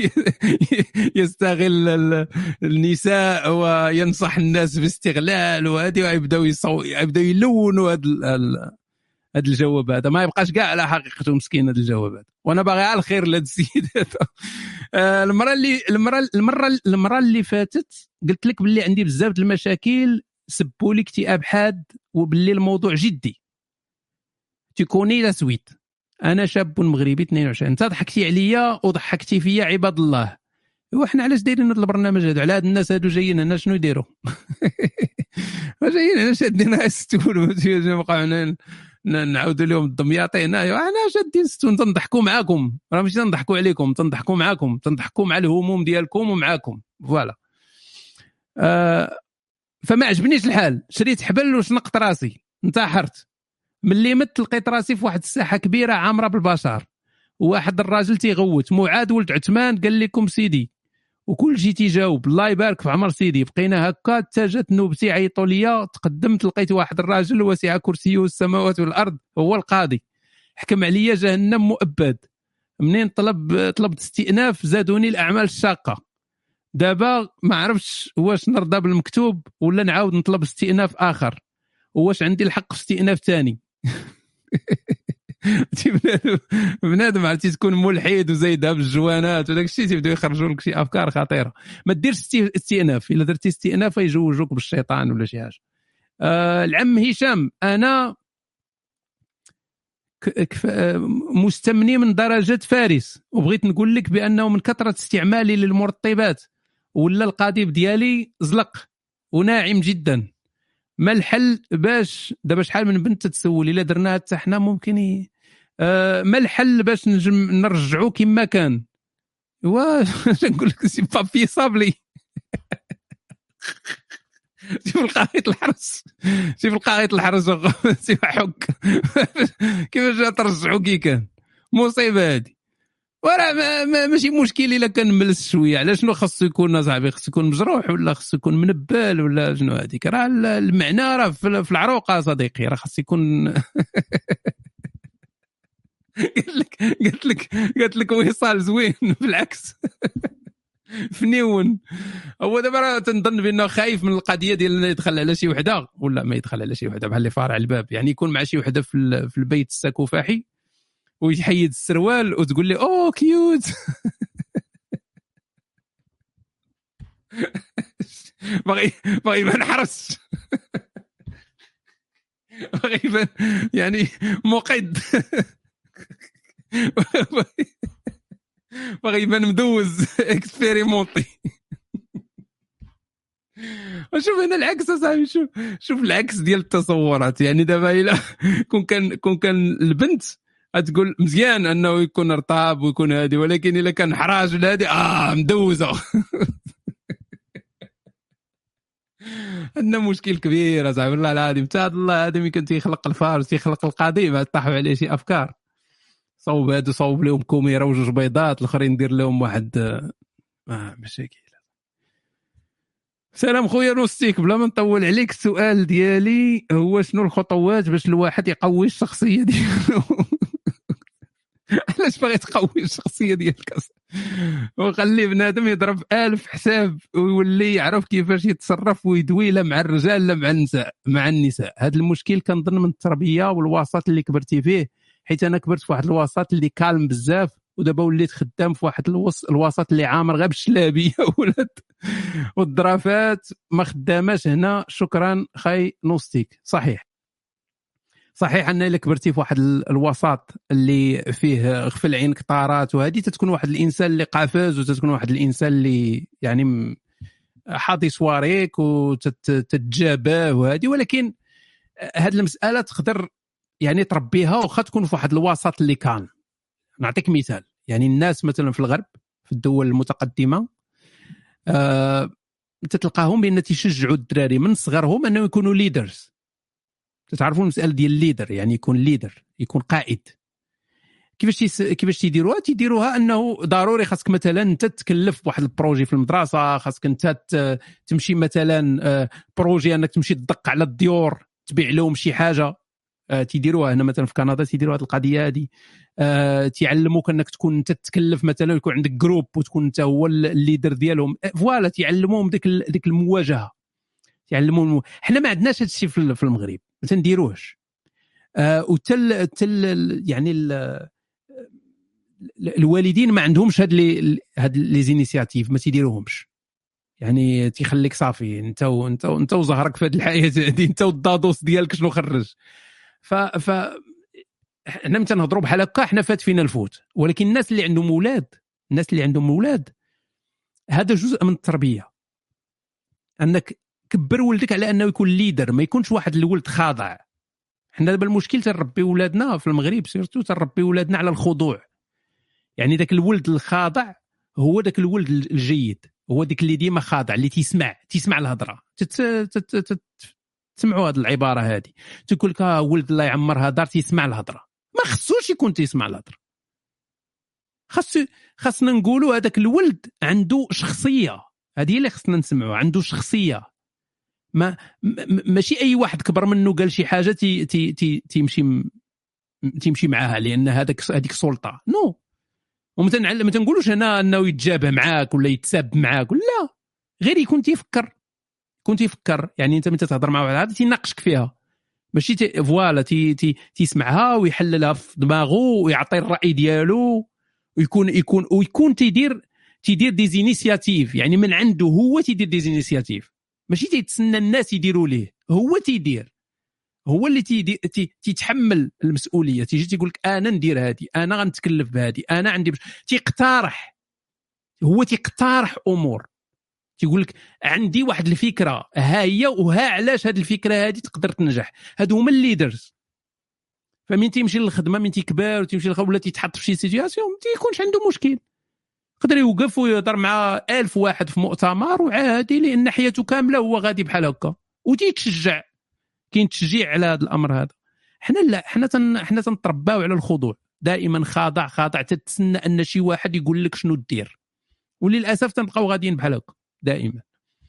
يستغل النساء وينصح الناس باستغلال، وهذه ويبداو يصو يبداو يلونوا هذا هذا الجواب هذا. ما يبقاش كاع على حقيقته مسكين هذا الجواب هذا. وانا باغي على الخير لهذا السيد هذا. المره اللي المره المره المره اللي فاتت قلت لك باللي عندي بزاف د المشاكل، سبوا لي اكتئاب حاد، وباللي الموضوع جدي. تكوني لا سويت، انا شاب مغربي اثنين وعشرين، انت ضحكتي عليا وضحكتي فيا عباد الله. وحنا علاش دايرين هذا البرنامج هذا؟ على هاد الناس هادو جايين هنا شنو يديروا؟ جايين هنا شادين ستون وبقاو نعاودوا لهم الدمياطي هنايا، انا شادين ستون تنضحكوا معاكم، راه ماشي تنضحكوا عليكم، تنضحكوا معاكم، تنضحكوا مع الهموم ديالكم ومعاكم. فوالا. آه فما عجبنيش الحال، شريت حبل وشنقت راسي، انتحرت. ملي مت لقيت راسي في واحد الساحه كبيره عامره بالبشر، وواحد الراجل تيغوت، معاد ولد عثمان، قال لكم سيدي، وكل شيء تيجاوب، الله يبارك في عمر سيدي. بقينا هكا حتى جات نوبتي عيطوا ليا، تقدمت لقيت واحد الراجل وسع كرسيه السماوات والارض، هو القاضي، حكم عليا جهنم مؤبد. منين طلب طلبت استئناف زادوني الاعمال الشاقه. دابا ما عرفتش واش نرضى بالمكتوب ولا نعاود نطلب استئناف اخر، واش عندي الحق في استئناف ثاني. بنادم عرفتي تكون ملحد وزايدها بالجوانات وداك الشيء، تيبداو يخرجوا لك شي افكار خطيره. ما ديرش استئناف، الا درتي استئناف يجوجوك بالشيطان ولا شي حاجه. آه العم هشام، انا مستمني من درجه فارس، وبغيت نقول لك بانه من كثره استعمالي للمرطبات ولا القضيب ديالي زلق وناعم جدا. ما الحل باش دابا شحال من بنت تتسول الا درناها حتى حنا ممكن ي... آه ما الحل باش نجم نرجعو كما كان؟ وا نقول لك سي با في صابلي. شوف القائد الحرس، شوف القائد الحرس سي حك كيفاش ترجعو كي كان. مصيبه هذه. وراه ما ما ماشي مشكل الا كان ملس شويه، علاش شنو خاصو يكون صاحبي؟ خاصو يكون مجروح ولا خاصو يكون منبال ولا شنو؟ هذيك راه المعنى راه في العروقه صديقي، راه خاص يكون قلت لك قلت لك قلت لك وصال زوين بالعكس. فنيون. هو دابا راه تنظن بانه خايف من القضيه ديال يدخل على شي وحده ولا ما يدخل على شي وحده، بحال اللي فارع الباب، يعني يكون مع شي وحده في في البيت الساكوفاحي ويحيد السروال وتقول لي اوه كيوت. باغي باغي يبان حرس، باغي يبان يعني مقد، باغي يبان مدوز اكسبيريمونتي. وشوف هنا العكس صاحبي، شوف شوف العكس ديال التصورات. يعني دابا الا كون كان كون كان البنت تقول مزيان انه يكون رطاب ويكون هادي، ولكن الا كان حراج ولا هادي اه مدوزه عندنا مشكل كبير صاحبي والله العظيم. حتى هذا الله هذا ملي كان تيخلق الفارس تيخلق القضيب طاحوا عليه شي افكار، صوب هادو صوب لهم كوميره وجوج بيضات، الاخرين ندير لهم واحد اه مشاكل. سلام خويا نوستيك، بلا ما نطول عليك السؤال ديالي هو شنو الخطوات باش الواحد يقوي الشخصيه ديالو؟ علاش باغي تقوي الشخصيه ديالك وخلي بنادم يضرب ألف حساب ويولي يعرف كيفاش يتصرف ويدوي لا مع الرجال لا مع النساء مع النساء؟ هذا المشكل كنظن من التربيه والوسط اللي كبرتي فيه، حيت انا كبرت في واحد الوسط اللي كالم بزاف، ودابا وليت خدام في واحد الوسط اللي عامر غير بالشلابيه ولاد والظرافات ما خداماش هنا. شكرا خاي نوستيك. صحيح صحيح ان الا كبرتي في واحد الوسط اللي فيه غفل عينك طارات وهذه تتكون واحد الانسان اللي قافز، وتتكون واحد الانسان اللي يعني حاضي سواريك وتتجابه وهذه، ولكن هذه المساله تقدر يعني تربيها واخا تكون في واحد الوسط اللي كان. نعطيك مثال، يعني الناس مثلا في الغرب في الدول المتقدمه أه تتلقاهم بان تيشجعوا الدراري من صغرهم انه يكونوا ليدرز. تعرفون المساله ديال الليدر، يعني يكون ليدر يكون قائد. كيفاش تيس... كيفاش تيديروها؟ تيديروها انه ضروري خاصك مثلا انت تكلف بواحد البروجي في المدرسه، خاصك انت ت... تمشي مثلا بروجي انك تمشي تدق على الديور تبيع لهم شي حاجه. تيديروها هنا مثلا في كندا تيديروا هذه القضيه هذه. أه تيعلموك انك تكون انت تتكلف مثلا، يكون عندك جروب وتكون انت هو الليدر ديالهم. فوالا تيعلموهم ديك ال... ديك المواجهه، تعلمون. حنا ما عندناش هذا الشيء في المغرب، ما تنديروهش. آه وتل تل يعني ال الوالدين ما عندهمش هاد لي هاد لي زينيسياتيف، ما تيديروهمش. يعني تيخليك صافي انت وانت انت وزهرك في هذه الحياه هذه، انت والدادوس ديالك شنو خرج. ف ف احنا متى نهضروا بحال هكا حنا فات فينا الفوت. ولكن الناس اللي عندهم اولاد الناس اللي عندهم اولاد هذا جزء من التربيه، انك كبر ولدك على انه يكون ليدر، ما يكونش واحد الولد خاضع. حنا دابا المشكل تنربي ولادنا في المغرب سيرتو تنربي ولادنا على الخضوع. يعني ذاك الولد الخاضع هو ذاك الولد الجيد، هو ديك اللي ديما خاضع، اللي تيسمع تيسمع الهضره. تسمعوا هذه العباره هذه، تقول لك ولد الله يعمرها دار تيسمع الهضره. ما خصوش يكون تيسمع الهضره، خاص خاصنا نقولوا هذاك الولد عنده شخصيه. هذه اللي خصنا نسمعوا، عنده شخصيه. ما ماشي اي واحد كبر منه قال شي حاجه تي تي تي تيمشي تيمشي معاها لان هذاك هذيك سلطه. نو no. ومثلا ما تنقولوش هنا انه يتجابه معاك ولا يتساب معاك، لا، غير يكون تيفكر يكون تيفكر. يعني انت متى تهضر مع واحد هذا تيناقشك فيها، ماشي تي فوالا تي تي تيسمعها ويحللها في دماغه ويعطي الراي ديالو، ويكون يكون ويكون تيدير تيدير دي زينيسياتيف. يعني من عنده هو تيدير دي زينيسياتيف، ماشي تيتسنى الناس يديروا ليه، هو تيدير، هو اللي تي تي تيتحمل المسؤوليه. تيجي تيقول لك انا ندير هذه، انا غنتكلف بهذه، انا عندي بش... تيقترح، هو تيقترح امور. تيقول لك عندي واحد الفكره ها هي وها علاش هذه الفكره هذه تقدر تنجح. هادو هما الليدرز. فمن تيمشي للخدمه من تيكبر وتيمشي للخدمه ولا تيتحط في شي سيتوياسيون ما تيكونش عنده مشكل، يقدر يوقف ويهضر مع ألف واحد في مؤتمر وعادي، لان حياته كامله هو غادي بحال هكا وتيتشجع. كاين تشجيع على هذا الامر هذا. حنا لا، حنا تن حنا تنترباو على الخضوع دائما، خاضع خاضع، تتسنى ان شي واحد يقول لك شنو دير، وللاسف تنبقاو غاديين بحال هكا دائما.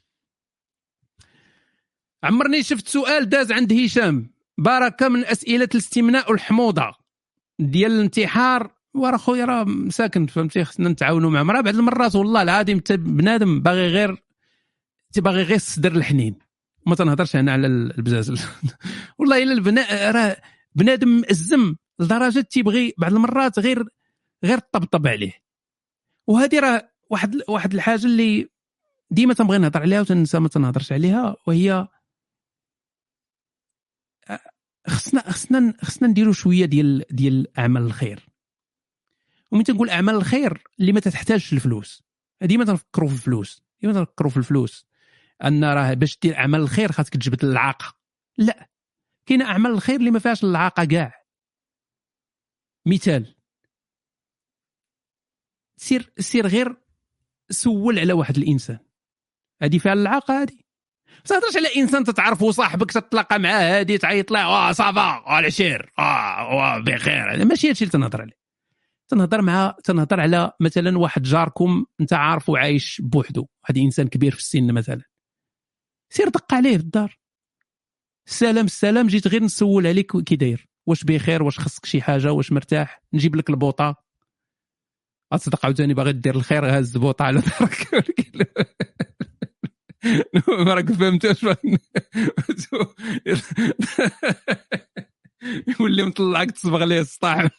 عمرني شفت سؤال داز عند هشام بركه من اسئله الاستمناء والحموضه ديال الانتحار. ورا خويا راه ساكن فهمتي، خصنا نتعاونوا مع مرا بعض المرات. والله العظيم بنادم باغي غير تباغي غير الصدر الحنين، ما تنهضرش هنا على البزاز والله الا البناء راه بنادم مأزم لدرجه تيبغي بعض المرات غير غير طبطب عليه. وهذه راه واحد واحد الحاجه اللي ديما تنبغي نهضر عليها وتنسى ما تنهضرش عليها، وهي خصنا خصنا خصنا نديروا شويه ديال ديال اعمال الخير. ومن تنقول اعمال الخير اللي ما تحتاجش الفلوس، ديما تنفكروا في الفلوس، ديما تنفكروا في الفلوس. ان راه باش دير اعمال الخير خاصك تجبد العاقه. لا، كاين اعمال الخير اللي ما فيهاش العاقه كاع. مثال، سير سير غير سول على واحد الانسان، هذه فيها العاقه. هذه ما تهضرش على انسان تتعرفه صاحبك تتلاقى معاه هادي تعيط له اه صافا اه العشير اه بخير، ماشي هادشي اللي تنهضر عليه. تنهضر مع تنهضر على مثلا واحد جاركم انت عارفه عايش بوحده، واحد انسان كبير في السن مثلا، سير دق عليه في الدار، السلام السلام، جيت غير نسول عليك كي داير، واش بخير، واش خصك شي حاجه، واش مرتاح، نجيب لك البوطه، اصدق عاوتاني باغي دير الخير هز البوطه على دارك ما راك فهمتوش يولي مطلعك تصبغ ليه السطاح.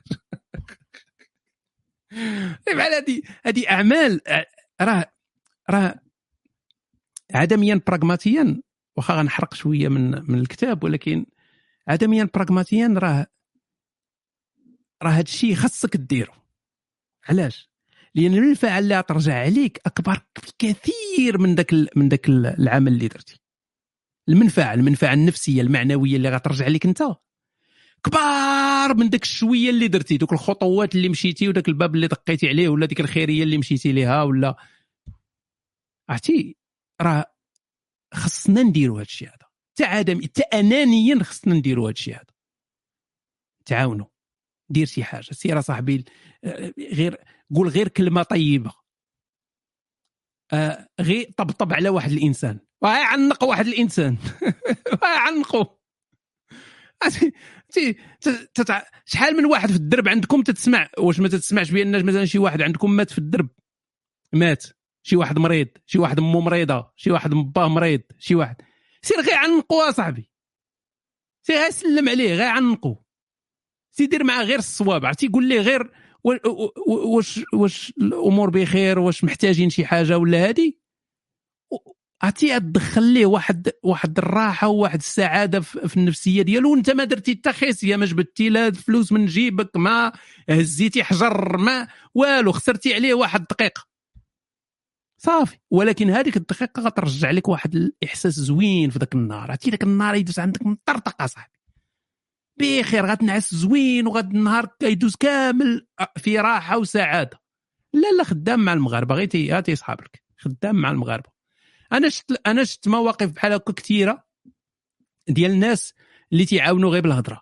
بحال هذه هذه اعمال راه راه عدميا براغماتيا، واخا غنحرق شويه من من الكتاب، ولكن عدميا براغماتيا راه راه هذا الشيء خاصك ديرو. علاش؟ لان المنفعه اللي ترجع عليك اكبر بكثير من ذاك من ذاك العمل اللي درتي. المنفعه المنفعه النفسيه المعنويه اللي غترجع لك انت كبار من داك الشويه اللي درتي، دوك الخطوات اللي مشيتي وداك الباب اللي دقيتي عليه ولا ديك الخيريه اللي مشيتي ليها، ولا عرفتي راه خصنا نديروا هذا الشيء هذا. حتى عدم حتى انانيا خصنا نديروا هذا الشيء هذا. تعاونوا، دير شي حاجه، سير صاحبي غير قول غير كلمه طيبه، آه غير طبطب على واحد الانسان، وهاي عنق واحد الانسان وهاي عنقه. تي تتع... شحال من واحد في الدرب عندكم تتسمع، واش ما تتسمعش بان مثلا شي واحد عندكم مات في الدرب، مات شي واحد مريض، شي واحد مو مريضه، شي واحد مباه مريض، شي واحد، سير غير عنقوا صاحبي، سير غير سلم عليه، غير عنقوا، سير دير معاه غير الصواب، عرفتي قول ليه غير واش واش الامور بخير، واش محتاجين شي حاجه ولا هادي، عرفتي تدخل ليه واحد واحد الراحه وواحد السعاده في النفسيه ديالو، وانت ما درتي حتى خيسيه، ما جبدتي لا فلوس من جيبك، ما هزيتي حجر، ما والو، خسرتي عليه واحد دقيقه صافي، ولكن هذيك الدقيقه غترجع لك واحد الاحساس زوين في ذاك النهار. عرفتي ذاك النهار يدوز عندك مطرطقه صاحبي بخير، غتنعس زوين، وغاد النهار كيدوز كامل في راحه وسعاده. لا لا خدام مع المغاربه، غير تي هاتي صحابك خدام مع المغاربه. انا شفت انا شفت مواقف بحال هكا كثيره ديال الناس اللي تيعاونوا غير بالهضره،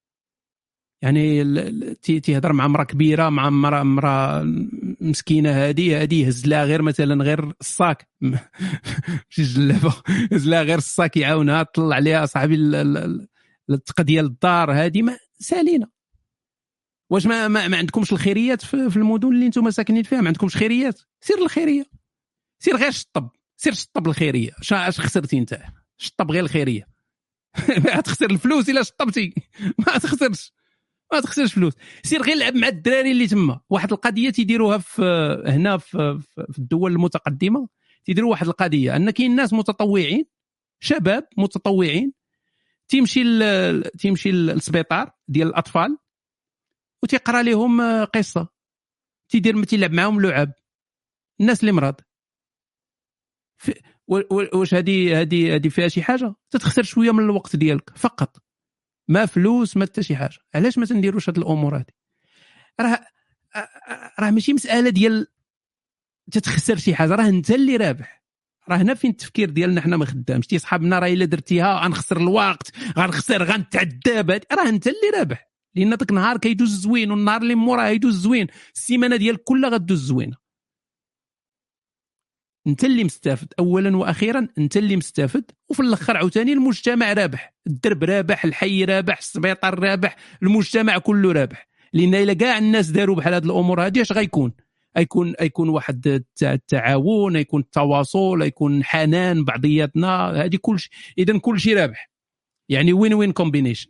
يعني تيهضر مع مرا كبيره، مع مرا مرا مسكينه، هذه هذه هز لها غير مثلا غير الصاك ماشي جلابه، هز لها غير الصاك يعاونها، طلع عليها صاحبي التقى ديال الدار، هذه ما سالينا. واش ما, ما, ما عندكمش الخيريات في, في المدن اللي انتم ساكنين فيها؟ ما عندكمش خيريات؟ سير الخيريه، سير غير شطب، سير شطب الخيريه. اش خسرتي انت؟ شطب غير الخيريه ما تخسر الفلوس الا شطبتي، ما تخسرش ما تخسرش فلوس. سير غير لعب مع الدراري اللي تما. واحد القضيه تيديروها في هنا في, في الدول المتقدمه، تيديروا واحد القضيه ان كاين ناس متطوعين، شباب متطوعين، تيمشي ل... تيمشي للسبيطار ديال الاطفال وتيقرا لهم قصه، تيدير تيلعب معاهم لعب الناس اللي مرض. في... واش هذه هذه هذه فيها شي حاجه؟ تتخسر شويه من الوقت ديالك فقط، ما فلوس ما حتى شي حاجه. علاش ما تنديروش هاد الامور هذه؟ راه راه ماشي مساله ديال تتخسر شي حاجه، راه انت اللي رابح. راه هنا فين التفكير ديالنا حنا ما خدامش. تي صحابنا راه الا درتيها غنخسر الوقت، غنخسر غنتعذب، راه انت اللي رابح، لان داك النهار كيدوز زوين والنهار اللي موراه يدوز زوين، السيمانه ديالك كلها غدوز زوينه. انت اللي مستافد اولا واخيرا، انت اللي مستافد، وفي الاخر عاوتاني المجتمع رابح، الدرب رابح، الحي رابح، السبيطار رابح، المجتمع كله رابح. لان الا كاع الناس داروا بحال هاد الامور هادي اش غيكون؟ يكون يكون واحد التعاون، يكون التواصل، يكون حنان بعضياتنا، هذه كل شيء. اذا كل شيء رابح، يعني وين وين كومبينيشن.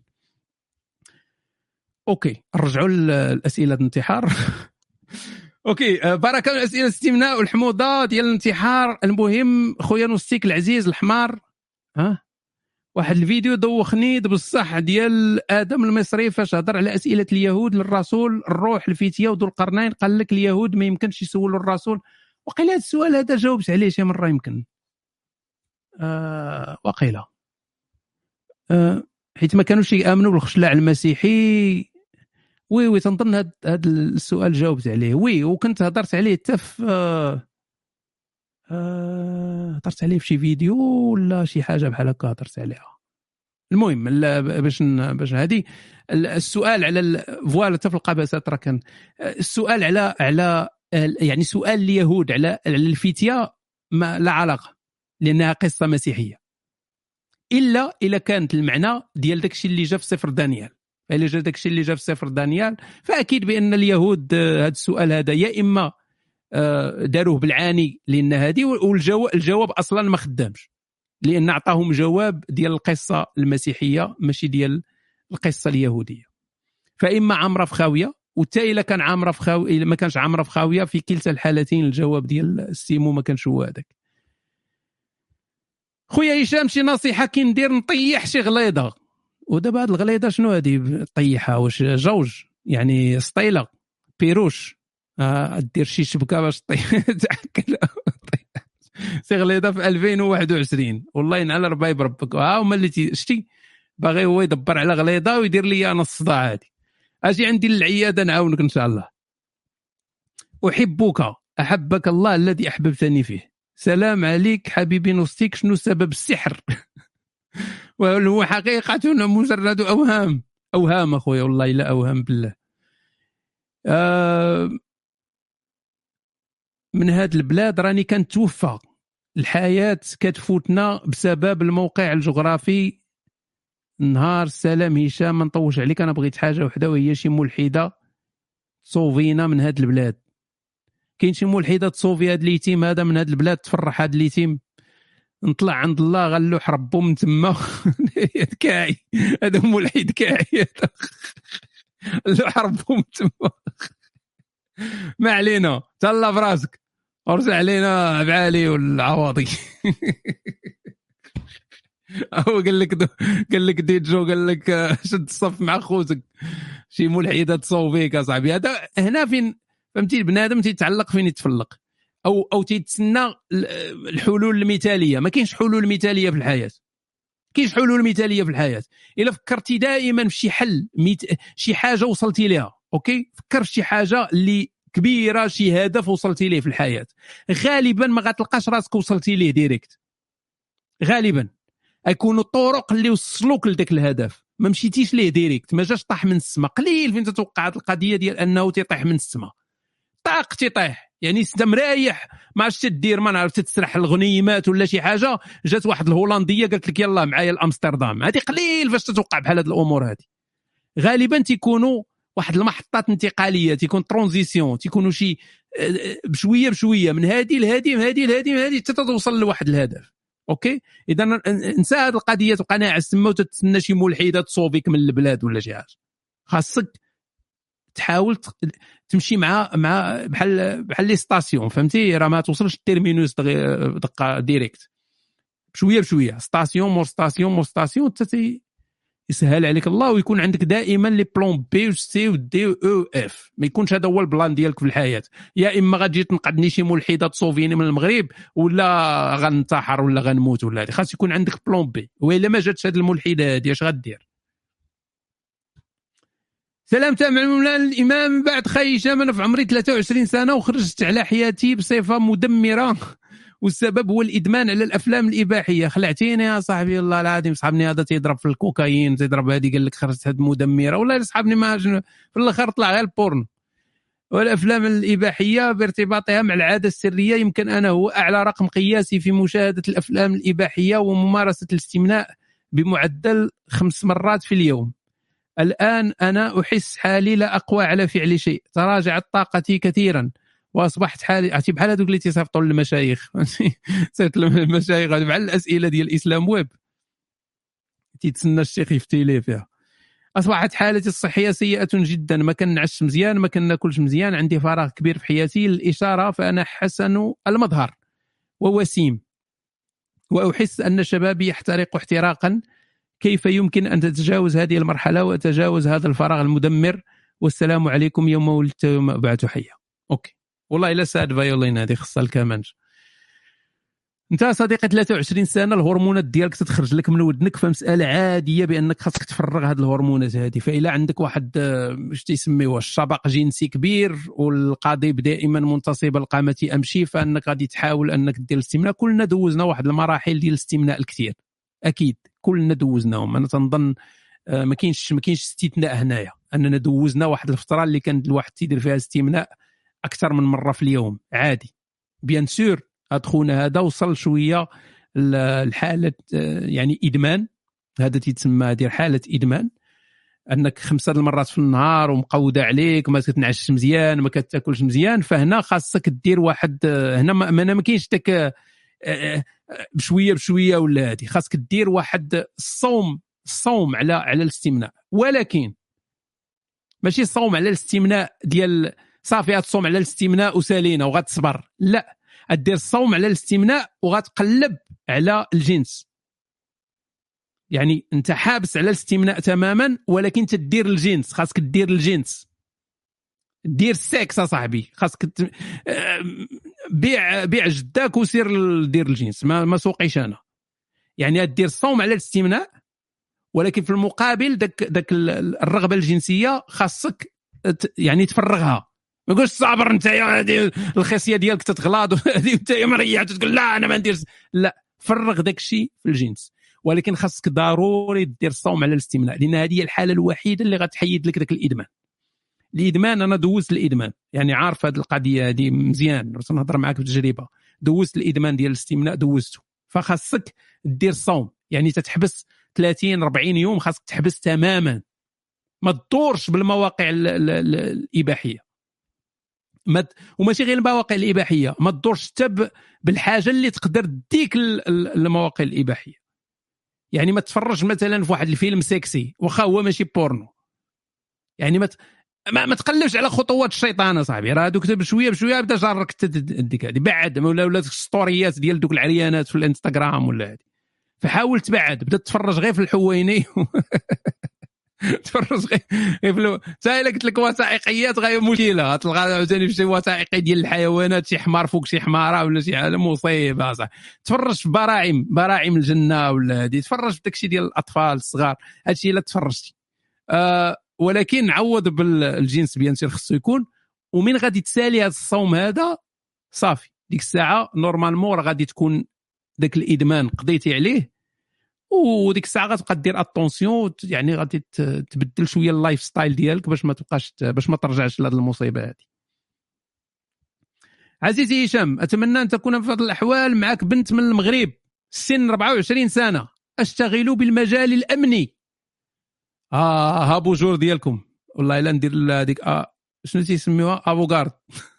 اوكي نرجعوا للاسئله الانتحار. اوكي بركه من الاسئله الاستمناء والحموضه ديال الانتحار. المهم خويا نوستيك العزيز الحمار، ها واحد الفيديو دوخني بصح ديال ادم المصري فاش هضر على اسئله اليهود للرسول الروح الفتيه وذو القرنين، قال لك اليهود ما يمكنش يسولوا الرسول. وقيل هذا السؤال هذا جاوبت عليه شي مره يمكن. آه وقيله آه حيت ما كانوش يامنوا بالخشلاع المسيحي. وي وي تنظن هذا هذا السؤال جاوبت عليه. وي وكنت هضرت عليه حتى في آه آه هضرت عليه في شي فيديو ولا شي حاجه بحال هكا هضرت عليها. المهم باش باش هذه السؤال على فوالا حتى في القباسات راه كان السؤال على على يعني سؤال اليهود على على الفتية ما لا علاقه، لانها قصه مسيحيه، الا الا كانت المعنى ديال داكشي اللي جا في سفر دانيال. الا جا داكشي اللي جا في سفر دانيال فاكيد بان اليهود هذا السؤال هذا يا اما داروه بالعاني لان هذه، والجواب الجواب اصلا ما خدامش لان عطاهم جواب ديال القصه المسيحيه ماشي ديال القصه اليهوديه. فاما عامره في خاويه، وتا الا كان عامره في خاويه الا ما كانش عامره في خاويه في كلتا الحالتين الجواب ديال السيمو ما كانش هو هذاك. خويا هشام شي نصيحه كي ندير نطيح شي غليظه. ودابا هاد الغليظه شنو هذه طيحها؟ واش جوج يعني سطيله بيروش آه دير شي شبكه باش طيح سي غليظه في ألفين وواحد وعشرين والله ينعل ربي بربك. ها هما اللي شتي باغي هو يدبر على غليظه ويدير لي انا الصداع هذه. اجي عندي للعياده نعاونك ان شاء الله. احبك احبك الله الذي احببتني فيه. سلام عليك حبيبي نوستيك. شنو سبب السحر؟ وهل هو حقيقه مجرد اوهام؟ اوهام اخويا والله لا اوهام بالله. آه من هاد البلاد راني كنتوفى، الحياه كتفوتنا بسبب الموقع الجغرافي. نهار السلام هشام ما نطوش عليك، انا بغيت حاجه وحده وهي شي ملحده تصوفينا من هاد البلاد. كاين شي ملحده تصوفي هاد اليتيم هذا من هاد البلاد، تفرح هاد اليتيم نطلع عند الله غنلوح ربو من تما كاعي هذا ملحد كاعي لوح ربو من تما. ما علينا تهلا فراسك ارجع علينا بعالي والعواضي. هو قال لك دو... قال لك ديجو قال لك شد الصف مع خوتك شي ملحده تصوفيك يا صاحبي. هذا هنا فين فهمتي بنادم تيتعلق فين يتفلق او او تيتسنى الحلول المثاليه. ما كاينش حلول مثاليه في الحياه، كاينش حلول مثاليه في الحياه. الا فكرتي دائما في شي حل ميت... شي حاجه وصلتي ليها اوكي، فكر في شي حاجه اللي كبيره، شي هدف وصلتي ليه في الحياه، غالبا ما غتلقاش راسك وصلتي ليه ديريكت. غالبا يكونوا الطرق اللي وصلوك لذاك الهدف، ما مشيتيش ليه ديريكت، ما جاش طاح من السماء. قليل فين تتوقع هذه القضيه ديال انه تيطيح من السماء. طاق تيطيح يعني انت مريح ما عرفتش تدير، ما نعرف تسرح الغنيمات ولا شي حاجه، جات واحد الهولنديه قالت لك يلا معايا لامستردام. هذه قليل فاش تتوقع بحال هذه الامور. هذه غالبا تيكونوا واحد المحطات انتقاليه، تيكون ترانزيسيون، تيكونوا شي بشويه بشويه من هذه لهذه من هذه لهذه من هذه حتى توصل لواحد الهدف. اوكي اذا انسى هذه القضيه تبقى ناعس تما وتتسنى شي ملحده تصوفيك من البلاد ولا شي حاجه. خاصك تحاول تمشي مع مع بحال بحال لي ستاسيون فهمتي، راه ما توصلش التيرمينوس دقه ديريكت، بشويه بشويه ستاسيون مور ستاسيون مور ستاسيون حتى يسهل عليك الله، ويكون عندك دائما لي بلون بي و سي و دي و او اف. ما يكونش هذا هو البلان ديالك في الحياه، يا اما غتجي تنقدني شي ملحده تصوفيني من المغرب ولا غنتحر ولا غنموت ولا هذه. خاص يكون عندك بلون بي، والا ما جاتش هذه الملحده هذه اش غدير؟ سلام تاع مولانا الامام. بعد خي هشام انا في عمري ثلاثة وعشرين سنه وخرجت على حياتي بصفه مدمره، والسبب هو الادمان على الافلام الاباحيه. خلعتيني يا صاحبي الله العظيم. صاحبني هذا تيضرب في الكوكايين تيضرب هذه قال لك خرجت هاد مدمره، والله صاحبني ما في الاخر طلع غير البورن. والافلام الاباحيه بارتباطها مع العاده السريه يمكن انا هو اعلى رقم قياسي في مشاهده الافلام الاباحيه وممارسه الاستمناء بمعدل خمس مرات في اليوم. الآن أنا أحس حالي لا أقوى على فعل شيء، تراجعت طاقتي كثيرا وأصبحت حالي عتي بحال هذوك اللي تيصيفطوا للمشايخ صيفط للمشايخ بحال الأسئلة ديال الإسلام ويب تيتسنى الشيخ يفتي ليه فيها. أصبحت حالتي الصحية سيئة جدا، ما كنعش مزيان، ما كناكلش مزيان، عندي فراغ كبير في حياتي. للإشارة فأنا حسن المظهر ووسيم وأحس أن شبابي يحترق احتراقا. كيف يمكن أن تتجاوز هذه المرحلة وتجاوز هذا الفراغ المدمر؟ والسلام عليكم يوم ولدت يوم أبعث حيا. أوكي والله إلا ساد فايولين هذه خصها الكمانج. انت صديقي ثلاثة وعشرين سنه الهرمونات ديالك تتخرج لك من ودنك، فمساله عاديه بانك خاصك تفرغ هذه الهرمونات هذه. فإلا عندك واحد اش تيسميوه الشبق جنسي كبير والقضيب دائما منتصب القامه امشي، فانك غادي تحاول انك دير الاستمناء. كلنا دوزنا واحد المراحل ديال الاستمناء الكثير، اكيد كلنا دوزناهم. انا تنظن ما كاينش ما كاينش استثناء هنايا، اننا دوزنا واحد الفتره اللي كان الواحد تيدير فيها استمناء اكثر من مره في اليوم عادي. بيان سور هاد خونا هذا وصل شويه الحاله يعني ادمان، هذا تيتسمى دير حاله ادمان، انك خمسه المرات في النهار ومقوده عليك، ما كتنعش مزيان، ما كتاكلش مزيان. فهنا خاصك دير واحد، هنا ما, ما كاينش داك بشويه بشويه ولا هادي، خاصك دير واحد الصوم الصوم على على الاستمناء. ولكن ماشي الصوم على الاستمناء ديال صافي غتصوم على الاستمناء وسالينا وغتصبر، لا، ادير الصوم على الاستمناء وغتقلب على الجنس. يعني انت حابس على الاستمناء تماما ولكن تدير الجنس، خاصك دير الجنس، دير السكس صاحبي، خاصك ت... بيع بيع جداك وسير دير الجنس، ما ما سوقيش انا. يعني ادير الصوم على الاستمناء ولكن في المقابل داك داك الرغبه الجنسيه خاصك يعني تفرغها. ما تقولش صابر انت يا الخصيه ديالك تتغلاض وهذه انت مريح تقول لا انا ما نديرش، لا، فرغ داك الشيء في الجنس. ولكن خاصك ضروري دير الصوم على الاستمناء، لان هذه هي الحاله الوحيده اللي غتحيد لك داك الادمان. الادمان انا دوزت الادمان، يعني عارف هذه القضيه هذه مزيان، راه نهضر معاك بتجربه، دوزت الادمان ديال الاستمناء دوزته. فخاصك دير الصوم، يعني تتحبس ثلاثين أربعين يوم، خاصك تحبس تماما، ما تدورش بالمواقع الاباحيه، ما وماشي غير المواقع الاباحيه، ما تدورش حتى بالحاجه اللي تقدر تديك المواقع الاباحيه. يعني ما تفرج مثلا في واحد الفيلم سكسي واخا هو ماشي بورنو، يعني ما ما, ما تقلبش على خطوات الشيطان صاحبي، راه دوك بشويه بشويه بدا جارك ديك هذه بعد، ولا ولا ستوريات ديال دوك العريانات في الانستغرام ولا هذه. فحاول تبعد، بدا تفرج غير في الحويني تفرج غير في الا قلت لك وثائقيات غير مشكله، تلقى عاوتاني في شي وثائقي ديال الحيوانات، شي حمار فوق شي حماره ولا شي حاجه مصيبه صح. تفرج في براعم براعم الجنه ولا هذه، تفرج في داكشي ديال الاطفال الصغار، هادشي الا تفرجتي. آه ولكن عوض بالجنس بيان سير خصو يكون. ومن غادي تسالي هذا الصوم هذا صافي، ديك الساعه نورمالمون راه غادي تكون داك الادمان قضيتي عليه، وديك الساعه غتبقى دير اتونسيون، يعني غادي تبدل شويه اللايف ستايل ديالك باش ما تبقاش باش ما ترجعش لهاد المصيبه هذه. عزيزي هشام، اتمنى ان تكون في هذه الاحوال معك بنت من المغرب، سن أربعة وعشرين سنه، اشتغل بالمجال الامني. اه ها بوجور ديالكم والله الا ندير هذيك آه شنو تيسميوها افوغارد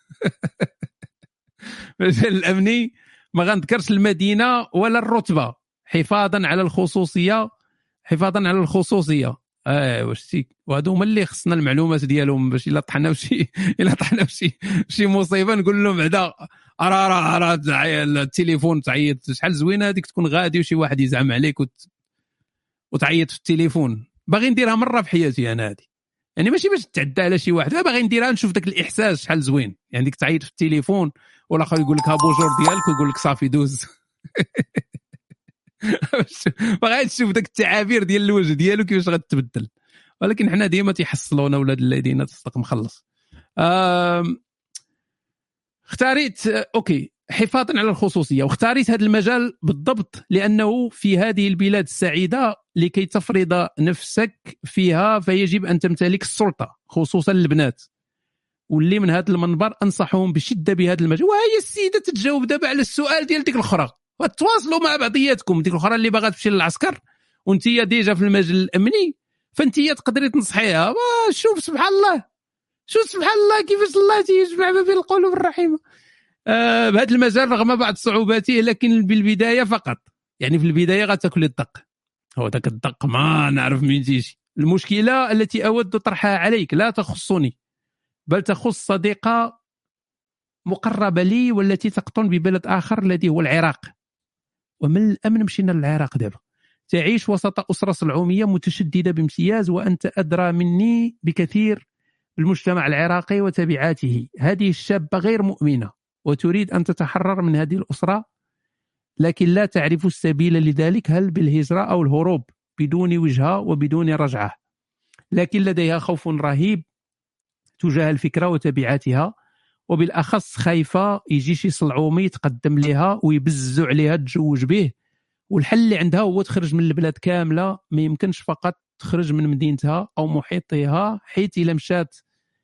المجال الامني، ما غنذكرش المدينه ولا الرتبه حفاظا على الخصوصيه، حفاظا على الخصوصيه. اه واش سي وهادو هما اللي خصنا المعلومات ديالهم باش الا طحنا وشي الا طحنا وشي شي مصيبه نقول لهم بعدا راه راه راه التليفون تعيط. شحال زوينه هذيك تكون غادي وشي واحد يزعم عليك وت... وتعيط في التليفون. باغي نديرها مره في حياتي انا هذه، يعني ماشي باش تعدى على شي واحد، باغي نديرها نشوف داك الاحساس شحال زوين، يعني ديك تعيط في التليفون والاخر يقول لك ها بوجور ديالك ويقول لك صافي دوز باغي تشوف داك التعابير ديال الوجه ديالو كيفاش غتبدل. ولكن حنا ديما تيحصلونا ولاد الذين تصدق مخلص. اختاريت اوكي حفاظا على الخصوصيه، واختاريت هذا المجال بالضبط لانه في هذه البلاد السعيده لكي تفرض نفسك فيها فيجب ان تمتلك السلطه، خصوصا البنات، واللي من هذا المنبر انصحهم بشده بهذا المجال. وهي السيده تتجاوب دابا على السؤال ديال ديك الاخرى، وتواصلوا مع بعضياتكم. ديك الاخرى اللي باغا تمشي للعسكر وانت ديجا في المجال الامني، فانت تقدري تنصحيها. شوف سبحان الله، شوف سبحان الله كيفاش الله تيجمع ما بين القلوب الرحيمه. آه بهذا المجال رغم بعض صعوباته لكن بالبدايه فقط، يعني في البدايه غتاكل الدق، هو ذاك الدق ما نعرف منين تيجي. المشكله التي اود طرحها عليك لا تخصني بل تخص صديقه مقربه لي والتي تقطن ببلد اخر الذي هو العراق. ومن الامن مشينا للعراق دابا. تعيش وسط اسره صلعوميه متشدده بامتياز، وانت ادرى مني بكثير بالمجتمع العراقي وتبعاته. هذه الشابه غير مؤمنه وتريد ان تتحرر من هذه الاسره لكن لا تعرف السبيل لذلك، هل بالهجرة أو الهروب بدون وجهة وبدون رجعة، لكن لديها خوف رهيب تجاه الفكرة وتبعاتها، وبالأخص خايفة يجي شي صلعومي يتقدم لها ويبزوا عليها تزوج به، والحل اللي عندها هو تخرج من البلاد كاملة، ما يمكنش فقط تخرج من مدينتها أو محيطها، حيث إذا مشات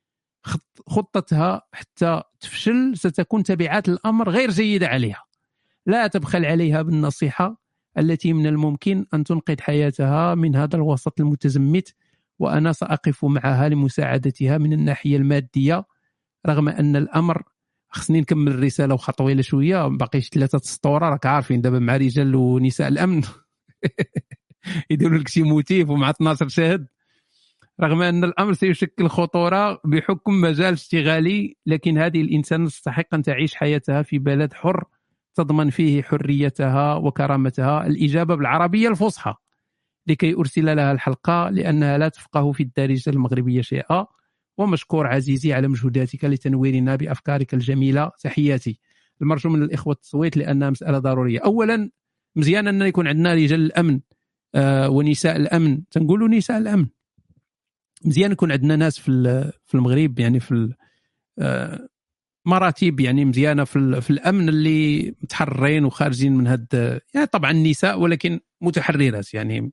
خطتها حتى تفشل ستكون تبعات الأمر غير جيدة عليها. لا تبخل عليها بالنصيحة التي من الممكن أن تنقذ حياتها من هذا الوسط المتزمت، وأنا سأقف معها لمساعدتها من الناحية المادية، رغم أن الأمر خصني نكمل الرسالة وخطوة طويلة شوية، باقيش ثلاثة سطورة، راك عارفين دابا مع رجال ونساء الأمن يديروا لك شي موتيف ومع اثنا عشر شاهد. رغم أن الأمر سيشكل خطورة بحكم مجال اشتغالي، لكن هذه الإنسان تستحق أن تعيش حياتها في بلد حر تضمن فيه حريتها وكرامتها. الإجابة بالعربية الفصحى لكي أرسل لها الحلقة، لأنها لا تفقه في الدارجة المغربية شيئا. ومشكور عزيزي على مجهوداتك لتنويرنا بأفكارك الجميلة. تحياتي. المرجو من الإخوة التصويت لأنها مسألة ضرورية. أولا مزيان أن يكون عندنا رجال الأمن آه ونساء الأمن، تنقولوا نساء الأمن، مزيان يكون عندنا ناس في في المغرب يعني في آه مراتب يعني مزيانه في, في الامن اللي متحررين وخارجين من هاد، يعني طبعا النساء ولكن متحررات، يعني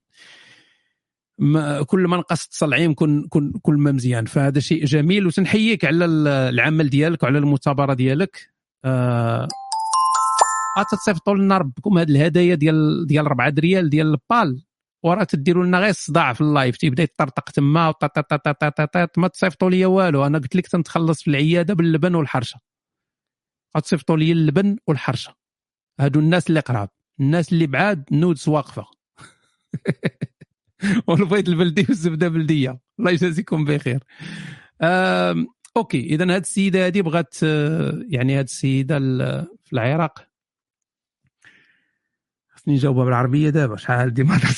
ما كل ما نقصت صلعيم كن كن كل ما مزيان. فهذا شيء جميل، وتنحييك على العمل ديالك وعلى المثابره ديالك. آه اتصيفطوا لنا ربكم هاد الهدايا ديال ديال أربعة ريال ديال البال، وراه تديروا لنا غير الصداع في اللايف، تيبدا يطرطق تما وطاطاطاطاطاط، ما تصيفطوا لي والو. انا قلت لك تنتخلص في العياده باللبن والحرشه، غتصيفطوا لي اللبن والحرشه. هادو الناس اللي قراب، الناس اللي بعاد نودس واقفه والبيض البلدي والزبده بلديه. الله يجازيكم بخير. اوكي، اذا هاد السيده هذه بغات، يعني هاد السيده في العراق، خصني نجاوبها بالعربيه دابا شحال دي ما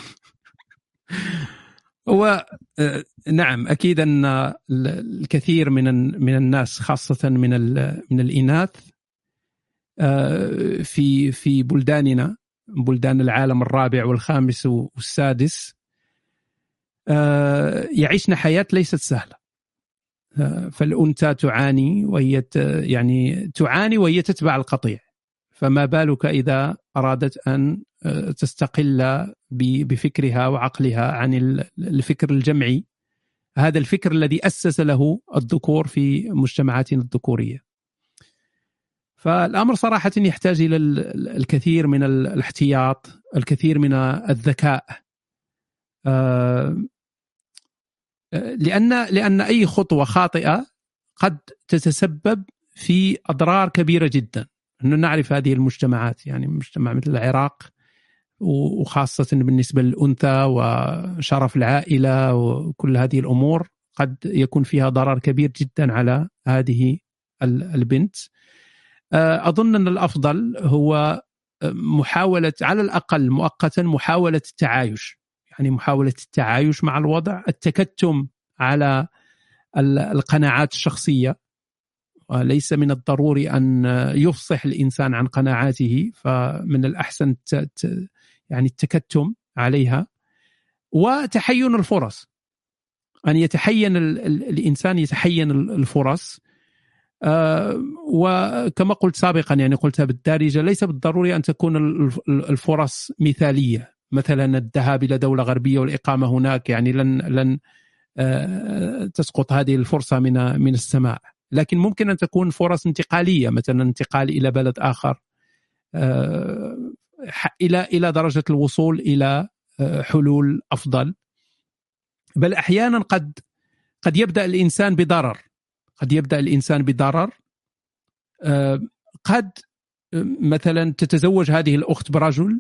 هو نعم أكيد أن الكثير من من الناس خاصة من من الإناث في في بلداننا، بلدان العالم الرابع والخامس والسادس، يعيشن حياة ليست سهلة. فالأنثى تعاني وهي يعني تعاني وهي تتبع القطيع، فما بالك إذا أرادت أن تستقل بفكرها وعقلها عن الفكر الجمعي، هذا الفكر الذي أسس له الذكور في مجتمعاتنا الذكورية. فالأمر صراحة يحتاج إلى الكثير من الاحتياط، الكثير من الذكاء، لأن لأن أي خطوة خاطئة قد تتسبب في أضرار كبيرة جدا. نحن نعرف هذه المجتمعات، يعني مجتمع مثل العراق، وخاصة بالنسبة للأنثى وشرف العائلة وكل هذه الأمور، قد يكون فيها ضرر كبير جدا على هذه البنت. أظن أن الأفضل هو محاولة على الأقل مؤقتا محاولة التعايش، يعني محاولة التعايش مع الوضع، التكتم على القناعات الشخصية. ليس من الضروري أن يفصح الإنسان عن قناعاته، فمن الأحسن يعني التكتم عليها، وتحين الفرص، أن يتحين الإنسان يتحين الفرص. وكما قلت سابقا، يعني قلتها بالدارجة، ليس بالضروري أن تكون الفرص مثالية، مثلا الذهاب إلى دولة غربية والإقامة هناك، يعني لن لن تسقط هذه الفرصة من من السماء، لكن ممكن أن تكون فرص انتقالية، مثلا انتقال إلى بلد آخر إلى إلى درجة الوصول إلى حلول أفضل. بل أحيانا قد قد يبدأ الإنسان بضرر، قد يبدأ الإنسان بضرر قد مثلا تتزوج هذه الأخت برجل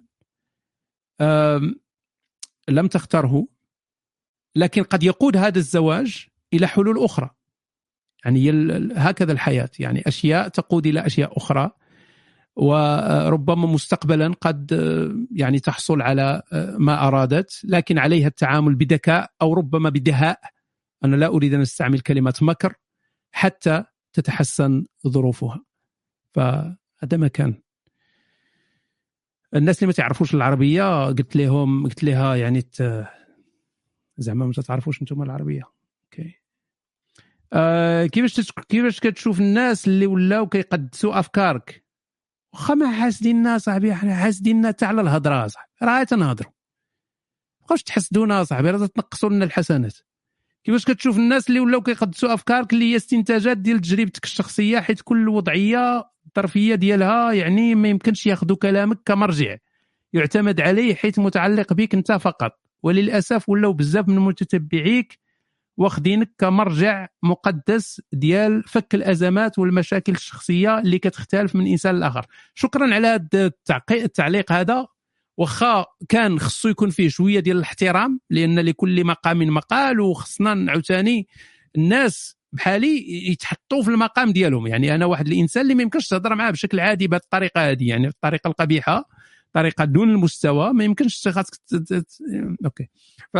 لم تختاره، لكن قد يقود هذا الزواج إلى حلول أخرى. يعني هكذا الحياة، يعني أشياء تقود إلى أشياء أخرى، وربما مستقبلا قد يعني تحصل على ما أرادت، لكن عليها التعامل بذكاء أو ربما بدهاء. أنا لا أريد أن أستعمل كلمة مكر، حتى تتحسن ظروفها. فهذا ما كان. الناس اللي ما تعرفوش العربيه قلت لهم قلت لها يعني ت... زعما ما تعرفوش انتم العربيه. اوكي آه كيفاش تتك... كيفاش كتشوف الناس اللي ولاو كيقدسوا افكارك واخا ما حاسديننا صاحبي، حنا حاسديننا حتى على الهضره صاحبي، راه تنهضروا بقاوش تحسدونا صاحبي، راه تنقصوا لنا الحسنات. كيفاش كتشوف الناس اللي ولاو كيقدسوا افكارك اللي هي استنتاجات ديال تجربتك الشخصيه، حيت كل وضعيه الطرفيه ديالها يعني ما يمكنش ياخذوا كلامك كمرجع يعتمد عليه حيث متعلق بك انت فقط، وللاسف ولاو بزاف من متتبعيك واخدينك كمرجع مقدس ديال فك الازمات والمشاكل الشخصيه اللي كتختلف من انسان لاخر. شكرا على هذا التعليق هذا، واخا كان خصو يكون فيه شويه ديال الاحترام لان لكل مقام مقال، وخصنا عاوتاني الناس بحالي يتحطوا في المقام ديالهم. يعني انا واحد الانسان اللي ما يمكنش تهضر معاه بشكل عادي بهذه الطريقه هذه، يعني الطريقه القبيحه، طريقه دون المستوى، ما يمكنش خاصك اوكي ف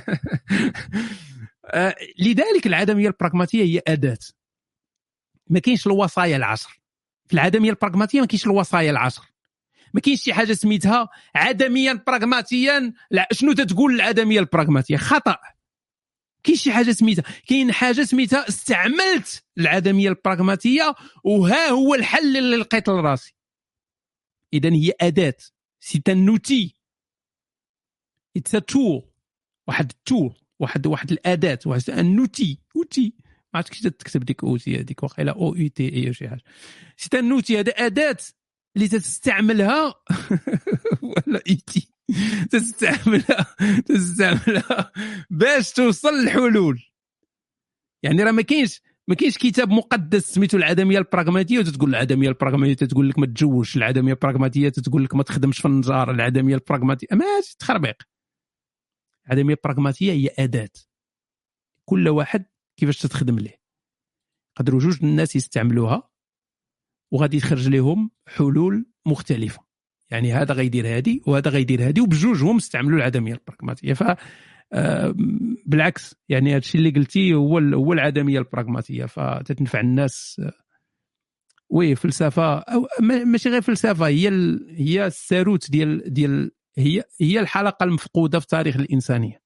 لذلك العدميه البراغماتيه هي اداه، ما كاينش الوصايا العشر في العدميه البراغماتيه، ما كاينش الوصايا العشر، ما كاينش شي حاجه سميتها عدميا براغماتيا. لا، شنو تتقول العدميه البراغماتيه؟ خطا. كاين شي حاجه سميتها، كاين حاجه سميتها استعملت العدميه البراغماتيه وها هو الحل اللي لقيت لراسي. اذا هي اداه، سي ان نوتي، اتس ا تول، واحد التول، واحد واحد الاداه، واحد النوتي، اوتي ما عرفتش كيفاش تكتب ديك اوتي هذيك، واخيلا او اي تي اي شي حاجه. سي ان نوتي، هذا اداه اللي تستعملها ولا ايتي تستعملها تستعملها باش توصل للحلول. يعني راه ما كاينش ما كاينش كتاب مقدس سميتو العدميه البراغماتيه وتتقول العدميه البراغماتيه تتقول لك ما تتزوجش، العدميه البراغماتيه تتقول لك ما تخدمش في النجار، العدميه البراغماتيه ما تخربيق. العدميه البراغماتيه هي اداه، كل واحد كيفاش تتخدم ليه. قدروا جوج الناس يستعملوها وغادي يخرج لهم حلول مختلفه. يعني هذا غيدير هذه وهذا غيدير هذه، وبجوجهم استعملوا العدميه البراغماتيه. ف بالعكس يعني هذا الشيء اللي قلتي هو هو العدميه البراغماتيه، فتتنفع الناس. وي فلسفه أو ماشي غير فلسفه، هي ال... هي الساروت ديال ديال هي هي الحلقه المفقوده في تاريخ الانسانيه.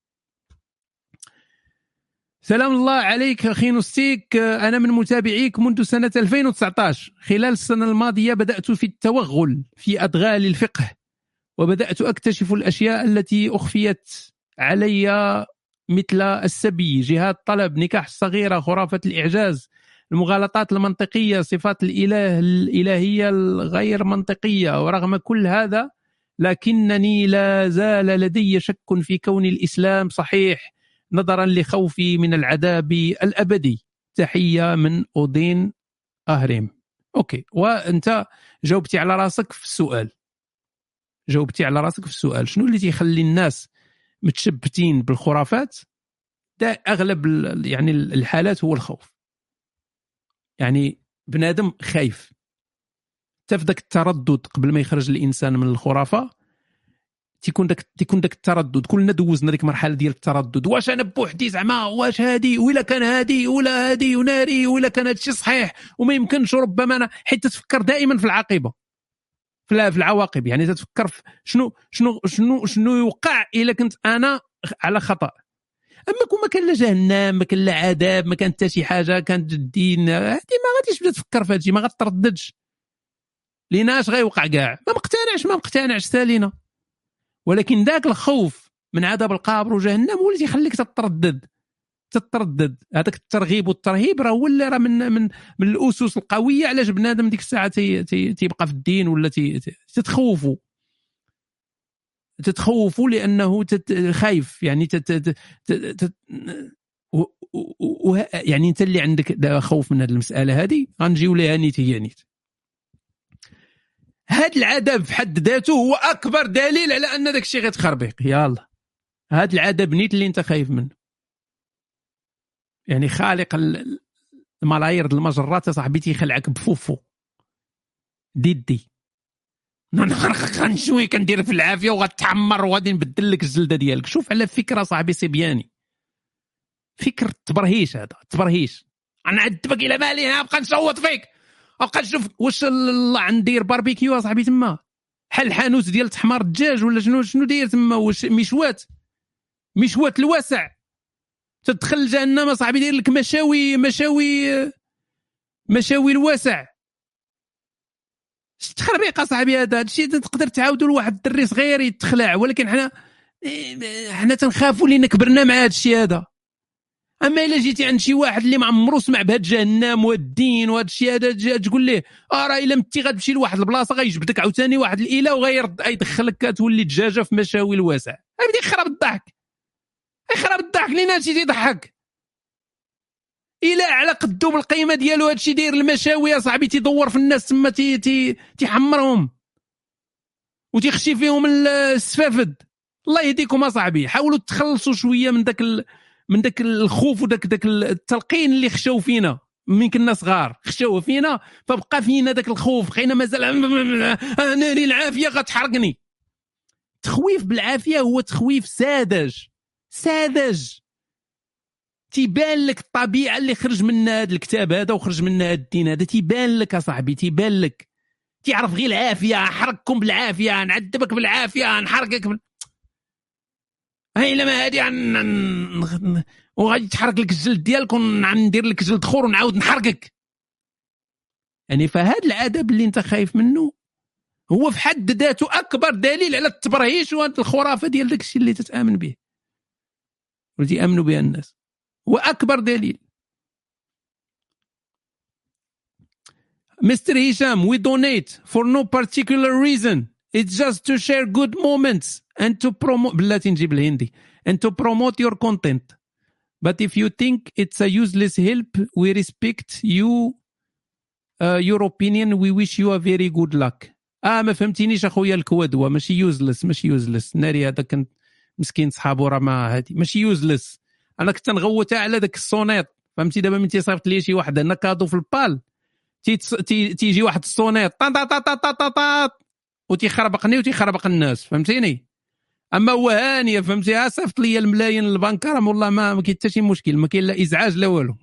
سلام الله عليك اخي نستيك، انا من متابعيك منذ سنه ألفين وتسعة عشر. خلال السنه الماضيه بدات في التوغل في ادغال الفقه، وبدات اكتشف الاشياء التي اخفيت علي، مثل السبي، جهات طلب، نكاح الصغيره، خرافه الاعجاز، المغالطات المنطقيه، صفات الاله الالهيه الغير منطقيه. ورغم كل هذا لكنني لا زال لدي شك في كون الاسلام صحيح، نظرا لخوفي من العذاب الابدي. تحيه من اودين اهريم. اوكي، وانت جاوبتي على راسك في السؤال، جاوبتي على راسك في السؤال شنو اللي تيخلي الناس متشبتين بالخرافات؟ ده اغلب يعني الحالات هو الخوف. يعني بنادم خايف، تفدك التردد قبل ما يخرج الانسان من الخرافه، تيكون داك تيكون داك التردد. كلنا دوزنا ديك المرحله ديال التردد، واش انا بوحدي زعما، واش هادي ولا كان هادي ولا هادي وناري ولا كان هادشي صحيح وما يمكنش، ربما انا حيت تتفكر دائما في العاقبه، في العواقب. يعني تتفكر في شنو شنو شنو شنو يوقع الا كنت انا على خطا. اما كون ما كان لا جهنم، ما كان لا عذاب، ما كانت حتى شي حاجه، كانت الدين، هادي ما غاديش تبدا تفكر في هادشي، ما غترددش لينا اش غيوقع كاع. ما مقتنعش ما مقتنعش سالينا، ولكن ذاك الخوف من عذاب القبر وجهنم هو اللي يخليك تتردد تتردد. هذاك الترغيب والترهيب راه هو اللي راه من من من الاسس القويه علاش بنادم ديك الساعه تي تي تيبقى في الدين، ولا تي تتخوفوا تتخوفوا لانه خايف. يعني تت تت تت يعني انت اللي عندك خوف من هذه المساله هذه غنجيو ليها نيت هي نيت. هاد العذاب في حد ذاته هو اكبر دليل على ان داك الشيء غيتخربيق. يلا هاد العذاب نيت اللي انت خايف منه. يعني خالق الملايير د المجرات صاحبي تيخلعك بفوفو ديدي غنشوي كندير في العافيه وغتعمر وغادي نبدل لك الجلده ديالك. شوف على فكره صاحبي سيبياني، فكر تبرهيش، هذا تبرهيش. انا عذبك الى مالي، بقى نصوت فيك، بقى نشوف واش الله عندير باربيكيو صاحبي تما. بحال الحانوت ديال تحمار الدجاج ولا شنو شنو داير تما؟ واش مشوات مشوات الواسع تدخل جهنم صاحبي، داير لك مشاوي مشاوي مشاوي الواسع. تخربيق صاحبي هذا الشيء تقدر تعاودوا لواحد الدري صغير يتخلع، ولكن حنا حنا تنخافوا لينا كبرنا مع هذا الشيء هذا. اما الا جيتي عند شي واحد اللي ما عمرو سمع بهاد جهنم والدين وهذا الشيء هذا، تقول ليه اه راه الا متي غتمشي لواحد البلاصه غيجبدك عاوتاني واحد الاله وغيرد يدخلك تولي دجاجه في مشاوي الواسع. غادي يخرب الضحك يخرب الضحك لينا هادشي تيضحك. الا على قدو بالقيمه ديالو هادشي داير المشاوي يا صاحبي، تيدور في الناس تما تي تي تيحمرهم وتيخشي فيهم السفافد. الله يهديكم اصاحبي، حاولوا تخلصوا شويه من داك ال... من داك الخوف وداك داك التلقين اللي خشاو فينا من كنا صغار، خشاوه فينا فبقى فينا داك الخوف، بقينا مازال انا لي العافيه غتحرقني. تخويف بالعافيه هو تخويف ساذج ساذج. تيبان لك الطبيعه اللي خرج منها هذا الكتاب هذا وخرج منها هذا الدين هذا، تيبان لك اصاحبي تيبان لك. تعرف غير العافيه، نحرقكم بالعافيه، نعذبك بالعافيه، نحرقك بال... هاي لما هادي عن وغادي تحرق لك الجلد ديالك وندير لك جلد خور ونعاود نحرقك. يعني فهاد العذاب اللي انت خايف منه هو في حد ذاته اكبر دليل على التبرهيش وهاد الخرافه ديال داك الشيء اللي تتامن به واللي يامنوا بها الناس، هو اكبر دليل. Mister Hisham, we donate for no particular reason. It's just to share good moments and to promote بالله نجيب الهندي and to promote your content. But if you think it's a useless help, we respect you uh, your opinion. We wish you a very good luck. اه ما فهمتينيش اخويا الكوادوا، ماشي يوزلس ماشي يوزلس ناري هذا كان مسكين صحابو راه ما هادي ماشي يوزلس. انا كنت نغوتها على داك الصونيط فهمتي. دابا من تيصيفط لي شي واحد هنا كادو في البال تي تيجي واحد الصونيط طا طا طا طا طا طا وتيخربقني وتيخربق الناس فهمتيني. اما هو هانيه فهمتي، صيفط لي الملايين للبنكه راه والله ما ما كاين حتى شي مشكل، ما كاين لا ازعاج لا والو.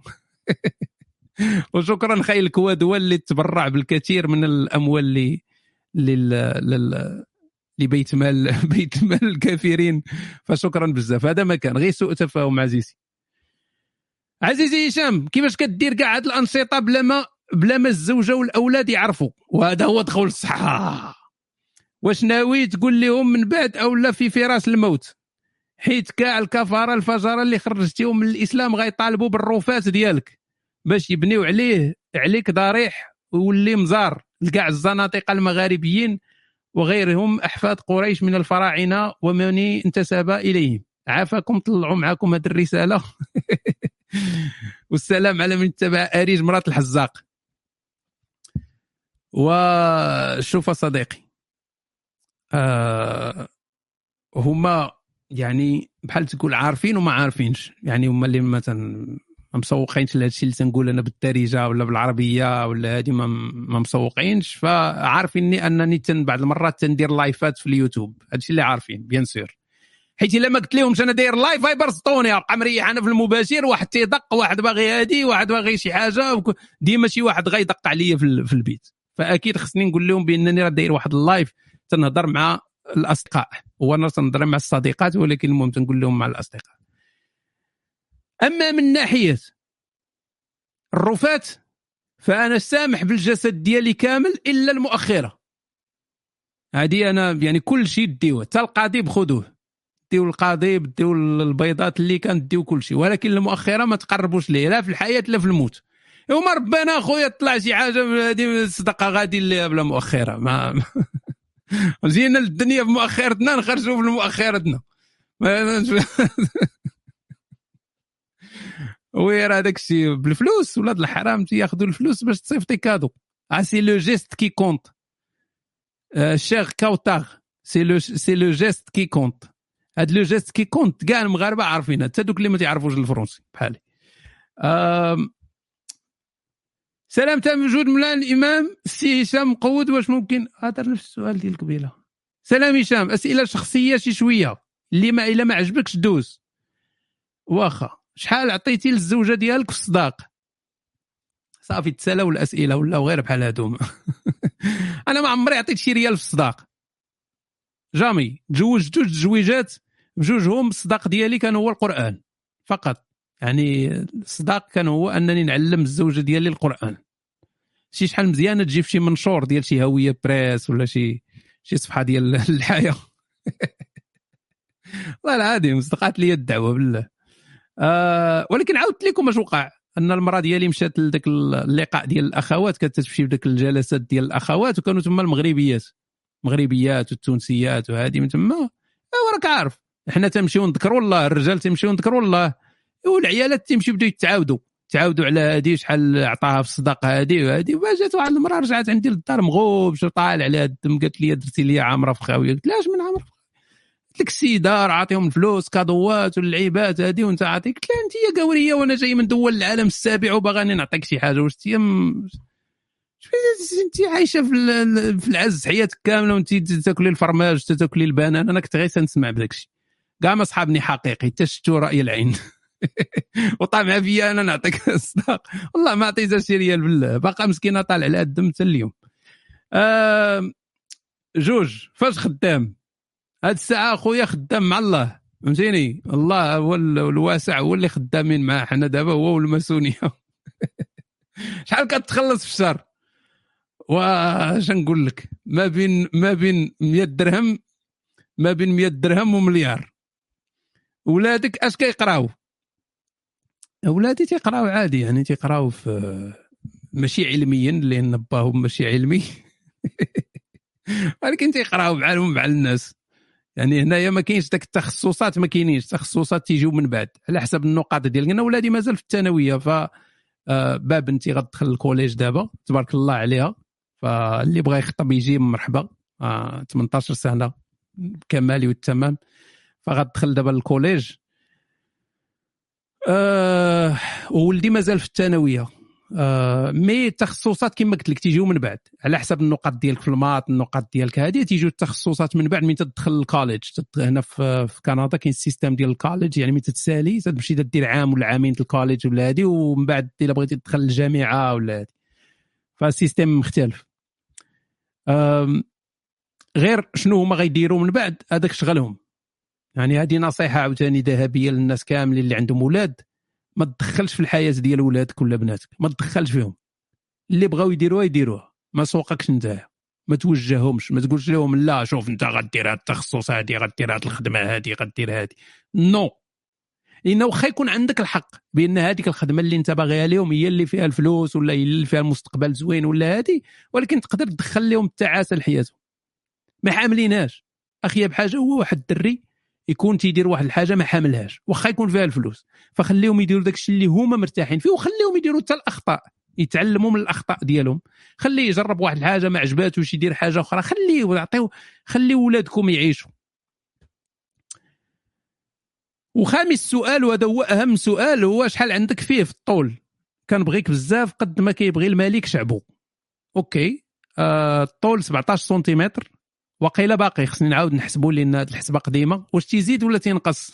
وشكرا خاي الكواد هو اللي تبرع بالكثير من الاموال اللي لل لبيت مال بيت مال الكافرين، فشكرا بزاف. هذا ما كان غير سوء تفاهم. عزيزي عزيزي هشام، كيفاش كدير كاع هاد الانشطه بلا ما بلا ما الزوجه والاولاد يعرفوا؟ وهذا هو دخول الصحه. واش ناوي تقول لهم من بعد او لا في فراس الموت؟ حيت كاع الكفاره الفجره اللي خرجتيهم من الاسلام غيطالبوا بالروفات ديالك باش يبنيو عليه عليك ضريح ويولي مزار لكاع الزناطقه المغاربيين وغيرهم احفاد قريش من الفراعنه ومن انتسب اليهم. عافاكم، طلعوا معكم هذه الرساله. والسلام على من تبع اريج مرات الحزاق. وشوف صديقي، آه هما يعني بحال تقول عارفين وما عارفينش، يعني هما اللي مثلا ما مسوقينش لهذا الشيء اللي تنقول انا بالدارجه ولا بالعربيه ولا هذه ما ما مسوقينش، فعارفيني انني تن بعض المرات تندير لايفات في اليوتيوب. هذا الشيء اللي عارفين بيان سور، حيت الا ما قلت لهمش انا داير لايف يبرسطوني، ابقى مريح انا في المباشر، واحد تيدق، واحد باغي هادي، واحد باغي شي حاجه، ديما شي واحد غيدق عليا في البيت. فاكيد خصني نقول لهم بانني راه داير واحد اللايف تنهضر مع الاصدقاء، وانا تنهضر مع الصديقات، ولكن المهم تنقول لهم مع الاصدقاء. اما من ناحيه الرفات فانا سامح بالجسد ديالي كامل الا المؤخره. هذه انا يعني كل شيء ديوه، حتى القضيب خذوه، ديو القضيب، ديو البيضات اللي كانت، ديو كل شيء، ولكن المؤخره ما تقربوش ليه لا في الحياه لا في الموت. وما ربنا اخويا طلع شي حاجه هذه الصدقه غادي اللي بلا مؤخره، ما جينا للدنيا بمؤخرتنا نخرجوا في المؤخرتنا. وير هذاك الشيء بالفلوس، ولاد الحرام تياخذوا الفلوس باش تصيفطي كادو. اه سي لو جيست كي كونت شيخ كاوتاغ، سي لو سي لو جيست كي كونت. هاد لو جيست كي كونت كاع المغاربه عارفينها، حتى دوك اللي ما تعرفوش الفرنسي بحالي. سلام تام وجود مولانا الامام سي هشام مقود. واش ممكن هذا نفس السؤال ديال قبيله؟ سلام هشام، اسئله شخصيه شي شويه اللي ما الا ما عجبكش دوز. واخا شحال عطيتي للزوجه ديالك في الصداق؟ صافي تسالاو الاسئله ولا غير بحال هادو. انا ما عمري عطيت شي ريال في الصداق، جامي تزوج جوج تزويجات بجوجهم الصداق ديالي كان هو القرآن فقط. يعني الصداق كان هو انني نعلم الزوجه ديالي القرآن. شي شحال مزيانه تجي في شي منشور ديال شي هويه بريس ولا شي شي صفحه ديال الحياه. والله العظيم مصدقات لي الدعوه بالله. آه ولكن عاودت لكم اش وقع، ان المراه ديالي مشات لذاك اللقاء ديال الاخوات، كانت تمشي في ذاك الجلسات ديال الاخوات، وكانوا تما المغربيات مغربيات والتونسيات وهذه من تما. وراك عارف احنا تمشيو نذكروا الله، الرجال تمشيو نذكروا الله، والعيالات تمشي بداو يتعاودوا تعاودوا على هذه شحال عطاها في الصداقه هذه وهذه. وجات واحد المراه رجعت عندي للدار مغوب شو طالع عليها الدم، قالت لي درتي لي عامره في خاويه. قلت لاش من عامره؟ قلت لك السيده راه عاطيهم الفلوس كادوات واللعيبات هذه وانت عاطيك. قلت لها انت يا قوريه وانا جاي من دول العالم السابع وباغاني نعطيك شي حاجه، واش انت انت عايشه في في العز حياتك كامله وانت تاكلي الفرماج تاكلي البنان؟ انا كنت غير تنسمع بداك الشيء، كاع ما صحابني حقيقي تشتو راي العين وطامع فيا انا نعطيك الصداق. والله ما عطيتها شي ريال بالله، باقا مسكينه طالع على الدم حتى اليوم. آه جوج فاش خدام هاد الساعه اخويا خدام مع الله، فهمتيني؟ الله هو الواسع، هو اللي خدامين معاه حنا دابا، هو والماسونيه. شحال كتخلص في الشهر؟ واش نقول لك، ما بين ما بين مية درهم ما بين مية درهم ومليار. ولادك اش كيقراو؟ اولادي تيقراو عادي، يعني تيقراو في ماشي علميا لان باهم ماشي علمي ولكن تيقراو بعالهم مع الناس. يعني هنايا ما كاينش داك التخصصات، ما كاينينش تخصصات تيجيو من بعد على حسب النقاط ديالك. انا ولادي مازال في الثانويه، ف باب بنتي غتدخل الكوليج دابا تبارك الله عليها، فاللي بغى يخطب يجي مرحبا. آه ثمانية عشر سنه بكمالي والتمام، فغتدخل دابا الكوليج. آه وولدي مازال في الثانويه. آه مي التخصصات كما قلت لك تيجيو من بعد على حسب النقاط ديالك في المات، النقاط ديالك هذه تيجيو التخصصات من بعد. من تدخل الكوليج هنا في, في كندا كاين السيستم ديال الكوليج، يعني من تتسالي تمشي دير عام ولا عامين في الكوليج ولا هذه، ومن بعد الا بغيتي تدخل الجامعه ولا هذه، فالسيستم مختلف. آه غير شنو هما غيديروا من بعد هذاك شغلهم. يعني هذه نصيحه عاوتاني ذهبيه للناس كاملين اللي عندهم اولاد، ما تدخلش في الحياه ديال ولادك ولا بناتك، ما تدخلش فيهم. اللي بغاو يديروها يديروها، ما سوقكش انت، ما توجههمش، ما تقولش لهم لا شوف انت غدير هذا التخصص هذه، غدير هذه الخدمه هذه، غدير هذه. نو، لانه واخا يكون عندك الحق بان هذيك الخدمه اللي انت باغيها لهم هي اللي فيها الفلوس ولا هي اللي فيها المستقبل زوين ولا هذه، ولكن تقدر تدخل لهم التعاسه لحياتهم. ما حامليناش اخي بحاجه. هو واحد الدري يكون تيدير واحد الحاجه ما حاملهاش واخا يكون فيها الفلوس، فخليهم يديروا داكشي اللي هما مرتاحين فيه، وخليهم يديروا حتى الاخطاء، يتعلموا من الاخطاء ديالهم. خليه يجرب واحد الحاجه ما عجباتوش يدير حاجه اخرى، خليه يعطيو، خليو ولادكم يعيشوا. وخامس سؤال وهذا هو اهم سؤال، هو شحال عندك فيه في الطول؟ كنبغيك بزاف قد ما كيبغي الملك شعبه. اوكي، آه الطول سبعطاش سنتيمتر وقيله باقي، خصني نعاود نحسبوا لان هذه الحسبه قديمه، واش تيزيد ولا تينقص؟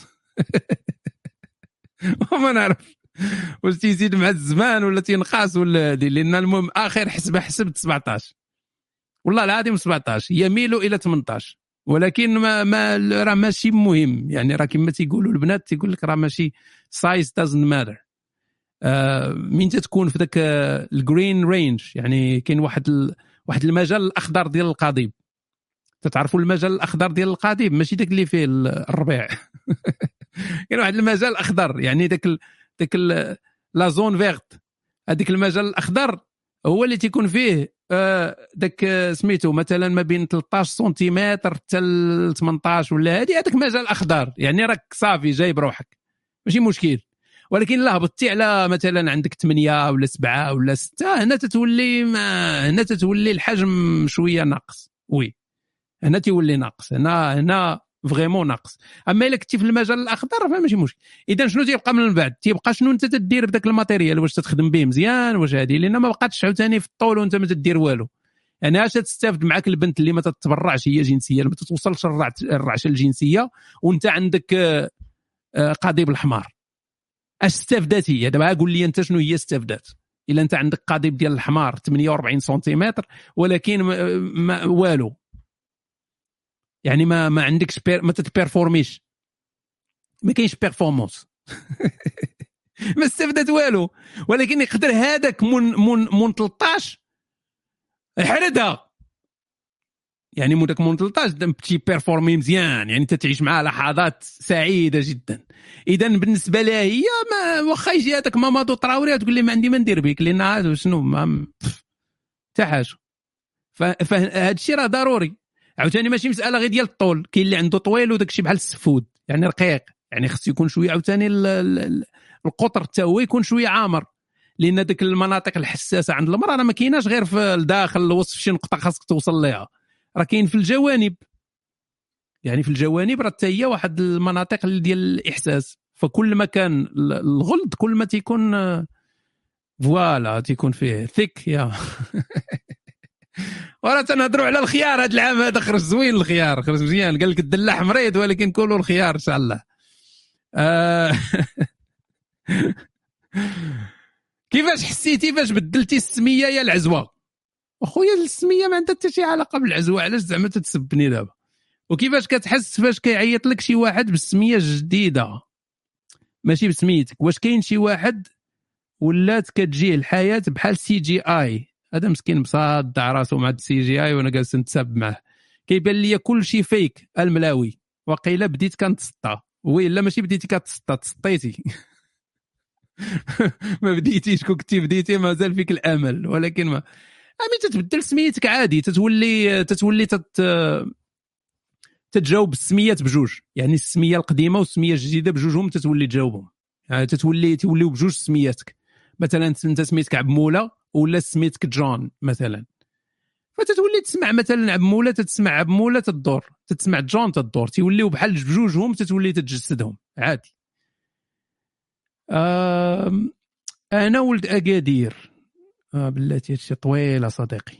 وما نعرف واش تيزيد مع الزمان ولا تينقص ولا هذه، لان المهم اخر حسبه حسبت سبعطاش، والله العظيم سبعطاش، يميل الى ثمنطاش، ولكن ما ما راه ماشي مهم. يعني راه كما تيقولوا البنات تيقول لك راه ماشي سايز دازنت ماتر. آه من تتكون في ذاك الجرين رينج، يعني كاين واحد ال... واحد المجال الاخضر ديال القضيب. تتعرفوا المجال الاخضر ديال القضيب؟ ماشي داك اللي فيه الربيع كاين واحد المجال الاخضر، يعني داك ال... داك ال... لا زون فيرت، هذيك المجال الاخضر هو اللي تيكون فيه آه داك آه سميتو مثلا ما بين ثلاطاش سنتيمتر حتى ثمنطاش ولا هذه، هذاك مجال اخضر، يعني راك صافي جايب روحك ماشي مشكل. ولكن لا هبطتي على مثلا عندك ثمانية ولا سبعة ولا ستة، هنا تتولي ما هنا تتولي الحجم شويه ناقص. وي هنا تيولي ناقص، هنا هنا فريمون ناقص. اما الا كنتي في المجال الاخضر فماشي مشكل. اذا شنو تيبقى من بعد؟ تيبقى شنو انت تدير بداك الماتيريال، واش تخدم به مزيان واش هذه، لان ما بقاتش عاوتاني في الطول وانت ما تدير والو. يعني اش تستافد معك البنت اللي ما تتبرعش هي جنسيه، ما تتوصلش الرعشه الجنسيه وانت عندك قضيب الحمار؟ اش استفدات هي دابا؟ قول لي انت شنو هي استفدات الا انت عندك قضيب ديال الحمار ثمانية وأربعين سنتيمتر ولكن ما والو؟ يعني ما ما عندكش بير ما تتبيرفورميش، ما كاينش بيرفورمانس ما استفدت والو. ولكن يقدر هذاك من من من ثلاثة عشر حردها، يعني مودك من ثلاثة عشر تي بيرفورمي مزيان، يعني تتعيش معها لحظات سعيده جدا. اذا بالنسبه لها هي ما واخا يجي هذاك مامادو طراوري تقول لي ما عندي ما ندير بك، لان هذا شنو ما حتى حاجه. فهذا الشيء راه ضروري. عاوتاني ماشي مساله غير ديال الطول، كاين اللي عنده طويل وداك الشيء بحال السفود يعني رقيق، يعني خصو يكون شويه عاوتاني القطر حتى هو يكون شويه عامر، لان ديك المناطق الحساسه عند المراه راه ما كايناش غير في الداخل الوسط شي نقطه خاصك توصل ليها، راه كاين في الجوانب. يعني في الجوانب راه حتى هي واحد المناطق ديال الاحساس، فكل ما كان الغلظ كل ما تيكون فوالا تيكون فيه ثيك يا وراه تنهضروا على الخيار هذا العام، هذا خرج زوين الخيار، خرج مزيان. قال لك الدلاح مريض ولكن كلوا الخيار ان شاء الله. آه كيفاش حسيتي فاش بدلتي السميه يا العزوه؟ اخويا السميه ما عندها حتى شي علاقه بالعزوه، علاش زعما تتسبني دابا؟ وكيفاش كتحس فاش كيعيط لك شي واحد بالسميه الجديده ماشي بسميتك؟ واش كاين شي واحد ولات كتجيه الحياه بحال سي جي اي؟ هذا مسكين مصادع راسو مع السي جي اي وانا جالس نتساب معاه، كيبان لي كل شيء فيك الملاوي. وقيله بديت كنتسطى، وي لا ماشي بديتي كتسطى تسطيتي ما بديتيش، كنتي بديتي مازال فيك الامل، ولكن ما امي تتبدل سميتك عادي، تتولي تتولي تت تتجاوب السميات بجوج، يعني السميه القديمه والسميه الجديده بجوجهم تتولي تجاوبهم، يعني تتولي توليو بجوج سمياتك. مثلا انت سميتك عبد مولا ولا سميتك جون مثلا، فتتولي تسمع مثلا عبد مولا تتسمع عبد مولا تدور، تتسمع جون تدور، تيوليو بحال بجوجهم تتولي تتجسدهم عادي. انا ولد اكادير. آه بلاتي هادشي طويله صديقي.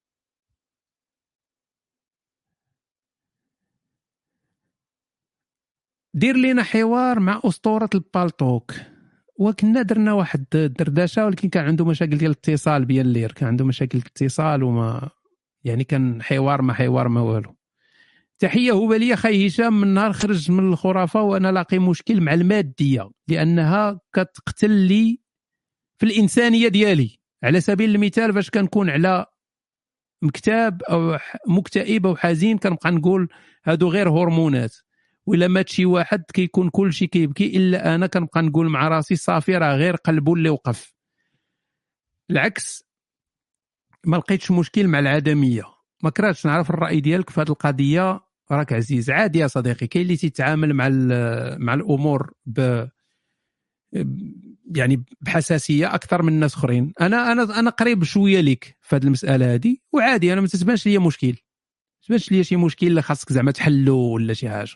دير لينا حوار مع اسطوره البالتوك. وكنا درنا واحد الدردشه ولكن كان عنده مشاكل ديال الاتصال بيا اللير، كان عنده مشاكل الاتصال وما يعني كان حوار ما حوار ما والو. تحيه هو ليا خي هشام، من نهار خرج من الخرافه وانا لاقي مشكل مع الماديه لانها كتقتل لي في الانسانيه ديالي. على سبيل المثال فاش كنكون على مكتئب او مكتئب او حزين كنبقى نقول هادو غير هرمونات، ولا مات شي واحد كيكون كل شيء كيبكي الا انا كنبقى نقول مع راسي صافي راه غير قلبه اللي وقف. العكس ما لقيتش مشكل مع العدميه. ما كرهتش نعرف الراي ديالك في هذه القضيه، راك عزيز عادي يا صديقي. كاين اللي تيتعامل مع مع الامور ب يعني بحساسيه اكثر من الناس اخرين. انا انا انا قريب شويه لك في هذه المساله هذه وعادي، انا ما تتبانش لي مشكل، ما تتبانش لي شي مشكل اللي خاصك زعما تحلو ولا شي حاجه.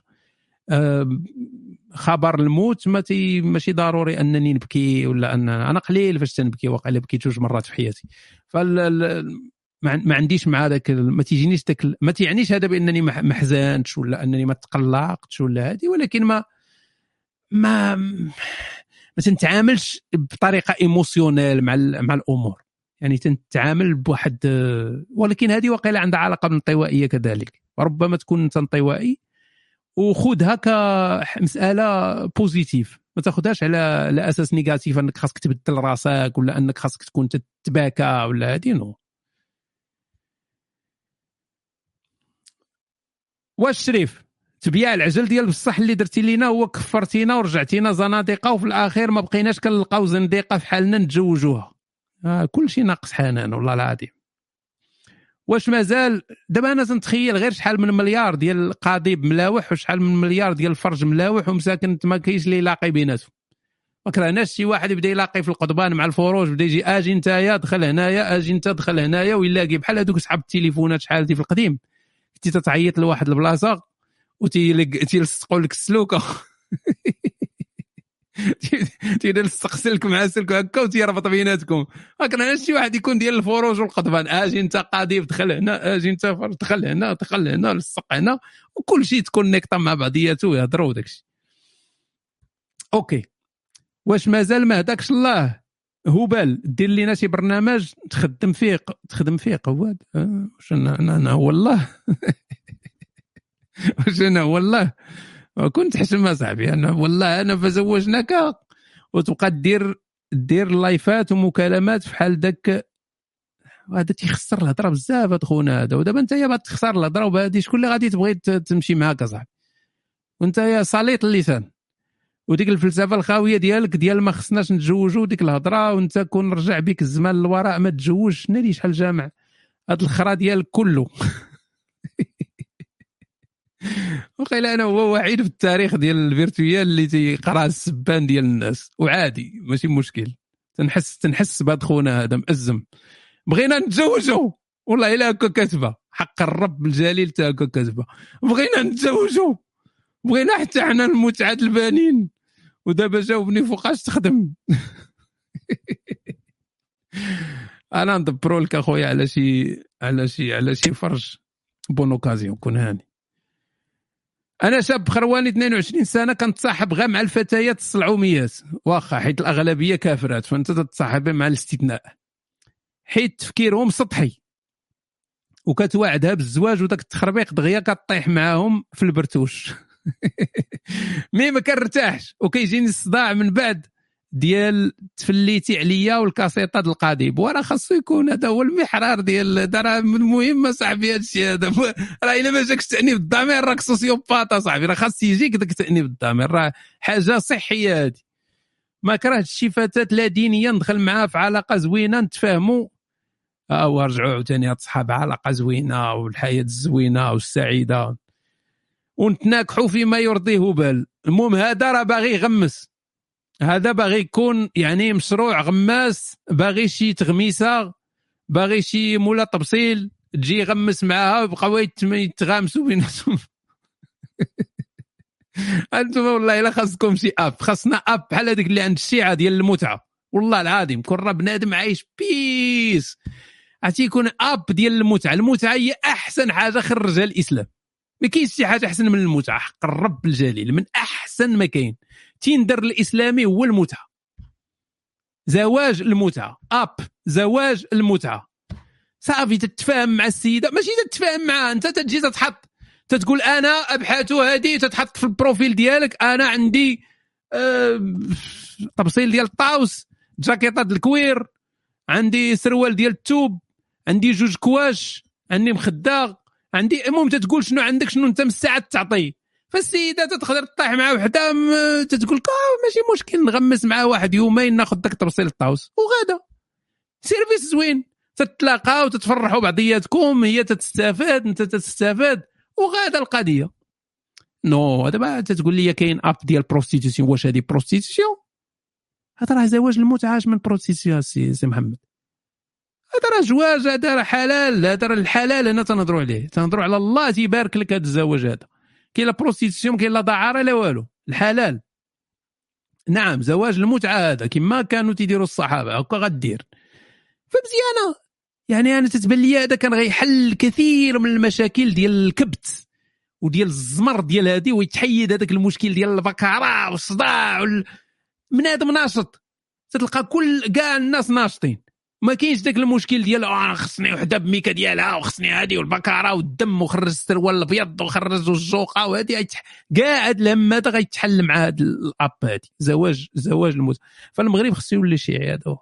خبر الموت ما تي ماشي ضروري انني نبكي، ولا ان انا قليل فاش تنبكي، واقيلا بكيت جوج مرات في حياتي. فال ما عنديش مع هذاك، ما تيجينيش داك، ما تيعنيش هذا بانني ما حزنتش ولا انني ما تقلقتش ولا هذه، ولكن ما ما ما تنتعاملش بطريقه ايموشنال مع مع الامور، يعني تنتعامل بواحد. ولكن هذه واقيلا عندها علاقه بالانطوائيه كذلك، ربما تكون انت انطوائي وخذها كمساله بوزيتيف، ما تاخذهاش على على اساس نيجاتيف انك خاصك تبدل راسك ولا انك خاصك تكون تتباكى ولا هذه. نو. واش شريف تبيع العجل ديال بصح اللي درتي لينا هو كفرتينا ورجعتينا زنادقه، وفي الاخير ما بقيناش كنلقاو زنديقه في حالنا نتزوجوها. آه كل شيء ناقص حنان والله العظيم. واش مازال دابا انا تنتخيل غير شحال من مليار ديال القضيب ملاوح وشحال من مليار ديال الفرج ملاوح ومساكن ما كاينش اللي يلاقي بيناتهم. ما كرهناش شي واحد يبدا يلاقي في القضبان مع الفروج، بدا يجي اجي نتايا دخل هنايا، اجي انت دخل هنايا، ويلاقي بحال هذوك صحاب التليفونات شحال دي في القديم كنتي تتعيط لواحد البلاصه وتيلصقوا لك السلوكه تيلصق مع سلك هكا وتيربط بيناتكم. ما كرهناش شي واحد يكون ديال الفروج والقضبان، اجي انت قضيب دخل هنا، اجي انت فرج دخل هنا، دخل هنا، لصق هنا، وكل شيء تكونيكطا مع بعضياته يهضروا داكشي. اوكي. واش مازال ما هداكش الله هبال دير لينا شي برنامج تخدم فيه تخدم فيه قواد؟ واش انا انا هو الله شنو والله كنت حشم صاحبي انا والله انا فزوجناك وتبقى دير دير لايفات ومكالمات في حال داك هذا تيخسر الهضره بزاف هاد خونا هذا ودابا انت يا باغي تخسر الهضره وبهادي شكون اللي غادي تبغي تمشي معاك اصاحبي وانت يا صليط اللسان وديك الفلسفه الخاويه ديالك ديال ما خصناش نتزوجوا ديك الهضره وانت كون رجع بك الزمان للوراء ما تزوجش شنو لي شحال جامع هاد الخرا ديالك كله وقيلا انا هو وحيد في التاريخ ديال الفيرتويال اللي تيقرا السبان ديال الناس وعادي ماشي مشكل تنحس تنحس بهاد خونا هذا مأزم بغينا نتزوجوا والله الا هكا كاتبه حق الرب الجليل تا هكا كاتبه بغينا نتزوجوا بغينا حتى حنا المتعه البنين ودابا جاوبني فوقاش تخدم انا ندبروا لك اخويا على شي على شي على شي فرج بون اوكازيون كون هاني. انا شاب خرواني اثنين وعشرين سنه كنتصاحب غير مع الفتيات الصلعوميات واخا حيت الاغلبيه كافرات فانت تتصاحب مع الاستثناء حيت تفكيرهم سطحي وكتواعدها بالزواج وداك التخربيق دغيا كطيح معاهم في البرتوش مي ما كنرتاحش وكيجيني الصداع من بعد ديال تفليتي عليا والكاسيطه ديال القضيب وراه خاصو يكون هذا هو المحرار ديال راه المهم صاحبي هذا الشيء هذا راه الا ما جاكش تانيب الضمير راك سوسيوباط صاحبي راه خاص يجيك داك تانيب الضمير راه حاجه صحيه هذه ما كرهتش شي فتاه لا دينيه ندخل معاها في علاقه زوينه نتفاهموا ها هو رجعوا عاوتاني اصحاب علاقه زوينه والحياه الزوينه والسعيده ونتناكحوا فيما يرضيه بال. المهم هذا راه باغي يغمس هذا باغي يكون يعني مشروع غماس باغي شي تغميسه باغي شي مولا طبسيل تجي يغمس معاها ويبقاو يتغامسوا بيناتهم انتم والله الا خاصكم شي اب خاصنا اب بحال هذيك اللي عند الشيعه ديال المتعه والله العظيم كون راه بنادم عايش بيس عرفتي يكون اب ديال المتعه المتعه هي احسن حاجه خرجها الاسلام ما كاينش شي حاجه احسن من المتعه حق الرب الجليل من احسن ما كاين تيندر الاسلامي هو المتعه زواج المتعه اب زواج المتعه صافي تتفاهم مع السيده ماشي تتفاهم معها انت تجي تتحط تتقول انا ابحث هذه تتحط في البروفيل ديالك انا عندي أه طبسيل ديال الطاوس جاكيطه ديال الكوير عندي سروال ديال التوب عندي جوج كواش عندي مخده عندي المهم تتقول شنو عندك شنو انت مستعد تعطي فالسيده تقدر تطيح مع وحده تتقول لك اه ماشي مشكل نغمس مع واحد يومين ناخذ داك طبسيل الطاوس وغادا سيرفيس زوين تتلاقاو وتتفرحوا بعضياتكم هي تتستافد انت تتستافد وغادا القضيه نو هذا ما تتقول لي كاين اب ديال بروستيتيسيون واش هذه بروستيتيسيون هذا راه زواج المتعه من بروستيتيسيون سي, سي محمد هذا راه زواج هذا راه حلال هذا راه الحلال هنا تنهضروا عليه تنهضروا على الله تيبارك لك هذا الزواج هذا كاين لا بروستيتيسيون كاين لا دعاره لا والو الحلال نعم زواج المتعه هذا كما كانوا تيديروا الصحابه هكا غدير فمزيانه يعني انا تتبان لي هذا كان غيحل كثير من المشاكل ديال الكبت وديال الزمر ديال هذه ويتحيد هذاك المشكل ديال البكاره والصداع وال... من ادم ناشط تلقى كل كاع الناس ناشطين ما كاينش داك المشكل ديال اه خصني وحده بميكا ديالها وخصني هذه والبكاره والدم وخرج السروال الابيض وخرج الجوقه وهذه كاع هاد الهم هذا غيتحل مع هاد الاب هذه زواج زواج الموت فالمغرب خصو يولي شيعي هذا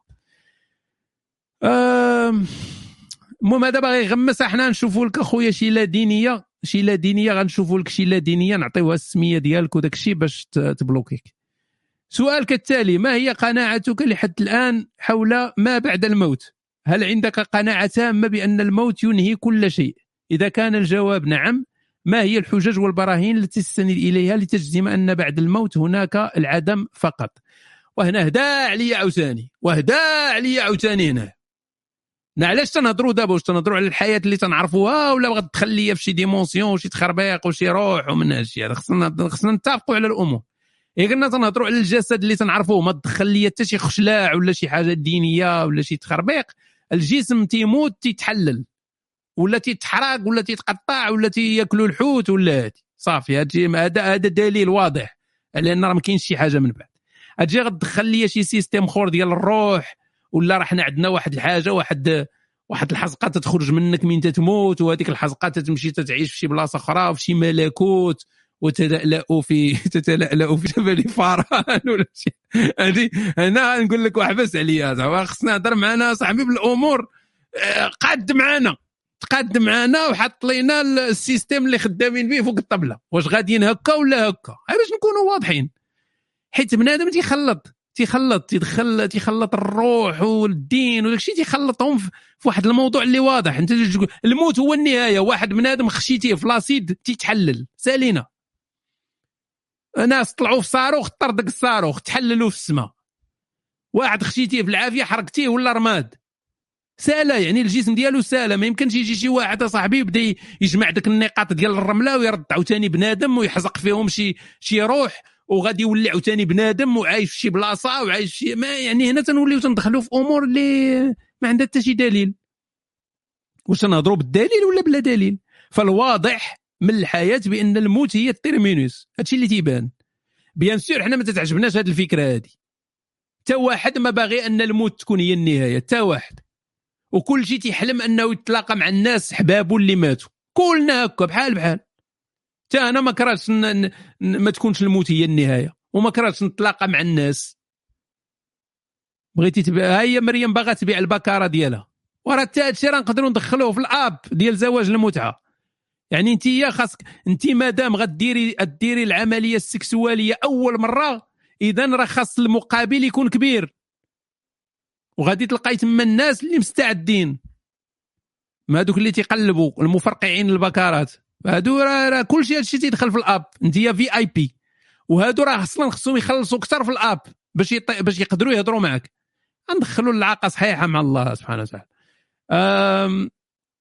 المهم هذا باغي يغمس احنا نشوفوا لك اخويا شي لا دينيه شي لا دينيه غنشوفوا لك شي لا دينيه نعطيوها السميه ديالك وداك الشيء باش تبلوكيك. سؤالك التالي ما هي قناعتك لحد الآن حول ما بعد الموت؟ هل عندك قناعة تامة بأن الموت ينهي كل شيء؟ إذا كان الجواب نعم ما هي الحجج والبراهين التي تستند إليها لتجزم أن بعد الموت هناك العدم فقط؟ وهنا هدا عليا عوتاني وهدا عليا عوتاني هنا علاش تنهضروا دابا واش تنهضروا على الحياه اللي تنعرفوها ولا بغات تدخل ليا في شي ديمونسيون وشي تخربيق وشي روح ومن هادشي هذا خصنا خصنا نتفقوا على الامور. إيه قلنا تنهضروا على الجسد اللي تنعرفوه ما تدخل ليا حتى شي خشلاع ولا شي حاجه دينيه ولا شي تخربيق. الجسم تيموت تيتحلل ولا تيتحرق ولا تيتقطع ولا تياكلوا الحوت ولا هادي صافي هذا هذا دليل واضح على ان راه ما كاينش شي حاجه من بعد. اجي غتدخل ليا شي سيستيم اخر ديال الروح ولا راه حنا عندنا واحد الحاجه واحد واحد الحزقه تتخرج منك من تتموت، وهذيك الحزقه تتمشي تتعيش في شي بلاصه اخرى في شي ملكوت وتتلألأ في تتلألأ في جبل فاران ولا شي. هذه انا نقول لك وحبس عليا زعما خصنا نهضر معنا صاحبي بالامور قاد معنا تقاد معنا وحط لينا السيستم اللي خدامين به فوق الطبله، واش غاديين هكا ولا هكا باش نكونوا واضحين. حيت بنادم تيخلط تيخلط تيدخل تيخلط الروح والدين وداك الشيء تيخلطهم في واحد الموضوع اللي واضح. انت الموت هو النهايه، واحد بنادم خشيتيه في لاسيد تيتحلل سالينا، ناس طلعوا في صاروخ طردك داك الصاروخ تحللوا في السماء، واحد خشيتيه في العافيه حرقتيه ولا رماد ساله، يعني الجسم ديالو ساله. ما يمكنش يجي شي واحد صاحبي يبدا يجمع داك النقاط ديال الرمله ويرد عاوتاني بنادم ويحزق فيهم شي شي روح وغادي يولي عاوتاني بنادم وعايش في شي بلاصه وعايش شي ما، يعني هنا تنوليو تندخلوا في امور اللي ما عندها حتى شي دليل. واش نهضروا بالدليل ولا بلا دليل؟ فالواضح من الحياه بان الموت هي التيرمينوس، هادشي اللي تيبان. بيان سور حنا ما تتعجبناش هذه الفكره هذه، حتى واحد ما باغي ان الموت تكون هي النهايه، حتى واحد. وكل شيء تيحلم انه يتلاقى مع الناس حبابه اللي ماتوا، كلنا هكا بحال بحال. حتى انا ما كرهتش ما تكونش الموت هي النهايه، وما كرهتش نتلاقى مع الناس. بغيتي تبيع، هي مريم باغا تبيع البكاره ديالها، وراه حتى هادشي راه نقدروا ندخلوه في الاب ديال زواج المتعه. يعني انت يا خاصك انت مادام غديري ديري العمليه السكسواليه اول مره، اذا راه خاص المقابل يكون كبير، وغادي تلقاي تما الناس اللي مستعدين، ما هذوك اللي تيقلبوا المفرقعين البكارات، هادو راه كلشي هادشي تيدخل في الاب. انت يا في اي بي، وهادو راه اصلا خصهم يخلصوا اكثر في الاب باش يط... باش يقدروا يهضروا معك. ندخلوا العلاقه صحيحه مع الله سبحانه وتعالى. أم...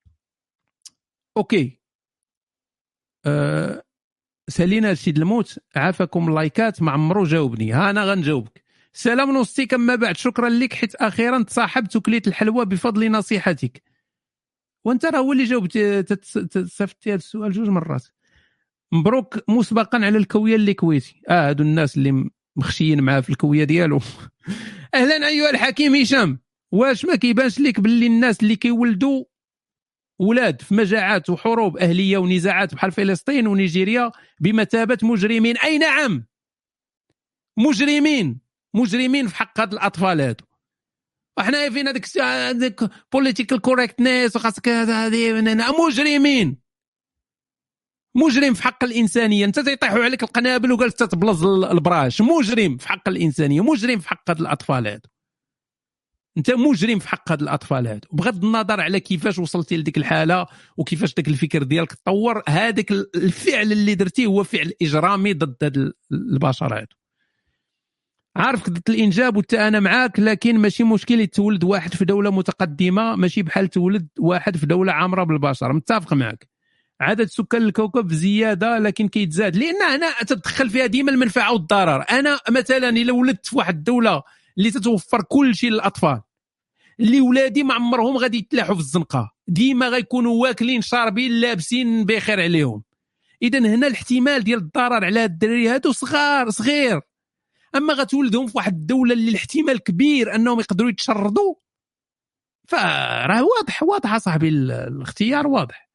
اوكي أه... سالينا هادشي د الموت، عافاكم اللايكات ما عمرو جاوبني. ها انا غنجاوبك. سلام نوستي كما بعد، شكرا لك حيت اخيرا تصاحبت وكليت الحلوى بفضل نصيحتك. وانت راه هو اللي جاوبت تصفتي هذا السؤال جوج مرات. مبروك مسبقا على الكويه اللي كويتي. اه هادو الناس اللي مخشيين معاه في الكويه ديالو. اهلا ايها الحكيم هشام، واش ما كيبانش لك باللي الناس اللي كيولدوا ولاد في مجاعات وحروب اهليه ونزاعات بحال فلسطين ونيجيريا بمثابه مجرمين؟ اي نعم، مجرمين مجرمين في حق هاد الاطفال هادو. وحنا فين هذاك بوليتيكال كوريكتنس وخاصك هذه مجرمين، مجرم في حق الانسانيه. انت تيطيحوا عليك القنابل وقال تتبلز البراش، مجرم في حق الانسانيه، مجرم في حق هاد الاطفال هادو. انت مجرم في حق هاد الاطفال هادو، بغض النظر على كيفاش وصلتي لديك الحاله وكيفاش داك الفكر ديالك تطور. هذاك الفعل اللي درتيه هو فعل اجرامي ضد هاد البشر هادو. عارفك ضد الانجاب وانت انا معاك، لكن ماشي مشكل تولد واحد في دوله متقدمه ماشي بحال تولد واحد في دوله عامره بالبشر. متفق معك، عدد سكان الكوكب زياده لكن كيتزاد، لان هنا تدخل فيها ديما المنفعه والضرر. انا مثلا الا ولدت في واحد الدوله اللي تتوفر كل شيء للاطفال، اللي ولادي ما عمرهم غادي يتلاحوا في الزنقه، ديما غيكونوا واكلين شاربين لابسين بخير عليهم. اذا هنا الاحتمال ديال الضرر على هاد الدراري هادو صغار صغير. اما غتولدهم في واحد الدوله اللي الاحتمال كبير انهم يقدروا يتشردوا، فراه واضح واضح صاحبي، الاختيار واضح.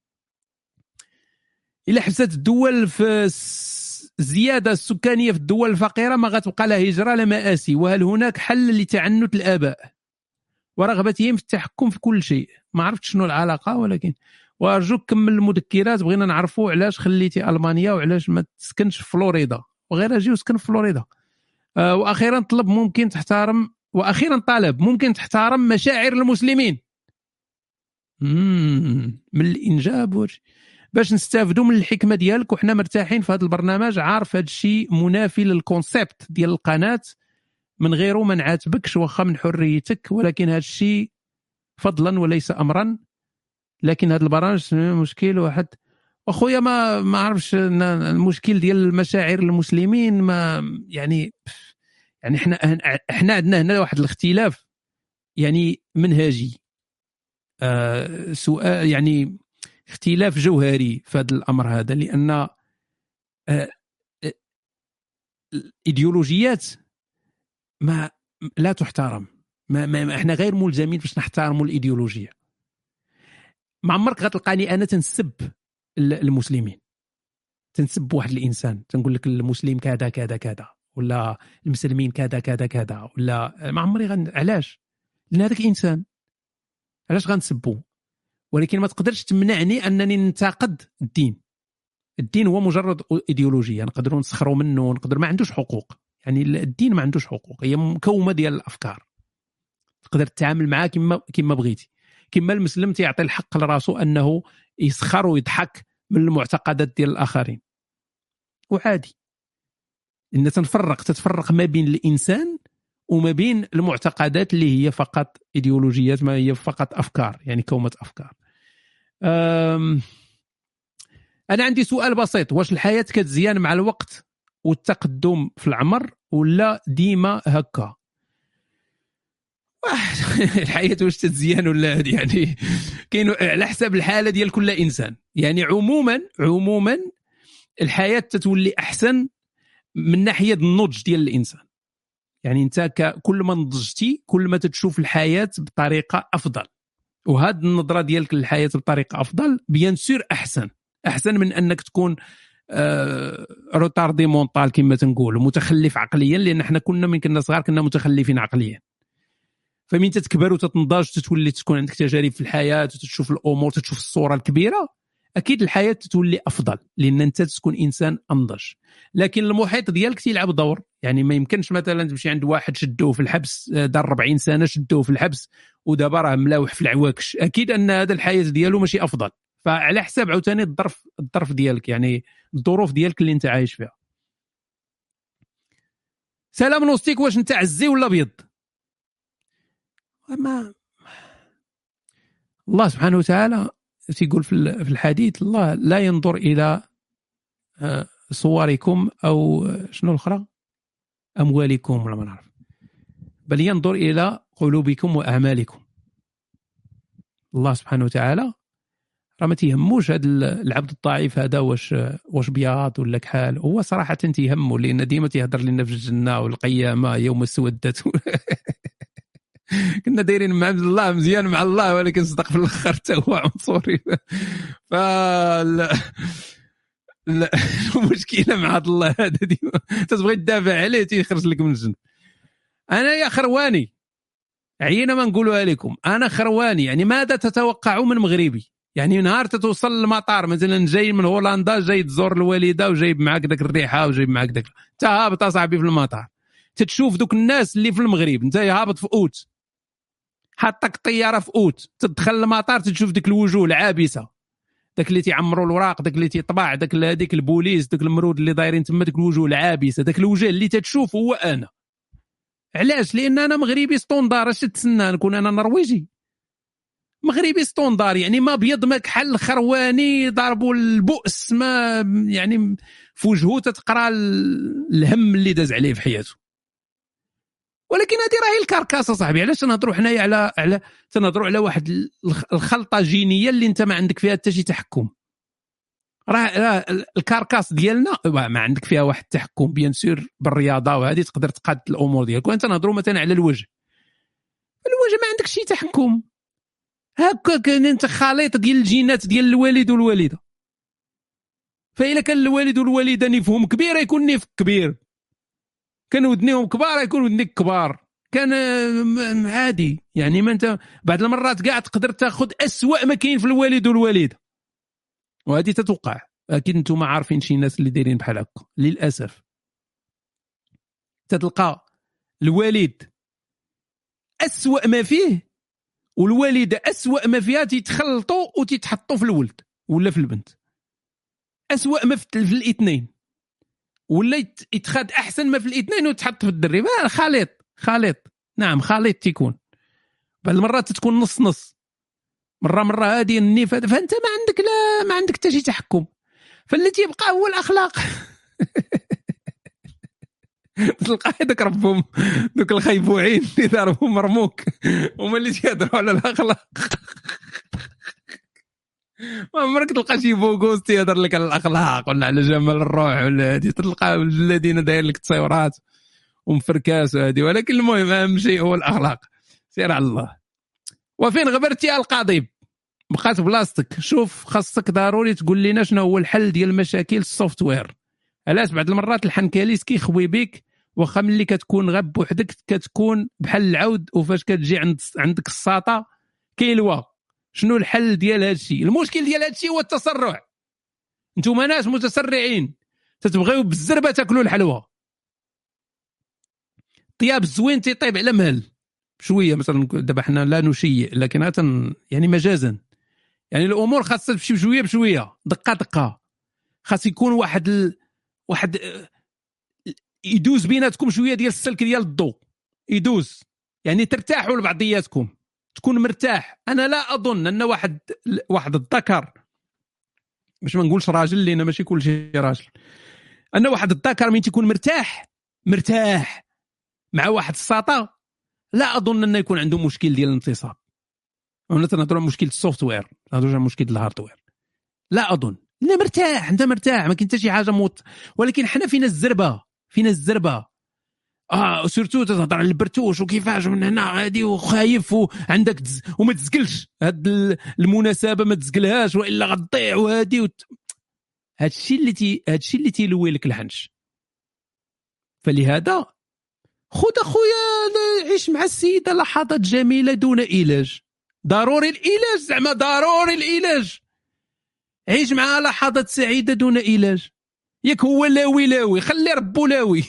الا حبست الدول في الزياده السكانيه في الدول الفقيره ما غتبقى لها هجره لا مآسي. وهل هناك حل لتعنت الاباء ورغبتهم في التحكم في كل شيء؟ ما عرفت شنو العلاقه، ولكن وارجوك كمل المذكرات، بغينا نعرفوا علاش خليتي المانيا وعلاش ما تسكنش في فلوريدا، وغير اجي وسكن في فلوريدا. أه واخيرا طلب ممكن تحترم واخيرا طالب ممكن تحترم مشاعر المسلمين مم. من الانجاب باش نستافدوا من الحكمه ديالك وحنا مرتاحين في هذا البرنامج. عارف هذا الشيء منافي للكونسيبت ديال القناه، من غيره ما نعاتبكش واخا من حريتك، ولكن هذا الشيء فضلا وليس امرا. لكن هذا البرنامج مشكل واحد اخويا، ما ما عرفش المشكل ديال المشاعر المسلمين. ما يعني يعني احنا احنا عندنا هنا واحد الاختلاف يعني منهجي، آه سؤال يعني اختلاف جوهري في هذا الامر هذا، لان آه الايديولوجيات ما لا تحترم. ما, ما احنا غير ملزمين باش نحترموا الايديولوجيه. ما عمرك غتلقاني انا تنسب المسلمين، تنسب واحد الانسان تنقول لك المسلم كذا كذا كذا ولا المسلمين كذا كذا كذا ولا ما عمري غن... علاش؟ لان هذاك انسان، علاش غنسبوه؟ ولكن ما تقدرش تمنعني انني ننتقد الدين. الدين هو مجرد ايديولوجيه نقدروا نسخروا منه، نقدر ما عندوش حقوق. يعني الدين ما عندوش حقوق، هي مكومه ديال الافكار تقدر تتعامل معاه كما كما بغيتي. كما المسلم تيعطي الحق لراسو انه يسخر ويضحك من المعتقدات ديال الاخرين، وعادي ان تنفرق تتفرق ما بين الانسان وما بين المعتقدات اللي هي فقط ايديولوجيات، ما هي فقط افكار، يعني كومه افكار. انا عندي سؤال بسيط، واش الحياه كتزيان مع الوقت والتقدم في العمر ولا ديما هكا؟ الحياه واش تتزيان ولا هذه يعني كاين على حسب الحاله ديال كل انسان. يعني عموما عموما الحياه تتولي احسن من ناحيه النضج ديال الانسان. يعني انت كل ما نضجتي كل ما تتشوف الحياه بطريقه افضل، وهذه النظره ديالك للحياه بطريقه افضل بيان سور احسن احسن من انك تكون آه روتاردي مونطال كما تنقولوا، متخلف عقليا، لان احنا كنا من كنا صغار كنا متخلفين عقليا. فمن تتكبر وتتنضج تتولي تكون عندك تجارب في الحياه وتشوف الامور تشوف الصوره الكبيره، اكيد الحياه تتولي افضل لان انت تكون انسان انضج. لكن المحيط ديالك تيلعب دور. يعني ما يمكنش مثلا تمشي عند واحد شدوه في الحبس دار أربعين سنه شدوه في الحبس ودابا راه ملاوح في العواكش، اكيد ان هذا الحياه ديالو ماشي افضل. فعلى حساب عاوتاني الظرف الظرف ديالك، يعني الظروف ديالك اللي انت عايش فيها. سلام نوستيك، واش انت عزي ولا ابيض؟ ما الله سبحانه وتعالى تيقول في الحديث الله لا ينظر الى صوركم او شنو الاخرى اموالكم ولا ما نعرف، بل ينظر الى قلوبكم واعمالكم. الله سبحانه وتعالى راه ما تيهموش هذا العبد الضعيف هذا واش واش بياض ولا كحال، هو صراحه تيهمه لان ديما تيهضر لنا في الجنه والقيامه يوم اسودت كنا دايرين مع عبد الله مزيان مع الله، ولكن صدق في الاخر حتى هو عنصري. ف لا المشكله مع عبد الله هذا ديما تتبغي تدافع عليه تيخرج لك من الجنة. انا يا خرواني عينا ما نقولها لكم، انا خرواني. يعني ماذا تتوقعوا من مغربي؟ يعني نهار تتوصل للمطار مثلا جاي من هولندا جاي تزور الوالده وجايب معاك داك الريحه وجايب معاك داك، انت هابط صاحبي في المطار تتشوف دوك الناس اللي في المغرب، انت هابط في اوت حطك الطياره في اوت تدخل المطار تشوف ديك الوجوه العابسه، داك اللي تيعمروا الوراق، داك اللي تيطبع، داك هذيك البوليس، داك المرود اللي دايرين تما، ديك الوجوه العابسه، داك الوجه اللي تتشوف هو انا. علاش؟ لان انا مغربي ستوندار. اش تتسنى نكون انا نرويجي؟ مغربي ستوندار، يعني ما بيض ما كحل خرواني ضربوا البؤس، ما يعني في وجهه تتقرا الهم اللي داز عليه في حياته. ولكن هذه راهي الكركاسه صاحبي. علاش تنهضروا حنايا على على تنهضروا على واحد الخلطه جينيه اللي انت ما عندك فيها حتى شي تحكم؟ راه الكركاس ديالنا ما عندك فيها واحد التحكم بيان سور بالرياضه، وهذه تقدر تقاد الامور ديالك. وانت نهضروا مثلا على الوجه، الوجه ما عندك شي تحكم، هكا انت خليط ديال الجينات ديال الوالد والوالده. فإلا كان الوالد والوالده نيفهم كبير يكون نيفك كبير، كان ودنيهم كبار يكون ودنيك كبار، كان عادي. يعني ما انت بعض المرات كاع تقدر تاخذ أسوأ ما كاين في الوالد والوالده، وهذه تتوقع. اكيد انتم عارفين شي ناس اللي دايرين بحال هكا للاسف. تتلقى الوالد أسوأ ما فيه والوالده أسوأ ما فيها، تيتخلطوا وتيتحطوا في الولد ولا في البنت. أسوأ ما في الاثنين، ولا يتخاد احسن ما في الاثنين وتحط في الدري. خليط خليط نعم خليط تيكون. بعض المرات تكون نص نص، مره مره هذه النيف، فانت ما عندك لا ما عندك حتى شي تحكم. فاللي تيبقى هو الاخلاق. تلقى هذاك ربهم دوك الخيبوعين اللي دارهم مرموك هما اللي تيهضروا على الاخلاق. ما عمرك تلقى شي بوغوس تيهضر لك على الاخلاق ولا على جمال الروح ولا هذه. تلقى الذين داير لك تصويرات ومفركاس وهذه، ولكن المهم اهم شيء هو الاخلاق. سير على الله. وفين غبرتي القضيب؟ بقات بلاصتك. شوف خاصك ضروري تقول لنا شنو هو الحل ديال مشاكل السوفتوير. علاش بعض المرات الحنكاليس كيخوي بك واخا ملي كتكون غاب بوحدك كتكون بحال العود، وفاش كتجي عند عندك الساطه كيلوى. شنو الحل ديال هذا الشيء؟ المشكل ديال هذا الشيء هو التسرع. نتوما ناس متسرعين تتبغيو بالزربه تاكلوا الحلوى. طياب الزوين تيطيب على مهل شويه. مثلا دابا حنا لا نشيء، لكن هاتن يعني مجازا، يعني الامور خاصها تمشي بشويه بشويه، دقه دقه. خاص يكون واحد ال... واحد يدوز بيناتكم شويه ديال السلك ديال الضوء، يدوز يعني ترتاحوا لبعضياتكم، تكون مرتاح. انا لا اظن ان واحد واحد الذكر، باش ما نقولش راجل لينا ماشي كل شيء راجل، ان واحد الذكر من تيكون مرتاح مرتاح مع واحد الساطه، لا اظن انه يكون عنده مشكل ديال الانتصاب. انا تنهضروا على مشكل السوفتوير، نهضروا على مشكل الهاردوير. لا اظن لا مرتاح، انت مرتاح ما كاين حتى شي حاجه موت. ولكن حنا فينا الزربه، فينا الزربه. اه سورتو تهضر على البرتوش وكيفاش من هنا غادي وخايف وعندك دز... وما تزقلش هاد المناسبه ما تزقلهاش والا غتضيع وهادي وت... هادشي اللي تي هادشي اللي تيلوي لك الحنش. فلهذا خذ اخويا عيش مع السيده لحظات جميله دون علاج. ضروري العلاج، زعما ضروري العلاج. عيش معها لحظات سعيده دون علاج. ياك هو لاوي لاوي، خلي ربو لاوي.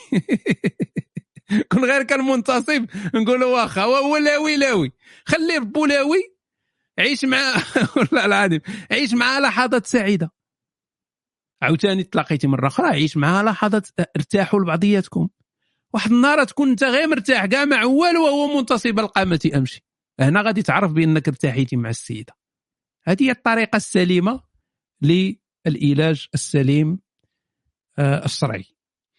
كون غير كان منتصب نقولوا واخا هو لاوي لاوي، خلي ربو لاوي. عيش مع والله العظيم عيش معها لحظات سعيده. عاوتاني تلاقيتي مره اخرى، عيش معها لحظات ارتاحوا لبعضياتكم. واحد النهار تكون انت غير مرتاح كاع مع والو وهو منتصب القامه امشي. هنا غادي تعرف بانك ارتاحيتي مع السيده. هذه هي الطريقه السليمه للعلاج السليم آه الشرعي.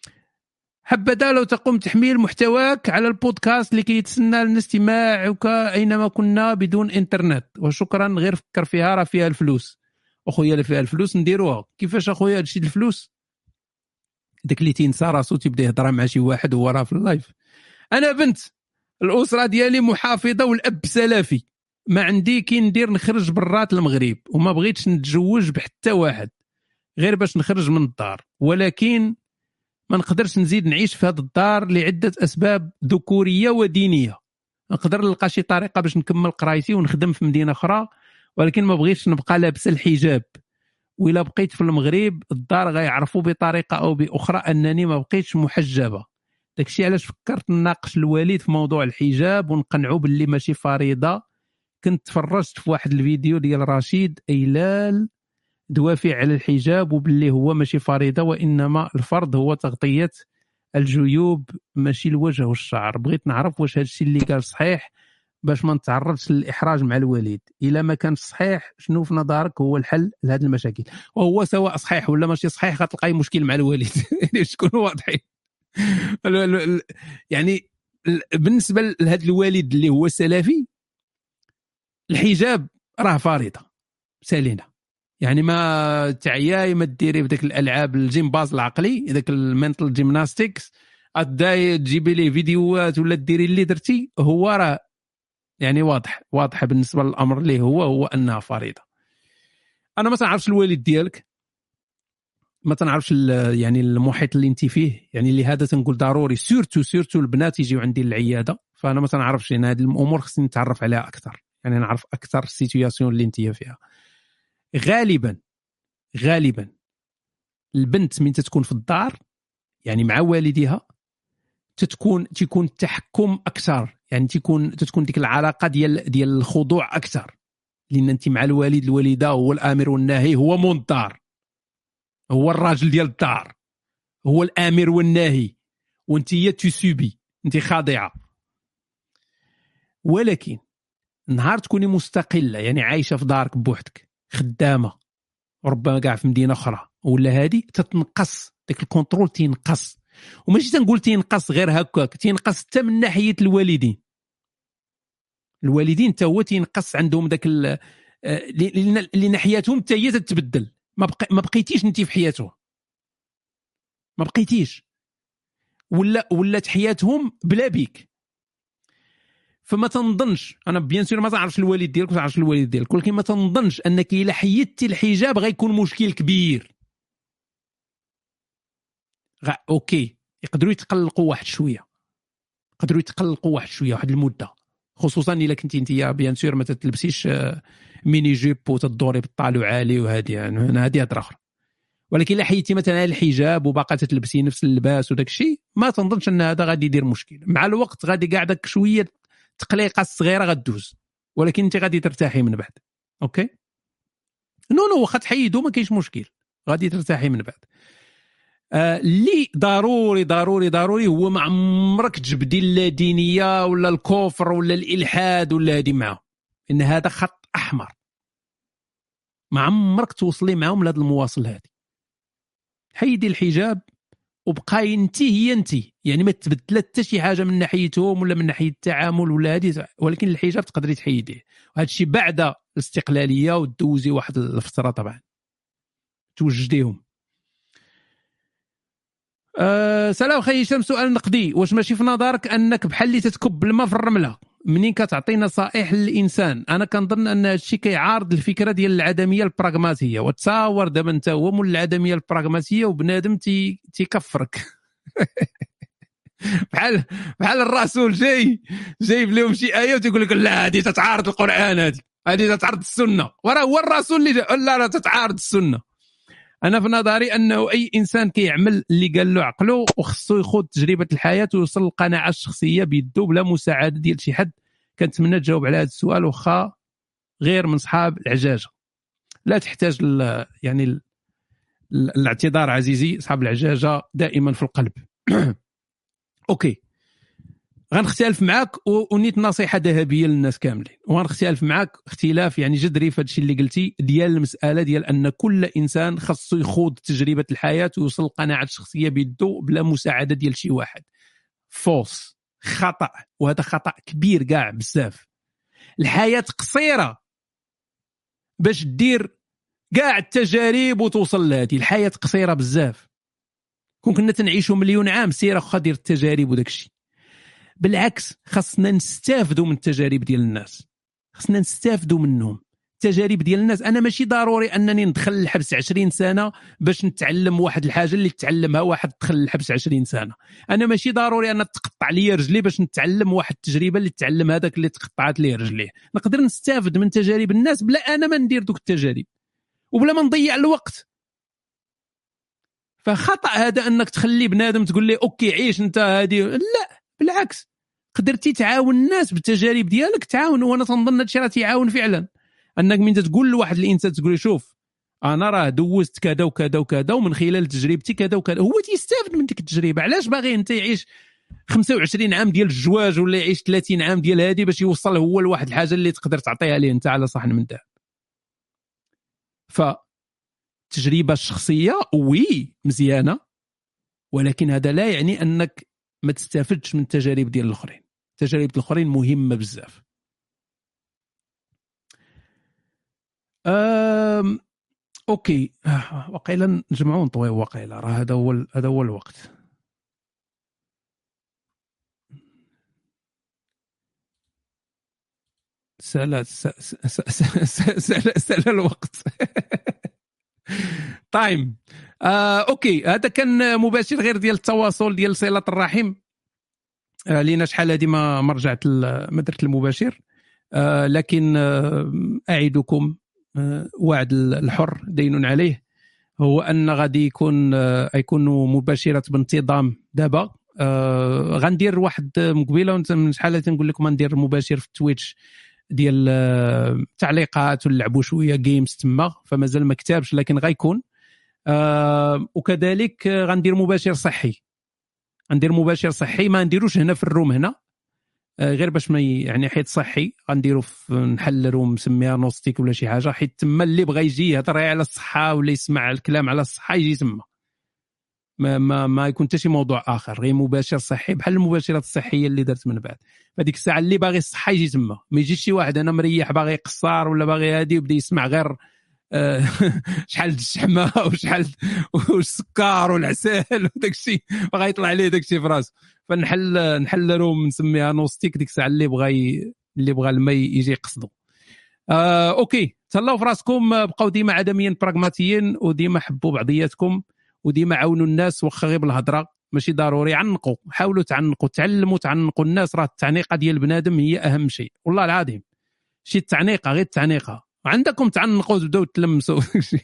حبذا لو تقوم تحميل محتواك على البودكاست لكي يتسنى لنا استماعك اينما كنا بدون انترنت. وشكرا، غير فكر فيها راه فيها الفلوس. اخويا اللي فيها الفلوس نديروها. كيفاش اخويا هادشي الفلوس؟ داك اللي تينسى راسو تيبدا يهضر مع شي واحد وهو راه في اللايف. انا بنت الاسره ديالي محافظه والاب سلفي، ما عندي كي ندير نخرج برات المغرب وما بغيتش نتزوج بحتى واحد غير باش نخرج من الدار، ولكن ما نقدرش نزيد نعيش في هذه الدار لعده اسباب ذكوريه ودينيه. نقدر نلقى شي طريقه باش نكمل قرايتي ونخدم في مدينه اخرى، ولكن ما بغيتش نبقى لابس الحجاب. وإلا بقيت في المغرب الدار غيعرفوا بطريقه او باخرى انني ما بقيتش محجبه. داكشي علاش فكرت نناقش الوالد في موضوع الحجاب ونقنعوا باللي ماشي فريضه. كنت تفرجت في واحد الفيديو ديال رشيد ايلال دوافع على الحجاب وباللي هو ماشي فريضه، وانما الفرض هو تغطيه الجيوب ماشي الوجه والشعر. بغيت نعرف واش هادشي اللي قال صحيح باش ما نتعرضش للاحراج مع الوالد. الا ما كان صحيح شنو في نظرك هو الحل لهذه المشاكل؟ وهو سواء صحيح ولا ماشي صحيح غتلقاي مشكل مع الوالد. تكونوا واضحين. يعني بالنسبه لهذا الوالد اللي هو سلفي، الحجاب راه فريضه سالينا. يعني ما تعياي ما ديري في داك الالعاب الجيمباز العقلي، داك المنتال جيمناستيكس، اداي تجيبي ليه فيديوهات ولا ديري اللي درتي. هو راه يعني واضح واضحه بالنسبه للامر اللي هو هو انها فريضه. انا ما تنعرفش الوالد ديالك، ما تنعرفش يعني المحيط اللي انت فيه، يعني اللي هذا تنقول ضروري سورتو سورتو البنات يجيو عندي للعياده. فانا ما تنعرفش يعني هذه الامور خصني نتعرف عليها اكثر، يعني نعرف اكثر السيتوياسيون اللي انت فيها. غالبا غالبا البنت من تتكون في الدار يعني مع والديها تتكون تكون التحكم اكثر، يعني تكون تتكون ديك العلاقه ديال ديال الخضوع اكثر، لان انت مع الوالد الوالده هو الامر والناهي، هو مون الدار، هو الراجل ديال الدار، هو الامر والناهي، وانت هي تسوبي، انت خاضعه. ولكن نهار تكوني مستقله، يعني عايشه في دارك بوحدك، خدامه وربما كاع في مدينه اخرى ولا هذه، تتنقص داك الكونترول، تينقص. وماشي تنقول تينقص غير هكاك، تينقص حتى من ناحيه الوالدين. الوالدين حتى هو تينقص عندهم داك اللي ناحيتهم حتى هي تتبدل. ما بقى ما بقيتيش انت في حياتهم، ما بقيتيش، ولا ولات حياتهم بلا بيك. فما تنظنش انا بيان سور ما تعرفش الوالد ديالك ما تعرفش الوالد ديالك، ولكن ما تنظنش انك الا حيدتي الحجاب غيكون مشكل كبير. غا اوكي يقدروا يتقلقوا واحد شويه، يقدروا يتقلقوا واحد شويه واحد المده، خصوصا الا كنتي انت بيان سور ما تلبسيش ميني جيب وتدوري بالطالو عالي وهذه يعني هذه هضره اخرى. ولكن الا حيدتي مثلا الحجاب وباقا تتلبسي نفس اللباس وداك الشيء ما تنظنش ان هذا غادي يدير مشكل. مع الوقت غادي كاع داك شويه تقليقه الصغيره غدوز، ولكن انت غادي ترتاحي من بعد. اوكي نو نو واخا تحيدوا ما كاينش مشكل، غادي ترتاحي من بعد. آه اللي ضروري ضروري ضروري هو ما عمرك تجبدي اللادينيه ولا الكفر ولا الالحاد ولا هذه معاه، ان هذا خط احمر ما عمرك توصلي معاهم لهذه المواصل هذه. حيدي الحجاب وبقاي انت هي انت، يعني ما تبدل حتى شي حاجه من ناحيتهم ولا من ناحيه التعامل ولا هذه، ولكن الحجاب تقدري تحيديه. وهذا الشيء بعد الاستقلاليه ودوزي واحد الفتره طبعا توجديهم. أه سلام خي هشام، سؤال نقدي، واش ماشي في نظرك انك بحال اللي تتكب الماء في الرمله منين كتعطي نصائح للانسان؟ انا كنظن ان هذا الشيء كيعارض الفكره ديال العدميه البراغماتيه، وتصاور دابا انت هو مول العدميه البراغماتيه وبنادم تي تيكفرك بحال بحال الرسول جاي جايب لهم شي ايه وتيقول لك لا هذه تتعارض القران، هذه هذه تتعارض السنه، وراه هو الرسول اللي جا لا راه تتعارض السنه. انا في نظري انه اي انسان كيعمل اللي قال له عقله وخصو يخوض تجربه الحياه ويوصل للقناعه الشخصيه بيدو بلا مساعده ديال شي حد. كنتمنى تجاوب على هذا السؤال واخا غير من صحاب العجاجه، لا تحتاج يعني ال... الاعتذار عزيزي، صحاب العجاجه دائما في القلب. اوكي غنختلف معاك ونيت نصيحه ذهبيه للناس كاملين، وغنختلف معاك اختلاف يعني جذري في هذا الشيء اللي قلتي ديال المساله ديال ان كل انسان خاصو يخوض تجربه الحياه ويوصل لقناعه الشخصيه بيدو بلا مساعده ديال شي واحد. فوس، خطا، وهذا خطا كبير كاع بزاف. الحياه قصيره باش دير كاع التجارب وتوصل لهذه. الحياه قصيره بزاف، كون كنا تنعيشوا مليون عام سير اخا دير التجارب وداك الشيء. بالعكس خاصنا نستافدوا من التجارب ديال الناس، خاصنا نستافدوا منهم. التجارب ديال الناس انا ماشي ضروري انني ندخل الحبس عشرين سنه باش نتعلم واحد الحاجه اللي تعلمها واحد دخل الحبس عشرين سنه. انا ماشي ضروري ان تقطع لي رجلي باش نتعلم واحد التجربه اللي تعلم هذاك اللي تقطعت ليه رجليه. نقدر نستافد من تجارب الناس بلا انا ما ندير دوك التجارب وبلا ما نضيع الوقت. فخطا هذا انك تخلي بنادم تقول لي اوكي عيش انت هذه، لا بالعكس قدرتي تعاون الناس بالتجارب ديالك تعاون. وانا تنظن هادشي راه تيعاون فعلا، انك من تقول لواحد الانسان تقول له شوف انا راه دوزت كذا وكذا وكذا ومن خلال تجربتي كذا وكذا، هو تيستافد من ديك التجربه. علاش باغي انت يعيش خمسة وعشرين عام ديال الزواج ولا يعيش ثلاثين عام ديال هذه باش يوصل هو لواحد الحاجه اللي تقدر تعطيها ليه انت على صحن من ذهب؟ فالتجربه الشخصيه وي مزيانه، ولكن هذا لا يعني انك ما تستافدش من التجارب ديال الاخرين. التجارب الاخرين مهمه بزاف. أم... اوكي وقيلا نجمعوا نطوي وقيلا راه هذا هو هذا هو الوقت. سال سال سال الوقت تايم. آه، اوكي هذا كان مباشر غير ديال التواصل ديال صله الرحم. آه، لينا شحال هذه ما ما رجعت ما درت المباشر. آه، لكن آه، اعدكم آه، وعد الحر دين عليه هو ان غادي يكون آه، يكونوا مباشرات بانتظام دابا. آه، غندير واحد مقبله من شحال تنقول لكم غندير مباشر في تويتش ديال آه، تعليقات ونلعبوا شويه جيمز تما، فمازال ما كتابش لكن غيكون. آه، وكذلك آه، غندير مباشر صحي، غندير مباشر صحي ما نديروش هنا في الروم هنا آه، غير باش ما يعني حيت صحي غنديرو في نحل روم مسميها نوستيك ولا شي حاجه، حيت تما اللي بغى يجي يهضر على الصحه ولا يسمع الكلام على الصحه يجي تما، ما ما ما يكون حتى شي موضوع اخر، غير مباشر صحي بحال المباشرات الصحيه اللي درت من بعد. فديك الساعه اللي باغي الصحه يجي تما، ما يجيش شي واحد انا مريح باغي قصار ولا باغي هادي وبدا يسمع غير شحال الشحمه وشحال والسكر والعسل وداك الشيء بغا يطلع عليه داك الشيء في راسو. فنحل نحللهم نسميها نوستيك ديك الساعه اللي بغا ي... اللي بغا الماء يجي يقصدو. آه، اوكي، تهلاو في راسكم، بقاو ديما عدميين براغماتيين وديما حبوا بعضياتكم وديما عاونوا الناس واخا غير بالهضره، ماشي ضروري عنقوا، حاولوا تعنقوا، تعلموا تعنقوا الناس. راه التعنيقه ديال بنادم هي اهم شيء والله العظيم، شي التعنيقه غير التعنيقه عندكم، تعنقوا تبداو تلمسوا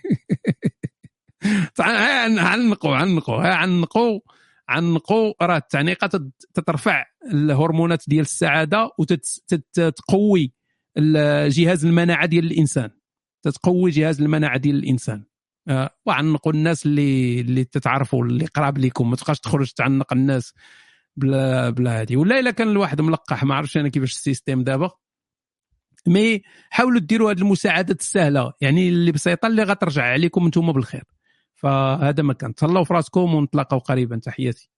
عنقوا عنقوا عنقوا عنقوا. راه التعنيقه تترفع الهرمونات ديال السعاده وتتقوي الجهاز المناعه ديال الانسان، تتقوي جهاز المناعه ديال الانسان. أه وعنقوا الناس اللي اللي تتعرفوا اللي قراب لكم، ما تبقاش تخرج تعنق الناس بلا بلا هذه. ولا الا كان الواحد ملقح ما عرفتش انا كيفاش السيستيم دابا، مي حاولوا ديروا هذه المساعدات السهله يعني اللي بسيطه اللي غترجع عليكم انتم بالخير. فهذا ما كان. تهلاو في راسكم ونتلاقاو قريبا. تحياتي.